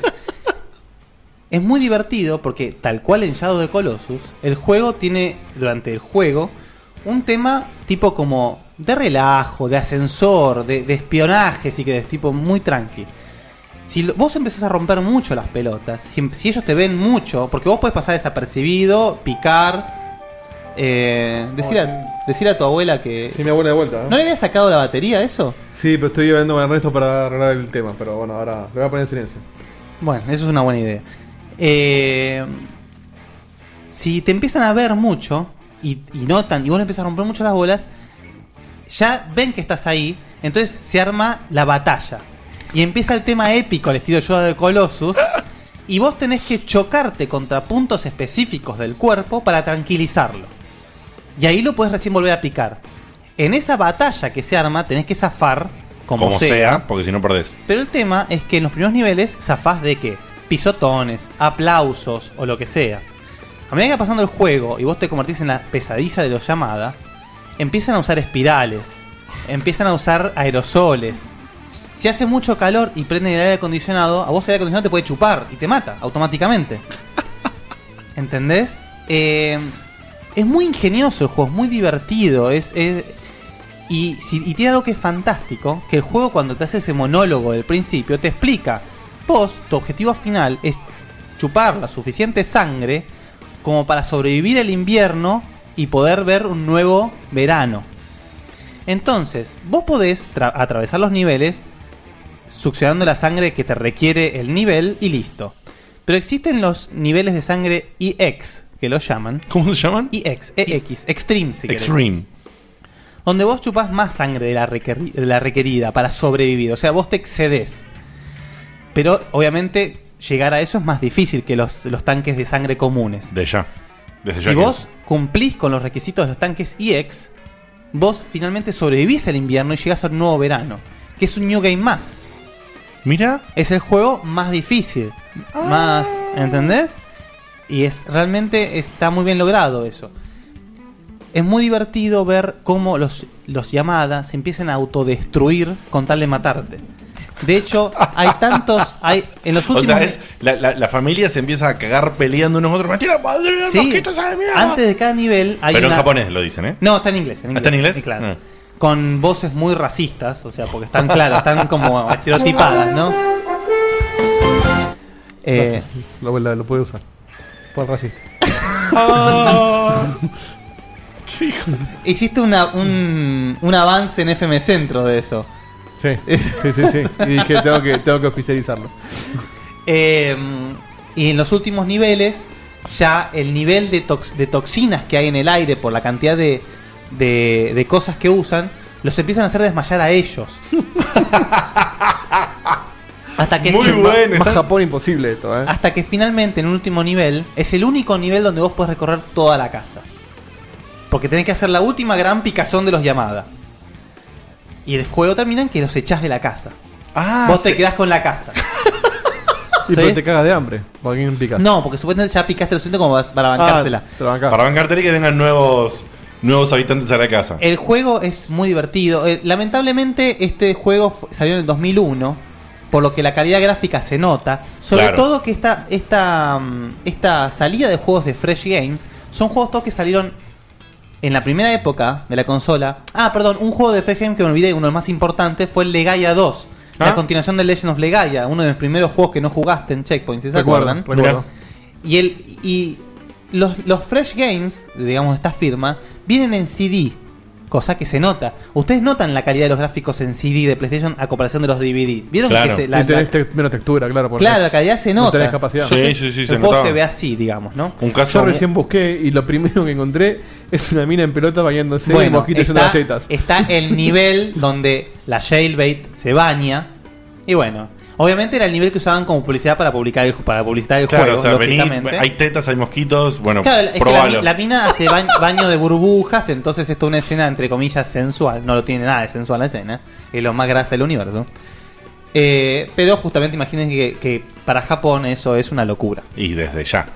es muy divertido porque, tal cual en Shadow of the Colossus, el juego tiene, durante el juego, un tema tipo como de relajo, de ascensor, de, de espionaje, si querés, tipo muy tranqui. Si lo- vos empezás a romper mucho las pelotas, si, si ellos te ven mucho, porque vos podés pasar desapercibido, picar, eh, decir, a, decir a tu abuela que...
Sí, mi abuela de vuelta. ¿no?
¿No le había sacado la batería a eso?
Sí, pero estoy hablando con Ernesto para arreglar el tema. Pero bueno, ahora lo voy a poner en silencio.
Bueno, eso es una buena idea. Eh, si te empiezan a ver mucho y, y notan, y vos le empiezas a romper mucho las bolas, ya ven que estás ahí, entonces se arma la batalla. Y empieza el tema épico al estilo Yoda de Colossus. Y vos tenés que chocarte contra puntos específicos del cuerpo para tranquilizarlo. Y ahí lo podés recién volver a picar. En esa batalla que se arma tenés que zafar como,
Como
sea.
sea, porque si no perdés.
Pero el tema es que en los primeros niveles zafás de qué? Pisotones, aplausos o lo que sea. A medida que va pasando el juego y vos te convertís en la pesadilla de los Yamada, empiezan a usar espirales, empiezan a usar aerosoles. Si hace mucho calor y prenden el aire acondicionado, a vos el aire acondicionado te puede chupar y te mata automáticamente. ¿Entendés? Eh, es muy ingenioso el juego, es muy divertido. Es, es- y, si- y tiene algo que es fantástico, que el juego cuando te hace ese monólogo del principio te explica. Vos, tu objetivo final es chupar la suficiente sangre como para sobrevivir el invierno y poder ver un nuevo verano. Entonces, vos podés tra- atravesar los niveles succionando la sangre que te requiere el nivel y listo. Pero existen los niveles de sangre E X, que lo llaman.
¿Cómo se llaman?
E X, E X, Extreme si querés.
Extreme.
Donde vos chupás más sangre de la, requeri- de la requerida para sobrevivir. O sea, vos te excedes. Pero obviamente llegar a eso es más difícil que los, los tanques de sangre comunes.
De ya. Desde ya
Si
que-
vos cumplís con los requisitos de los tanques E X, vos finalmente sobrevivís al invierno y llegás al nuevo verano. Que es un New Game más.
Mira.
Es el juego más difícil. Más. ¿Entendés? Y es realmente está muy bien logrado eso. Es muy divertido ver cómo los, los Yamada se empiezan a autodestruir con tal de matarte. De hecho, hay tantos. Hay, en los
O
últimos.
sea, es, la, la, la familia se empieza a cagar peleando unos otros. ¡Mentira, padre!
Sí,
¡Mosquitos a la mierda!
antes de cada nivel hay
Pero
una-
en japonés lo dicen, ¿eh?
No, está en inglés. En inglés.
¿Está en inglés?
Sí, claro.
Ah.
Con voces muy racistas, o sea, porque están, claro, están como estereotipadas, ¿no? Eh,
Gracias. La abuela lo puede usar. Por racista.
hiciste una, un, un avance en F M Centro de eso.
Sí, sí, sí, sí. Y dije, tengo que, tengo que oficializarlo.
Eh, y en los últimos niveles, ya el nivel de, tox- de toxinas que hay en el aire por la cantidad de, de, de cosas que usan, los empiezan a hacer desmayar a ellos. Hasta que
Muy bueno.
Más
está-
Japón imposible esto, ¿eh?
Hasta que finalmente en un último nivel es el único nivel donde vos podés recorrer toda la casa. Porque tenés que hacer la última gran picazón de los Yamada. Y el juego termina en que los echás de la casa.
Ah,
vos te
sí.
quedás con la casa.
Y
¿Sí?
pero te cagas de hambre. Porque no picas.
No, porque supuestamente ya picaste lo suficiente como para
Ah,
bancártela.
te lo bancás.
Para bancarte y que vengan nuevos, nuevos habitantes a la casa.
El juego es muy divertido. Eh, lamentablemente este juego fu- salió en el dos mil uno, por lo que la calidad gráfica se nota. Sobre
Claro.
todo que esta, esta, mm, esta salida de juegos de Fresh Games son juegos todos que salieron en la primera época de la consola. Ah, perdón, un juego de Fresh Games que me olvidé, uno de los más importantes, fue el Legaia dos.
¿Ah?
La continuación de Legend of Legaia, uno de los primeros juegos que no jugaste en Checkpoint, si se
Recuerdo,
acuerdan.
recuerdo.
Y, el, y los, los Fresh Games, digamos, de esta firma, vienen en C D, cosa que se nota. Ustedes notan la calidad de los gráficos en C D de PlayStation a comparación de los D V D. ¿Vieron
Claro.
que se,
Y
la,
tenés
la-
te- menos textura, claro. porque
claro, la calidad se
no
nota?
tenés capacidad.
Sí, sí, sí, se
el juego
notaba.
se ve así, digamos, ¿no?
Un caso.
Yo recién busqué y lo primero que encontré es una mina en pelota bañándose y el
Bueno,
mosquito yendo
está,
las tetas.
está el nivel donde la Jailbait se baña. Y bueno, obviamente era el nivel que usaban como publicidad para publicar el, para publicitar el
Claro,
juego,
o sea, vení,
lógicamente.
hay tetas, hay mosquitos. Bueno,
Claro, es que la,
probalo.
mi- la mina hace baño, baño de burbujas, entonces esto es una escena entre comillas sensual. No lo tiene nada de sensual la escena, es lo más grasa del universo. Eh, pero justamente imagínense que, que para Japón eso es una locura.
Y desde ya.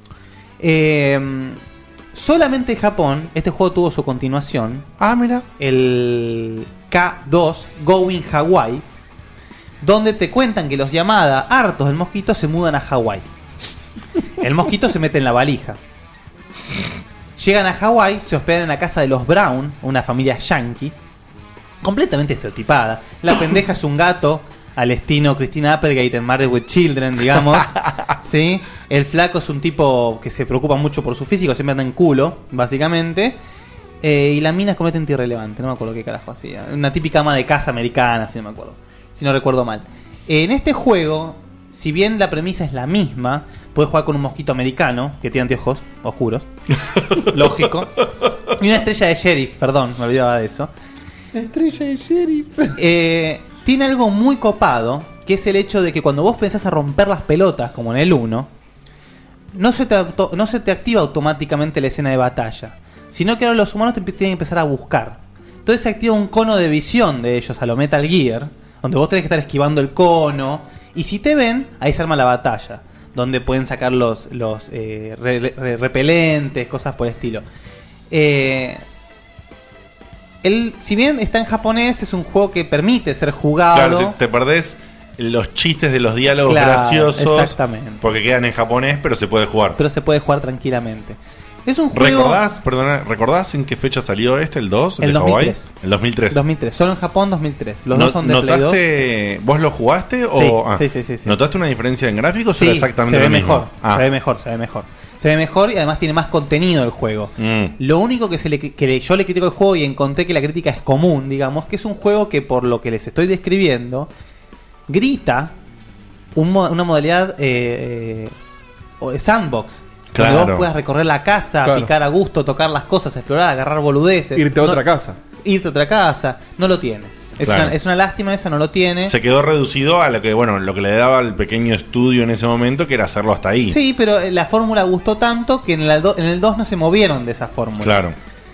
Eh, solamente en Japón este juego tuvo su continuación,
Ah, mira.
el K dos Going Hawaii, donde te cuentan que los Yamada, hartos del mosquito, se mudan a Hawái. El mosquito se mete en la valija. Llegan a Hawái, se hospedan en la casa de los Brown, una familia yankee, completamente estereotipada. La pendeja es un gato al estilo Christina Applegate en Married with Children, digamos. ¿Sí? El flaco es un tipo que se preocupa mucho por su físico, siempre anda en culo, básicamente. Eh, y la mina es completamente irrelevante, no me acuerdo qué carajo hacía. Una típica ama de casa americana, si no me acuerdo. Si no recuerdo mal. En este juego, si bien la premisa es la misma, puedes jugar con un mosquito americano que tiene anteojos oscuros. Lógico. Y una estrella de sheriff, perdón, me olvidaba de eso.
Estrella de sheriff.
Eh, tiene algo muy copado, que es el hecho de que cuando vos pensás a romper las pelotas, como en el uno, no se te, auto- no se te activa automáticamente la escena de batalla, sino que ahora los humanos te empe- tienen que empezar a buscar. Entonces se activa un cono de visión de ellos a lo Metal Gear, donde vos tenés que estar esquivando el cono, y si te ven, ahí se arma la batalla, donde pueden sacar los, los eh, re- re- repelentes, cosas por el estilo. Eh, el, si bien está en japonés, es un juego que permite ser jugado.
Claro, si te perdés los chistes de los diálogos
Claro,
graciosos.
exactamente.
Porque quedan en japonés, pero se puede jugar.
Pero se puede jugar tranquilamente. Es un juego.
¿Recordás, perdona, ¿recordás en qué fecha salió este, el dos?
El
de
dos mil
Hawái?
tres.
El dos mil tres.
dos mil tres. Solo en Japón dos mil tres. Los
No-
dos son de Play dos.
¿Notaste, vos lo jugaste o...?
Sí,
ah,
sí, sí, sí, sí.
¿Notaste una diferencia en gráficos o
Sí,
era exactamente
se ve
lo mismo?
mejor,
Ah.
se ve mejor, se ve mejor. Se ve mejor y además tiene más contenido el juego.
Mm.
Lo único que, se le, que le- yo le critico al juego y encontré que la crítica es común, digamos, que es un juego que por lo que les estoy describiendo, grita un mo- una modalidad eh, eh, o de sandbox.
Claro.
Donde vos puedas recorrer la casa,
Claro.
picar a gusto, tocar las cosas, explorar, agarrar boludeces.
Irte a
No-
otra casa.
Irte a otra casa. No lo tiene. Es,
Claro.
una, es una lástima esa, no lo tiene.
Se quedó reducido a lo que, bueno, lo que le daba al pequeño estudio en ese momento, que era hacerlo hasta ahí.
Sí, pero la fórmula gustó tanto que en, la do- en el dos no se movieron de esa fórmula.
Claro.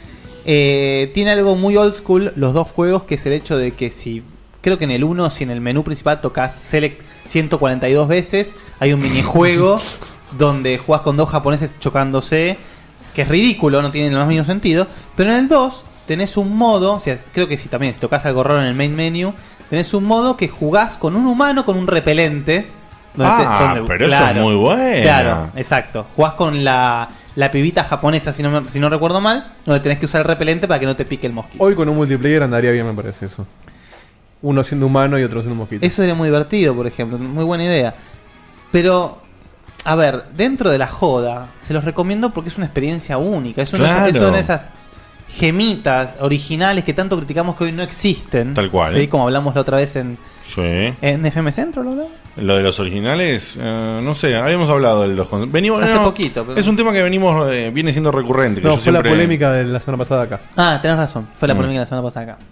Eh, tiene algo muy old school los dos juegos, que es el hecho de que si, creo que en el uno, si en el menú principal tocas Select ciento cuarenta y dos veces, hay un minijuego donde jugás con dos japoneses chocándose, que es ridículo, no tiene el más mínimo sentido. Pero en el dos tenés un modo, o sea, creo que si también si tocas algo raro en el main menu, tenés un modo que jugás con un humano con un repelente.
Ah, pero eso es muy bueno.
Claro, exacto. Jugás con la, la pibita japonesa, si no, me- si no recuerdo mal, donde tenés que usar el repelente para que no te pique el mosquito.
Hoy con un multiplayer andaría bien, me parece eso. Uno siendo humano y otro siendo un mosquito.
Eso sería muy divertido, por ejemplo. Muy buena idea. Pero, a ver, dentro de la joda, se los recomiendo porque es una experiencia única. Es una,
Claro.
es una de esas gemitas originales que tanto criticamos que hoy no existen.
Tal cual.
¿Sí? Como hablamos la otra vez en,
Sí.
en F M Centro, ¿lo hablamos?
Lo de los originales, eh, no sé, habíamos hablado de los con- venimos
Hace
no,
poquito, pero-
Es un tema que venimos eh, viene siendo recurrente. Que
No,
yo
fue la
siempre-
polémica de la semana pasada acá.
Ah, tenés razón. Fue la
Mm.
polémica de la semana pasada acá.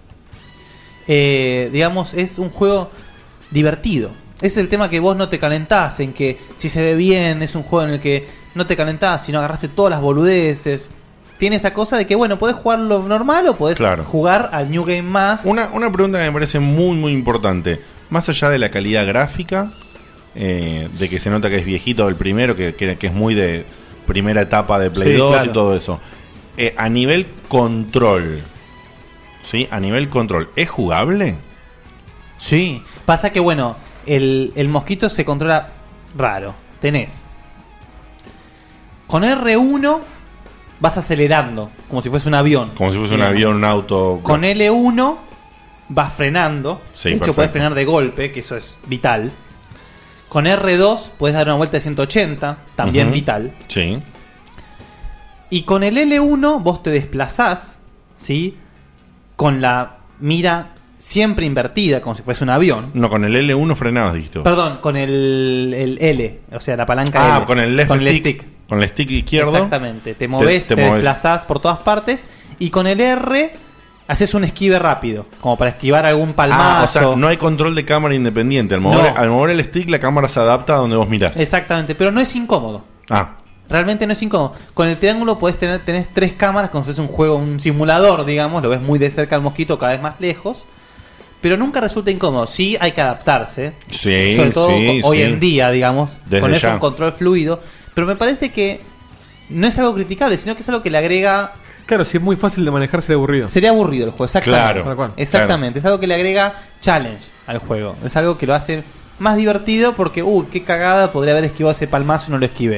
Eh, digamos, es un juego divertido. Es el tema que vos no te calentás, en que si se ve bien, es un juego en el que no te calentás, sino agarraste todas las boludeces. Tiene esa cosa de que, bueno, podés jugarlo normal o podés
Claro.
jugar al New Game Más.
Una, una pregunta que me parece muy, muy importante. Más allá de la calidad gráfica, eh, de que se nota que es viejito el primero, que, que, que es muy de primera etapa de Play
Sí,
dos
claro.
y todo eso. Eh, a nivel control, ¿sí? A nivel control, ¿es jugable?
Sí. Pasa que, bueno, el, el mosquito se controla raro. Tenés. Con R uno vas acelerando, como si fuese un avión.
Como si fuese un
digamos.
avión, un auto.
Con L uno vas frenando.
Sí,
de hecho,
perfecto.
puedes frenar de golpe, que eso es vital. Con R dos puedes dar una vuelta de ciento ochenta, también
Ujú.
vital.
Sí.
Y con el L uno vos te desplazás, ¿sí? Con la mira siempre invertida, como si fuese un avión.
No, con el L uno frenabas, dijiste. vos.
Perdón, con el, el L, o sea, la palanca
Ah,
L.
con el left
con el
stick,
stick.
Con el stick izquierdo.
Exactamente. Te movés,
te
te,
movés.
desplazás por todas partes. Y con el R haces un esquive rápido, como para esquivar algún palmazo.
Ah, o sea, no hay control de cámara independiente. Al mover,
No.
al mover el stick, la cámara se adapta a donde vos mirás.
Exactamente, pero no es incómodo.
Ah,
Realmente no es incómodo. Con el triángulo podés tener tenés tres cámaras, como si fuese un juego, un simulador, digamos. Lo ves muy de cerca al mosquito, cada vez más lejos. Pero nunca resulta incómodo. Sí hay que adaptarse.
sí,
Sobre todo
sí,
hoy
sí.
en día, digamos.
Desde
Poner
ya.
un control fluido. Pero me parece que no es algo criticable, sino que es algo que le agrega.
Claro, si es muy fácil de manejar, sería aburrido.
Sería aburrido el juego, exactamente.
Claro.
Tal cual.
Exactamente. Es algo que le agrega challenge al juego. Es algo que lo hace más divertido porque, uy, qué cagada, podría haber esquivado ese palmazo y no lo esquivé.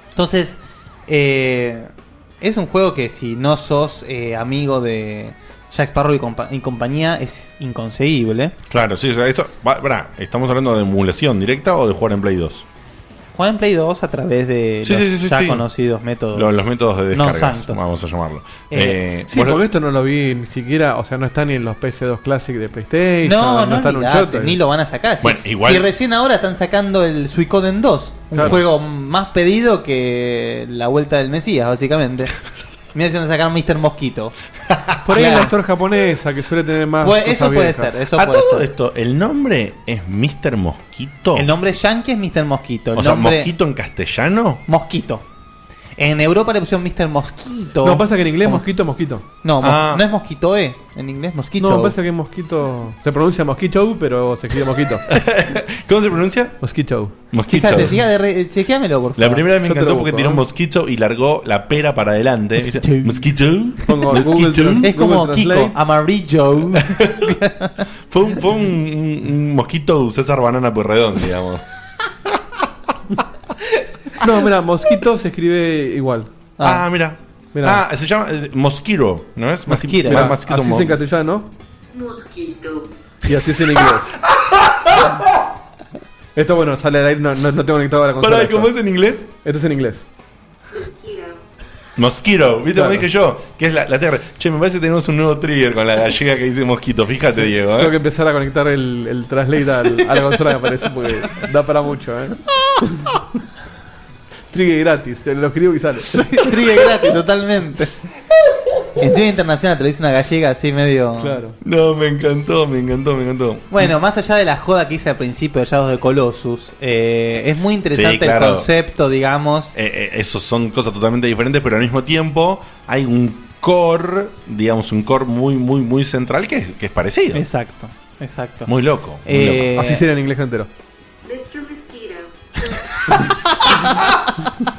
Entonces, eh, es un juego que si no sos eh, amigo de, Jack Sparrow y, compa- y compañía es inconseguible.
Claro, sí, o sea, esto, va, pará, ¿estamos hablando de emulación directa o de jugar en Play dos?
Jugar en Play dos a través de
Sí,
los
sí, sí,
ya
sí.
conocidos métodos.
Los, los métodos de
No
descargas,
santos.
vamos a llamarlo.
Eh,
Eh,
Sí,
bueno,
porque esto no lo vi ni siquiera, o sea, no está ni en los P S dos Classic de PlayStation.
No, no,
está en un
olvidate,
choto.
ni lo van a sacar. Si,
Bueno, igual-
si recién ahora están sacando el Suicoden dos, un
Claro.
juego más pedido que la vuelta del Mesías, básicamente. Mira si van a sacar mister Mosquito.
Por ahí
Claro.
la store japonesa que suele tener más.
Pues,
cosas
eso puede
viejas.
ser, eso
a
puede
todo
ser.
esto, ¿el nombre es mister Mosquito?
El nombre yankee es mister Mosquito. El
o sea,
nombre
¿Mosquito en castellano?
Mosquito. En Europa le pusieron mister Mosquito.
No, pasa que en inglés
Como-
mosquito, mosquito.
No, mos-
Ah.
no es Mosquito E. En inglés Mosquito.
No, pasa que mosquito. Se pronuncia mosquito, pero se escribe mosquito.
¿Cómo se pronuncia?
Mosquito.
Mosquito.
Fíjate, fíjate, re- chequeamelo, por favor.
La primera vez me
Yo te
encantó
lo
porque
busco,
tiró
¿eh?
mosquito y largó la pera para adelante.
Mosquito.
Mosquito.
Pongo
Mosquito.
Google Trans-
Es como
Google
Kiko,
Translate.
amarillo.
Fue un, fue un, un- un mosquito César Banana Pueyrredón, digamos.
No, mira, mosquito se escribe igual.
Ah, mira.
Mirá.
Ah, se llama eh, Mosquito, ¿no es?
Mosquito.
Mirá,
Mirá,
mosquito
así
mo-
es en castellano
Mosquito.
y así es en inglés. Esto, bueno, sale al aire, no, no, no tengo conectado a la consola.
Pará,
esto.
¿cómo es en inglés?
Esto es en inglés.
Mosquito, ¿viste
Claro.
cómo dije yo? Que es la, la T R. Che, me parece que tenemos un nuevo trigger con la gallega que dice mosquito. Fíjate, Diego,
Tengo que
¿eh?
empezar a conectar el, el translate al- a la consola, me parece, porque da para mucho, ¿eh? Trigger gratis, te lo escribo y sale.
Trigger gratis, totalmente. Encima internacional, te lo dice una gallega así medio.
Claro.
No, me encantó, me encantó, me encantó.
Bueno, más allá de la joda que hice al principio de Shadows de Colossus, eh, es muy interesante
Sí, claro.
el concepto, digamos.
Eh, eh, esos son cosas totalmente diferentes, pero al mismo tiempo hay un core, digamos, un core muy, muy, muy central que es, que es parecido.
Exacto, exacto.
Muy loco. Muy
Eh,
Así sería en inglés entero.
mister Mosquito.
loco.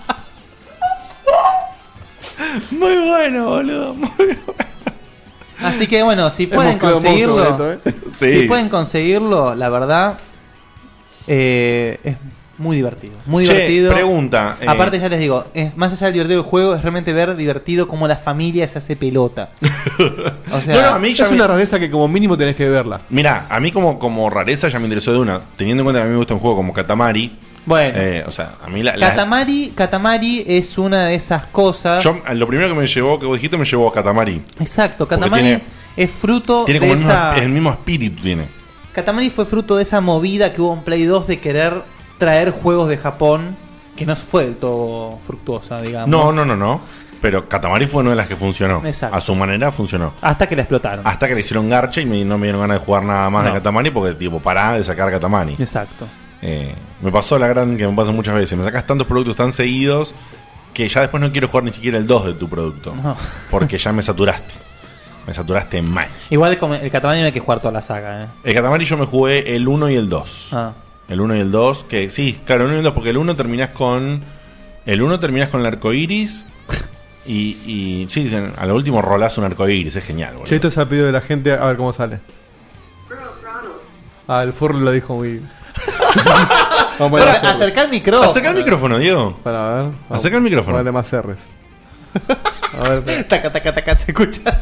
Muy bueno, boludo. Muy bueno.
Así que bueno, si pueden
Hemos quedado
conseguirlo,
monstruos con esto, ¿eh?
Sí.
si pueden conseguirlo, la verdad, eh, es muy divertido. Muy
Che,
divertido.
pregunta. eh,
Aparte, ya les digo, es más allá del divertido del juego, es realmente ver divertido cómo la familia se hace pelota. O sea,
bueno, a mí ya
Es
me-
una rareza que como mínimo tenés que verla.
Mirá, a mí como, como rareza ya me interesó de una. Teniendo en cuenta que a mí me gusta un juego como Katamari.
bueno,
eh, o sea, a mí la, la-
Katamari, Katamari es una de esas cosas.
yo, lo primero que me llevó, que vos dijiste, me llevó a Katamari.
Exacto,
Porque
Katamari
tiene-
es fruto
Tiene
de
como el mismo,
esa.
el mismo espíritu tiene.
Katamari fue fruto de esa movida que hubo en Play dos de querer traer juegos de Japón, que no fue del todo fructuosa, digamos.
No, no, no, no. Pero Katamari fue una de las que funcionó.
Exacto.
A su manera funcionó.
Hasta que la explotaron.
Hasta que le hicieron garcha y me- no me dieron ganas de jugar nada más
No.
de Katamari porque, tipo, pará de sacar Katamari.
Exacto.
Eh, me pasó la gran que me pasa muchas veces. Me sacas tantos productos tan seguidos que ya después no quiero jugar ni siquiera el dos de tu producto.
No.
Porque ya me saturaste. Me saturaste mal.
Igual como el Katamari no hay que jugar toda la saga, ¿eh?
El Katamari yo me jugué el uno y el dos.
Ah.
El uno y el dos, que sí, claro, el uno y el dos, porque el uno terminás con. El uno terminás con el arco iris. Y, y sí, a lo último rolás un arco iris, es genial, boludo.
Che, esto es a pedido de la gente, a ver cómo sale.
Pearl Throttle.
Ah, el Furry lo dijo muy. Vamos a
Bueno,
poner más R's.
acerca el micrófono.
Acerca el micrófono, Diego.
Para ver. Vamos.
Acerca el micrófono.
Vale más R's. A ver. espera.
Taca, taca, taca, se escucha.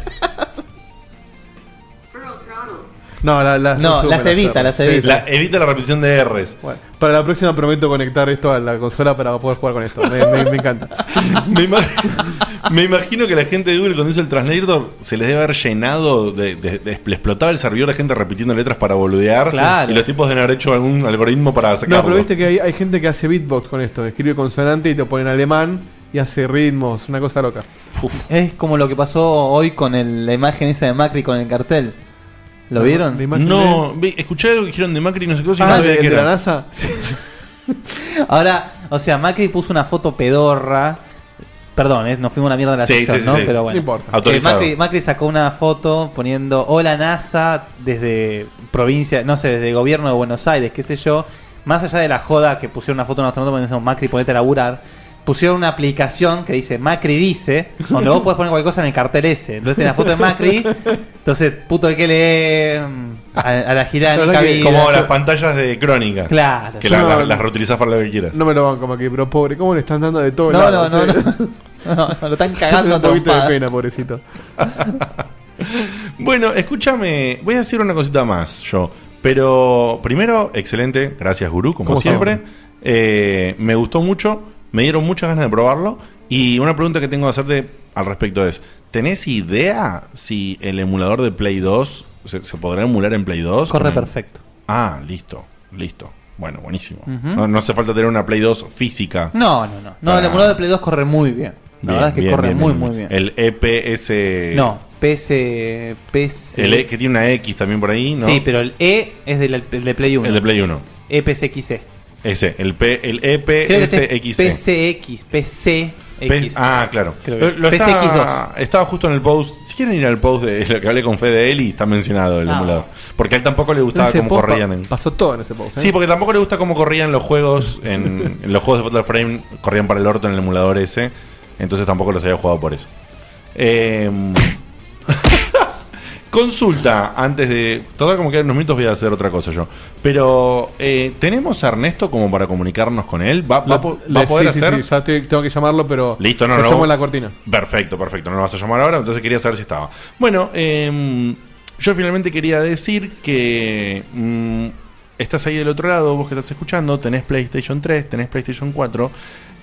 Pearl Throttle.
No, la, la,
No,
resume
las evita,
R's.
las
Sí,
evita.
sí.
La- evita la repetición de R's.
Bueno, para la próxima prometo conectar esto a la consola para poder jugar con esto. Me, me- me encanta.
Me, ima- me imagino que la gente de Google cuando hizo el translator se les debe haber llenado de, de- de- le explotaba el servidor de gente repitiendo letras para boludear.
Claro.
Y los tipos deben haber hecho algún algoritmo para sacarlo.
No, pero viste que hay, hay gente que hace beatbox con esto. Escribe consonante y te pone en alemán y hace ritmos. Una cosa loca.
Es como lo que pasó hoy con el- la imagen esa de Macri con el cartel. ¿Lo
La-
vieron?
la imagen
No, vi- escuché algo que dijeron de Macri y no sé qué cosa y
Ah,
no sabía
¿de,
qué
de la
era.
NASA?
Ahora, o sea, Macri puso una foto pedorra. Perdón, eh, nos fuimos a una mierda de la
Sí,
sección,
sí,
¿no?
sí.
Pero bueno.
No importa.
Eh,
Autorizado.
Macri, Macri sacó una foto poniendo hola NASA desde provincia, no sé, desde gobierno de Buenos Aires, qué sé yo. Más allá de la joda que pusieron una foto en nuestro poniendo Macri, ponete a laburar. Pusieron una aplicación que dice Macri dice, donde vos podés poner cualquier cosa en el cartel ese. Entonces tenés la foto de Macri. Entonces, puto el que lee mm, a, a la girada
La
de
verdad que
vida.
Como las pantallas de crónica.
Claro.
Que
Yo
la-
no-
la- las reutilizás para lo que quieras.
No me lo banco, Macri, pero pobre, ¿cómo le están dando de todo?
No,
lado?
no, no,
Sí.
no. No, no, lo están
Me
cagando
da
a
un poquito de
trompadas.
pena, pobrecito.
Bueno, escúchame, voy a decir una cosita más yo. Pero primero, excelente, gracias Gurú, como
¿Cómo
siempre. Eh, me gustó mucho, me dieron muchas ganas de probarlo. Y una pregunta que tengo que hacerte al respecto es: ¿tenés idea si el emulador de Play dos se, se podrá emular en Play dos?
Corre
el...
perfecto.
Ah, listo, listo. Bueno, buenísimo.
Uh-huh.
no, no hace falta tener una Play dos física.
No, no, no. No,
Para...
el emulador de Play dos corre muy bien. La
Bien,
verdad es que
bien,
corre
bien,
muy,
bien,
muy
bien.
bien.
El E P S...
No, P S... P S...
El E, que tiene una X también por ahí, ¿no?
Sí, pero el E es del el de Play uno.
El de Play uno.
E P S X E.
Ese, el, P, el E P S X E.
P C X, P C X.
Ah, claro.
Creo que
Lo,
es.
lo
P C X dos.
estaba, estaba justo en el post. Si quieren ir al post de lo que hablé con Fede Eli, está mencionado el
Ah.
emulador. Porque a él tampoco le gustaba
Ese
cómo
post
corrían
pa-
en.
Pasó todo en ese post. ¿eh?
Sí, porque tampoco le gusta cómo corrían los juegos en, en los juegos de Fatal Frame. Corrían para el orto en el emulador ese. Entonces tampoco los había jugado por eso. Eh, consulta, antes de... Todavía como quedan unos minutos voy a hacer otra cosa yo. Pero, eh, ¿tenemos a Ernesto como para comunicarnos con él? ¿Va, va, a po-
Le-
va a poder
sí, sí,
hacer?
sí, ya estoy- tengo que llamarlo, pero.
Listo, no,
lo
no.
llamo en la cortina.
Perfecto, perfecto. No lo vas a llamar ahora, entonces quería saber si estaba. Bueno, eh, yo finalmente quería decir que mm, estás ahí del otro lado, vos que estás escuchando, tenés PlayStation tres, tenés PlayStation cuatro.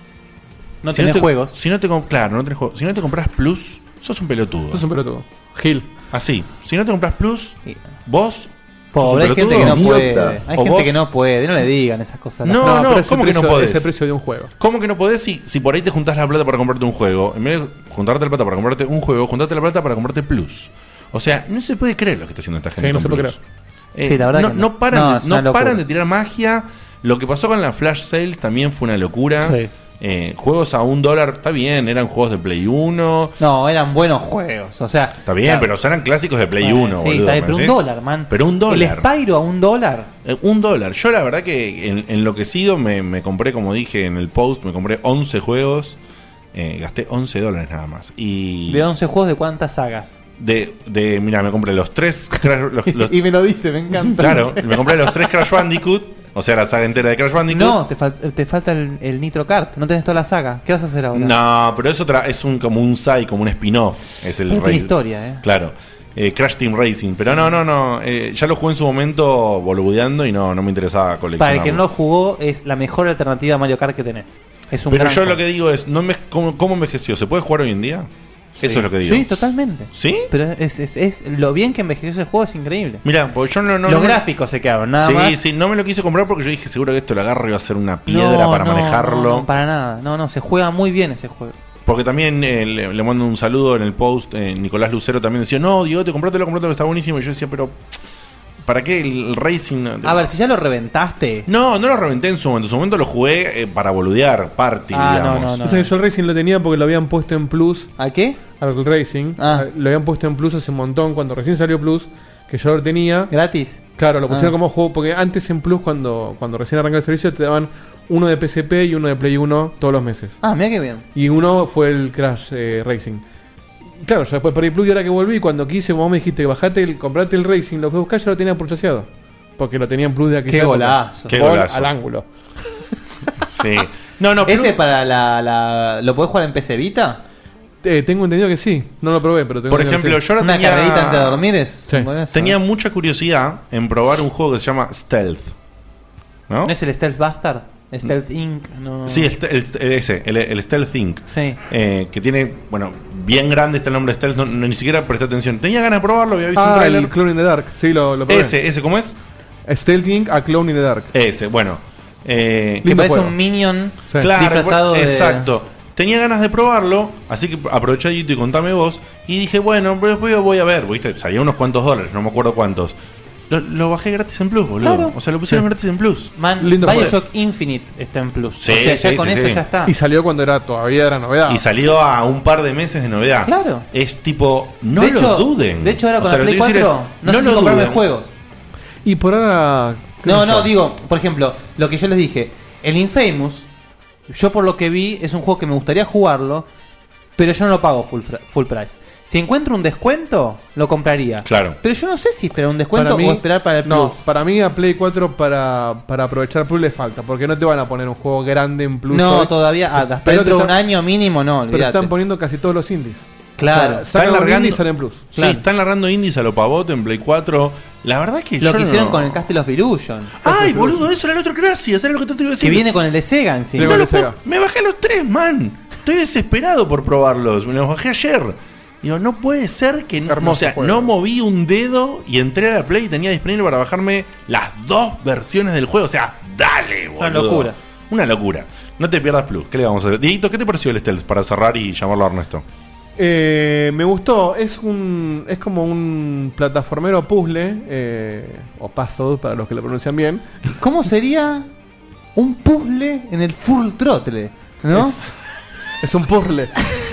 No
Si
tenés
te-
juegos.
Si no te com- claro, no tenés juegos. Si no te compras Plus, sos un pelotudo.
Sos un pelotudo. Gil.
Así. Si no te compras Plus, vos.
Pobre, hay
sos un
gente que no
pelotudo.
puede. Hay
O
gente
vos-
que no puede. No le digan esas cosas. a la
No,
gente.
no,
pero ese
¿cómo que no
precio-
podés?
Es el precio de un juego.
¿Cómo que no podés si, si por ahí te juntás la plata para comprarte un juego? En vez de juntarte la plata para comprarte un juego, juntarte la plata para comprarte Plus. O sea, no se puede creer lo que está haciendo esta gente.
Sí, no
con
se puede
Plus.
Sí, la verdad
no,
que no.
no paran,
No,
de,
es una
no
locura.
paran de tirar magia. Lo que pasó con la Flash Sales también fue una locura.
Sí.
Eh, juegos a un dólar, está bien, eran juegos de Play uno.
No, eran buenos juegos. O sea.
Está bien,
claro.
pero eran clásicos de Play
Bueno,
uno.
Sí,
boludo,
está bien,
¿me
pero un
decís?
dólar, man.
Pero un dólar.
El Spyro a un dólar.
Eh, un dólar. Yo la verdad que en- enloquecido me, me compré, como dije en el post, me compré once juegos. Eh, gasté once dólares nada más. Y
De once juegos, ¿de cuántas sagas?
de, de mira, me compré los tres Crash- los- los-
Y me lo dice, me encanta.
claro, me compré los tres Crash Bandicoot, o sea, la saga entera de Crash Bandicoot.
No, te, fal- te falta el, el Nitro Kart. No tenés toda la saga. ¿Qué vas a hacer ahora?
No, pero es otra, es un como un side, como un spin-off, es el
Pero tiene
Race-
historia, eh.
Claro. Eh, Crash Team Racing, pero no, no, no, eh, ya lo jugué en su momento boludeando y no, no me interesaba coleccionarlo.
Para el que no lo jugó, es la mejor alternativa a Mario Kart que tenés. Es un
Pero
gran
yo
juego.
lo que digo es, no me, ¿cómo, ¿cómo envejeció? ¿Se puede jugar hoy en día? Eso es lo que digo.
Sí, totalmente.
¿Sí?
Pero es, es, es- lo bien que envejeció ese juego es increíble.
Mira, porque yo no... no
Los
no-
gráficos se quedaron, nada
sí,
más.
sí, no me lo quise comprar porque yo dije seguro que esto lo agarro y va a ser una piedra
No,
para
no,
manejarlo.
No, no, para nada. No, no, se juega muy bien ese juego.
Porque también eh, le, le mando un saludo en el post. eh, Nicolás Lucero también decía: no, Diego, te comprátelo, comprátelo, está buenísimo. Y yo decía: pero, ¿para qué el, el Racing?
A ver, si ya lo reventaste.
No, no lo reventé en su momento. En su momento lo jugué eh, para boludear, party,
Ah, no,
digamos.
no, no.
O sea, yo el Racing lo tenía porque lo habían puesto en Plus.
¿A qué?
Al Racing.
Ah.
Eh, Lo habían puesto en Plus hace un montón. Cuando recién salió Plus, que yo lo tenía.
¿Gratis?
Claro, lo pusieron
Ah.
como juego. Porque antes en Plus, cuando, cuando recién arrancaba el servicio, te daban uno de P S P y uno de Play uno todos los meses.
Ah, mira qué bien.
Y uno fue el Crash eh, Racing. Claro, yo después perdí Plus y ahora que volví, cuando quise, vos me dijiste, bajate el, comprate el Racing, lo fui a buscar, ya lo tenía purchaseado. Porque lo tenía en Plus de aquella
Qué
época.
golazo.
Qué
Gol
golazo.
al ángulo.
Sí. No, no,
¿Ese
Plus-
para la, la. ¿Lo podés jugar en P C Vita?
Eh, tengo entendido que sí. No lo probé, pero tengo
por
entendido
ejemplo,
que sí.
yo ahora
Una
tenía,
carrerita antes de dormir es.
Sí.
bueno, eso,
tenía
¿eh?
mucha curiosidad en probar un juego que se llama Stealth. ¿No?
¿No es el Stealth Bastard? Stealth Incorporated. No.
Sí, el, el- el- ese, el, el Stealth Inc.
Sí.
Eh, que tiene, bueno, bien grande está el nombre de Stealth, no, no- ni siquiera presté atención. Tenía ganas de probarlo, había visto un
Ah,
trailer.
el Clone in the Dark. Sí, lo, lo probé.
Ese, ese, ¿cómo es?
Stealth Inc a Clone in the Dark.
Ese, bueno. Eh,
Que
Lindo
parece
juego.
un Minion
Sí.
claro,
disfrazado de.
exacto. Tenía ganas de probarlo, así que aprovechadito y contame vos. Y dije, bueno, pues voy, voy a ver, ¿viste? Salía unos cuantos dólares, no me acuerdo cuántos. Lo, lo bajé gratis en Plus, boludo.
Claro.
O sea, lo pusieron
Sí.
gratis en Plus.
Man,
Lindo
Bioshock Infinite está en Plus.
Sí,
o sea, ya
sí,
con
sí,
eso
sí.
ya está.
Y salió cuando era todavía era novedad.
Y salió a un par de meses de novedad.
Claro.
Es tipo, no
de
lo
hecho,
duden.
De hecho, ahora
O
con
sea,
la
lo
Play
que quiero
cuatro
decir es,
no, sé si
lo
comprarme
duden.
juegos.
Y por ahora. qué
No,
sé
no,
yo.
digo, por ejemplo, lo que yo les dije, el Infamous, yo por lo que vi, es un juego que me gustaría jugarlo, pero yo no lo pago full, fra- full price. Si encuentro un descuento, lo compraría.
Claro.
Pero yo no sé si esperar un descuento
Para mí-
o esperar para el Plus.
No, para mí a Play cuatro para, para aprovechar Plus le falta. Porque no te van a poner un juego grande en Plus.
No,
hoy.
todavía, ah, hasta
Pero
dentro
te
de un
están-
año mínimo no,
Pero
olvídate.
están poniendo casi todos los indies.
Claro.
O sea,
Están
sacan un
largando
indie y salen plus.
Sí,
Claro.
están largando indies a lo pavote en Play cuatro. La verdad que
Lo
yo
que hicieron
no-
con el Castle of Illusion.
Ay, boludo, eso era el otro gracias, era lo que te iba a decir.
Que viene con el de Sega encima.
No
Con
lo
el Sega.
puedo- me bajé los tres, man. Estoy desesperado por probarlos. Me los bajé ayer. Digo, no puede ser que no,
Hermoso
o sea,
juego.
no moví un dedo y entré a la Play y tenía disponible para bajarme las dos versiones del juego. O sea, dale, boludo.
Una locura.
Una locura. No te pierdas Plus. ¿Qué le vamos a hacer? Dieguito, ¿qué te pareció el Stealth para cerrar y llamarlo a Ernesto?
Eh, me gustó, es un es como un plataformero puzzle, eh, o puzzle para los que lo pronuncian bien.
¿Cómo sería un puzzle en el Full Throttle? ¿No?
Es un puzzle.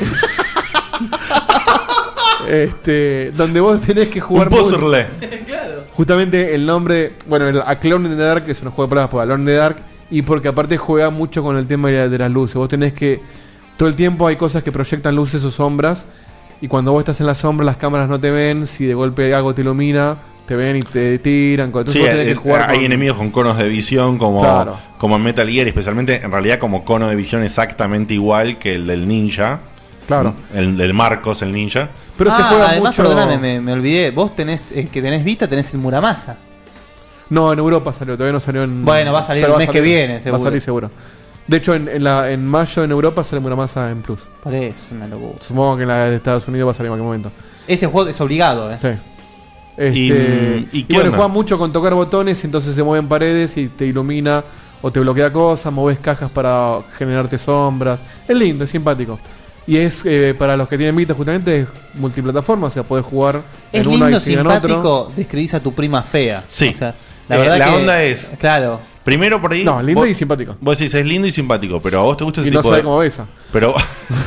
este, donde vos tenés que jugar
Un puzzle.
justamente el nombre, bueno, el Alone in the Dark es un juego de pruebas por Alone in the Dark y porque aparte juega mucho con el tema de, la- de las luces. Vos tenés que todo el tiempo hay cosas que proyectan luces o sombras y cuando vos estás en la sombra las cámaras no te ven, si de golpe algo te ilumina, te ven y te tiran. Entonces
Sí,
vos tenés
eh,
que jugar
hay
con-
enemigos con conos de visión como,
Claro.
como en Metal Gear, especialmente en realidad como cono de visión exactamente igual que el del ninja.
Claro.
¿no? El del Marcos, el ninja.
Pero se
Ah,
juega
además,
mucho.
perdóname, me, me olvidé. Vos tenés, el que tenés Vita, tenés el Muramasa.
No, en Europa salió, todavía no salió en.
Bueno, va a salir
pero
el mes que viene,
Va
seguro.
a salir seguro. De hecho, en, en, la, en mayo en Europa sale Muramasa en Plus.
Por eso, una locura.
Supongo que en la de Estados Unidos va a salir en cualquier momento.
Ese juego es obligado, ¿eh?
Sí. Este,
¿Y,
y,
y qué
bueno,
onda?
juega mucho con tocar botones, y entonces se mueven paredes y te ilumina o te bloquea cosas, moves cajas para generarte sombras. Es lindo, es simpático. Y es eh, para los que tienen Vita, justamente es multiplataforma, o sea, podés jugar
Es
en una
lindo,
y seguir en otro.
simpático, describís a tu prima fea.
Sí.
O sea, la
Eh,
verdad
la
que,
onda es-
Claro.
Primero por ahí.
No, lindo
vos-
y simpático.
Vos decís, es lindo y simpático, pero a vos te gusta ese
Y no
tipo
sabe
de.
cómo besa.
Pero.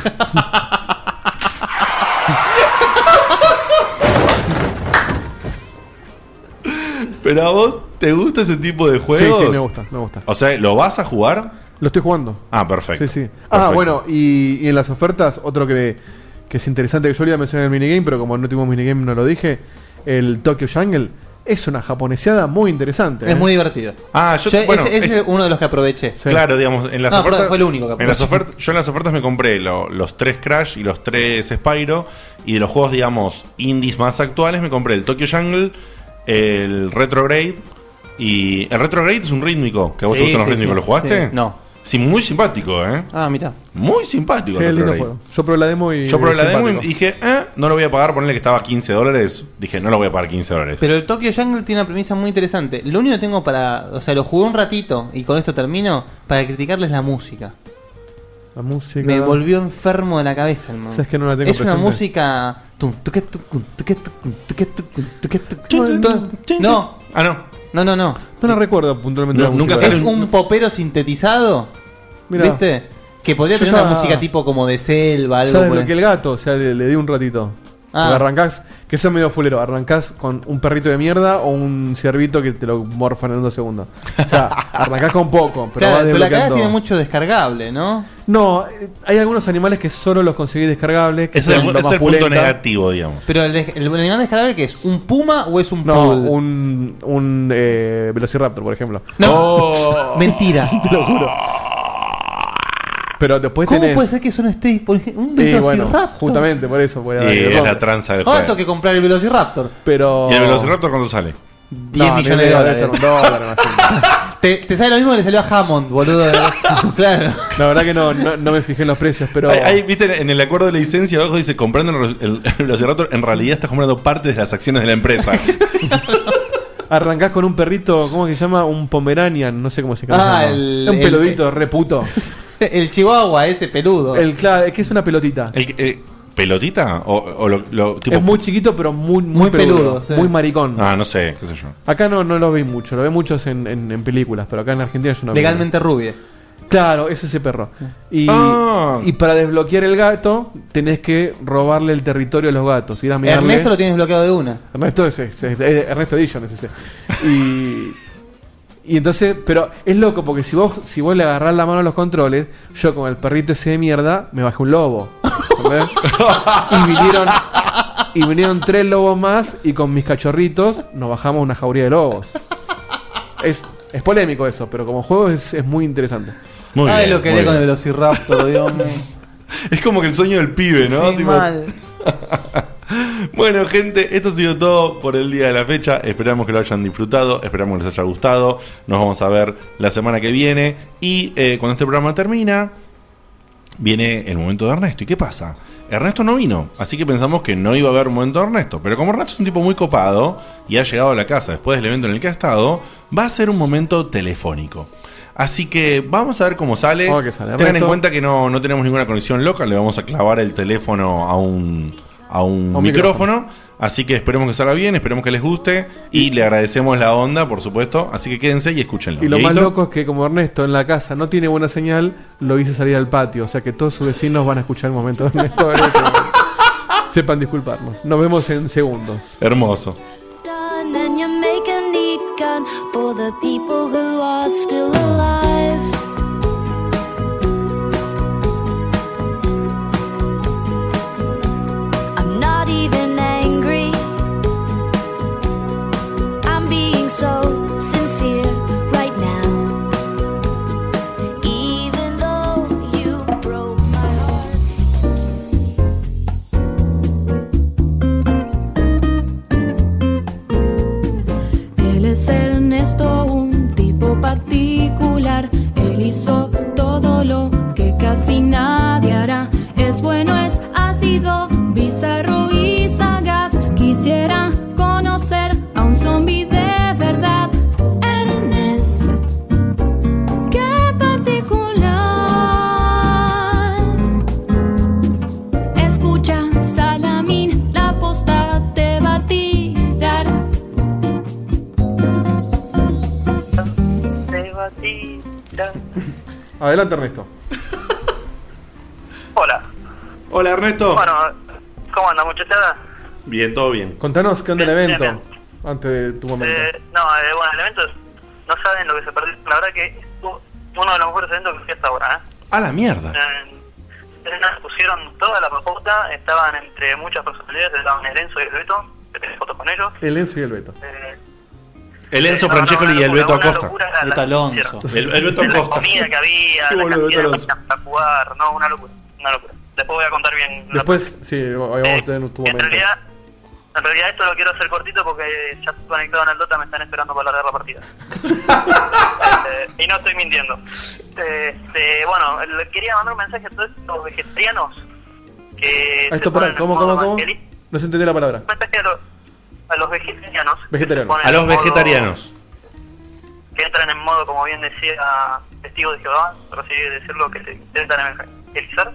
Pero a vos te gusta ese tipo de
Sí,
juegos.
sí, me gusta, me gusta.
O sea, ¿lo vas a jugar?
Lo estoy jugando.
Ah, perfecto.
Sí, sí. Ah,
Perfecto.
bueno, y, y en las ofertas, otro que, que es interesante, que yo le iba a mencionar en el minigame, pero como no tuvimos minigame no lo dije, el Tokyo Jungle es una japoneseada muy interesante.
Es
¿eh?
muy divertido.
Ah, yo,
Yo-
bueno,
ese, ese
es-
es uno de los que aproveché.
Sí.
Claro, digamos, en las
No,
ofertas.
perdón, fue el único que
en las
aproveché.
ofertas yo en las ofertas me compré lo- los tres Crash y los tres Spyro. Y de los juegos, digamos, indies más actuales, me compré el Tokyo Jungle, el Retrograde. Y el Retrograde es un rítmico. ¿Que a vos
Sí,
te gustan los
sí,
rítmicos?
sí.
¿Lo jugaste?
Sí. No.
Sí, muy simpático, ¿eh?
Ah, mitad.
Muy simpático
Sí,
el
es lindo
Retrograde.
juego. Yo probé la demo y.
Yo probé la demo y
simpático.
dije, eh, no lo voy a pagar, ponerle que estaba a quince dólares. Dije, no lo voy a pagar quince dólares.
Pero el Tokyo Jungle tiene una premisa muy interesante. Lo único que tengo para. O sea, lo jugué un ratito y con esto termino. Para criticarles la música.
La música.
Me volvió enfermo de la cabeza el
Sabes que no la tengo
Es una
presente.
música. tum, tuque, tucum, tuque, tucum, tuque, tucum, tuque, tucum, todo- No,
Ah, no.
no, no, no.
No la recuerdo puntualmente.
No,
la
nunca
música.
sale
Es un popero sintetizado.
Mirá.
¿Viste? Que podría
Yo
tener una
ya-
música tipo como de selva, algo
¿Sabes
por
lo
el-
que el gato? O sea, le, le di un ratito.
Ah.
Porque arrancás, que eso es medio fulero. Arrancás con un perrito de mierda o un ciervito que te lo morfan en dos segundos. O sea, arrancás con poco, pero
Claro,
vas
pero la cara
desbloqueando.
tiene mucho descargable, ¿no?
No, eh, hay algunos animales que solo los conseguís descargables. Que
Ese es
son
el,
lo
ese es
más
el punto
pulenta.
negativo, digamos.
Pero el, de- el animal descargable, ¿qué es? ¿Un puma o es un
No,
poodle?
un, un eh, velociraptor, por ejemplo.
No,
Oh.
mentira.
Te lo juro. Pero después
¿Cómo
tenés.
puede ser que eso no esté por ejemplo, un
Sí, bueno,
velociraptor?
justamente por eso. Voy a
Y es la tranza del
Ahora
juego.
tengo que comprar el velociraptor.
Pero.
¿Y el Velociraptor cuánto sale?
diez
No,
millones de
debe
dólares.
estar un dólar, más o menos.
Te, te sale lo mismo que le salió a Hammond, boludo. Claro.
La verdad que no, no, no me fijé en los precios, pero.
Hay, hay, viste, en el acuerdo de licencia abajo dice comprando el, el, el Velociraptor, en realidad estás comprando parte de las acciones de la empresa.
Arrancás con un perrito, ¿cómo que se llama? Un Pomeranian, no sé cómo se llama.
Ah, el-
un
el-
peludito, reputo.
El chihuahua, ese peludo.
El, claro, es que es una pelotita.
El, que- eh, ¿Pelotita? ¿O, o lo, lo- tipo.?
Es muy chiquito, pero muy, muy,
Muy
peludo,
peludo, sí.
muy maricón.
Ah, no sé, qué sé yo.
Acá no, no lo vi mucho, lo vi muchos en, en, en películas, pero acá en Argentina yo no vi.
Legalmente rubia.
Claro, es ese perro. Y,
Ah.
y para desbloquear el gato, tenés que robarle el territorio a los gatos. Ir a mirarle.
Ernesto lo tienes bloqueado de una.
Ernesto es, es- es- es- Ernesto Edition es ese. Y, y entonces, pero es loco porque si vos, si vos le agarrás la mano a los controles, yo con el perrito ese de mierda me bajé un lobo. ¿Entendés? y vinieron y vinieron tres lobos más y con mis cachorritos nos bajamos una jauría de lobos. Es, es polémico eso, pero como juego es, es muy interesante.
Muy
Ay,
bien,
lo quería
muy
con el
bien.
velociraptor, Dios mío.
Es como que el sueño del pibe, ¿no?
Sí,
Tipo,
mal.
Bueno, gente, esto ha sido todo por el día de la fecha. Esperamos que lo hayan disfrutado, esperamos que les haya gustado. Nos vamos a ver la semana que viene. Y eh, cuando este programa termina, viene el momento de Ernesto. ¿Y qué pasa? Ernesto no vino, así que pensamos que no iba a haber un momento de Ernesto. Pero como Ernesto es un tipo muy copado y ha llegado a la casa después del evento en el que ha estado, va a ser un momento telefónico. Así que vamos a ver cómo sale.
Oh, que sale.
Tengan en
Ernesto.
cuenta que no, no tenemos ninguna conexión local. Le vamos a clavar el teléfono a un, a un,
A un
micrófono.
micrófono.
Así que esperemos que salga bien, esperemos que les guste. Y le agradecemos la onda, por supuesto. Así que quédense y escúchenlo.
Y lo más
Dieguito.
loco es que como Ernesto en la casa no tiene buena señal, lo hice salir al patio. O sea que todos sus vecinos van a escuchar el momento de Ernesto. Sepan disculparnos. Nos vemos en segundos.
Hermoso.
Done, and you make a neat gun for the people who are still alive. I'm not even angry. I'm being so sincere right now. Even though you broke my heart.
Él es Ernesto, un tipo particular. Él hizo todo lo que casi nadie hará. Es bueno, es ácido, bizarro y sagaz. Quisiera conocer a un zombie de verdad. Ernest, qué particular. Escucha, Salamín, la posta te va a tirar.
Adelante, Ernesto.
Hola.
Hola, Ernesto.
Bueno, ¿cómo anda, muchachada?
Bien, todo bien.
Contanos qué onda el
Bien,
evento.
bien,
Antes de tu momento.
Eh, no, eh, bueno, el evento, no saben lo que se perdió. La verdad que estuvo uno de los mejores eventos que fui hasta ahora, ¿eh?
A la mierda.
Eh, nos pusieron toda la propuesta, estaban entre muchas personalidades, estaban el Enzo y el Beto, que tenés fotos con ellos.
El Enzo y el Beto.
Eh,
El Enzo
no, no,
Francescoli
una
y el
locura,
Beto
una
Acosta.
locura la-
Beto
la
Alonso.
hicieron.
El, el Beto
La
Acosta.
comida que había,
Qué
la
boludo,
cantidad de
Beto
cosas para jugar, no, una locura, una locura. Después voy a contar bien. la
Después, sí, vamos a tener tu
En
momento.
realidad, en realidad esto lo quiero hacer cortito porque ya estoy conectado en el Dota, me están esperando para largar la partida. Este, y no estoy mintiendo. Este, bueno, le quería mandar un mensaje a todos estos vegetarianos que
Ah, esto
se
para,
ponen
¿cómo,
en
cómo,
modo
cómo?
evangelista.
No se entendió la palabra.
Un mensaje a los, a los vegetarianos.
Vegetarianos.
que se ponen
A los
en modo-
vegetarianos.
Que entran en modo, como bien decía, testigo de Jehová, por así decirlo, que se intentan evangelizar.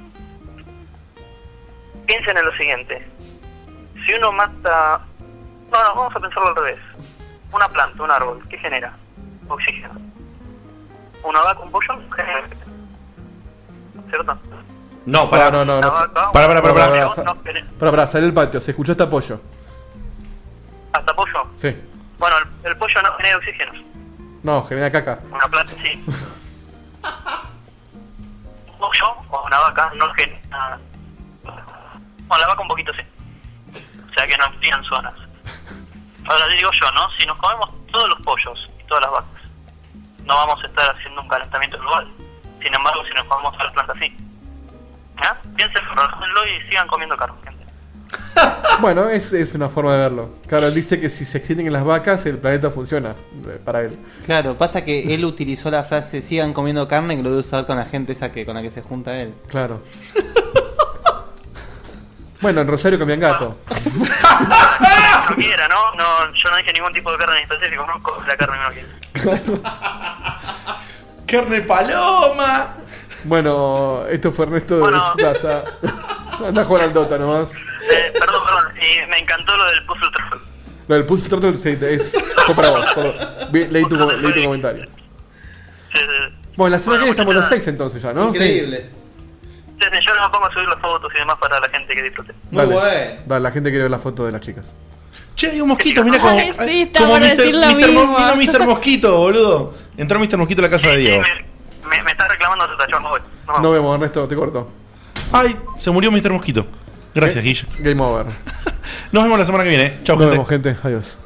Piensen en lo siguiente. Si uno mata... No, no, vamos a pensarlo al revés. Una planta, un árbol, ¿qué genera? Oxígeno. Una vaca, un pollo, genera... ¿Cierto?
No, para.
No, no, no.
Una
no.
vaca,
Para, para, para,
un
para.
pollo,
para.
no genera-
Para, para, salir del patio. Se escuchó hasta pollo.
¿Hasta pollo?
Sí.
Bueno, el, el pollo no genera oxígeno.
No, genera caca.
Una planta sí. Un pollo o una vaca no genera... Bueno, la vaca un poquito sí. O sea que no enfrían zonas. Ahora digo yo, ¿no? Si nos comemos todos los pollos y todas las vacas, no vamos a estar haciendo un calentamiento global. Sin embargo, si nos comemos a las plantas sí. ¿Ah? Piensen, relájenlo y sigan comiendo carne, gente.
Bueno, es, es una forma de verlo. Claro, él dice que si se extienden las vacas, el planeta funciona eh, para él.
Claro, pasa que él utilizó la frase sigan comiendo carne, que lo debe usar con la gente esa que con la que se junta él.
Claro. Bueno, en Rosario cambian gato.
No quiera, ¿no? No, yo no dije ningún tipo de carne en específico, no coge la carne que uno quiere.
¡Carne paloma!
Bueno, esto fue Ernesto de
Bueno.
su casa. Anda a jugar al Dota nomás.
Eh, perdón, perdón, y me encantó lo del puzzle troll.
Lo del Puzzle Turtle sí, es, fue para vos. fue- vi- leí, tu, leí tu comentario.
Sí, sí.
Bueno, la semana que viene estamos los
muchachada,
seis entonces ya, ¿no?
Increíble.
sí, sí, yo me pongo a subir las fotos y demás para la gente que disfrute.
Muy
Dale.
bueno.
Dale, la gente quiere ver la foto de las chicas.
Che, hay un mosquito, mira como.
Ay, sí, está
como
por
mister
decir lo
mister Mo-
mismo.
vino mister Mosquito, boludo. Entró mister Mosquito a la casa de
Sí,
Diego.
me, me, me está reclamando su tachón, no voy. No,
Nos vemos, Ernesto, te corto.
Ay, se murió mister Mosquito. Gracias, Guille.
Game over.
Nos vemos la semana que viene. Chau,
Nos
gente.
vemos, gente. Adiós.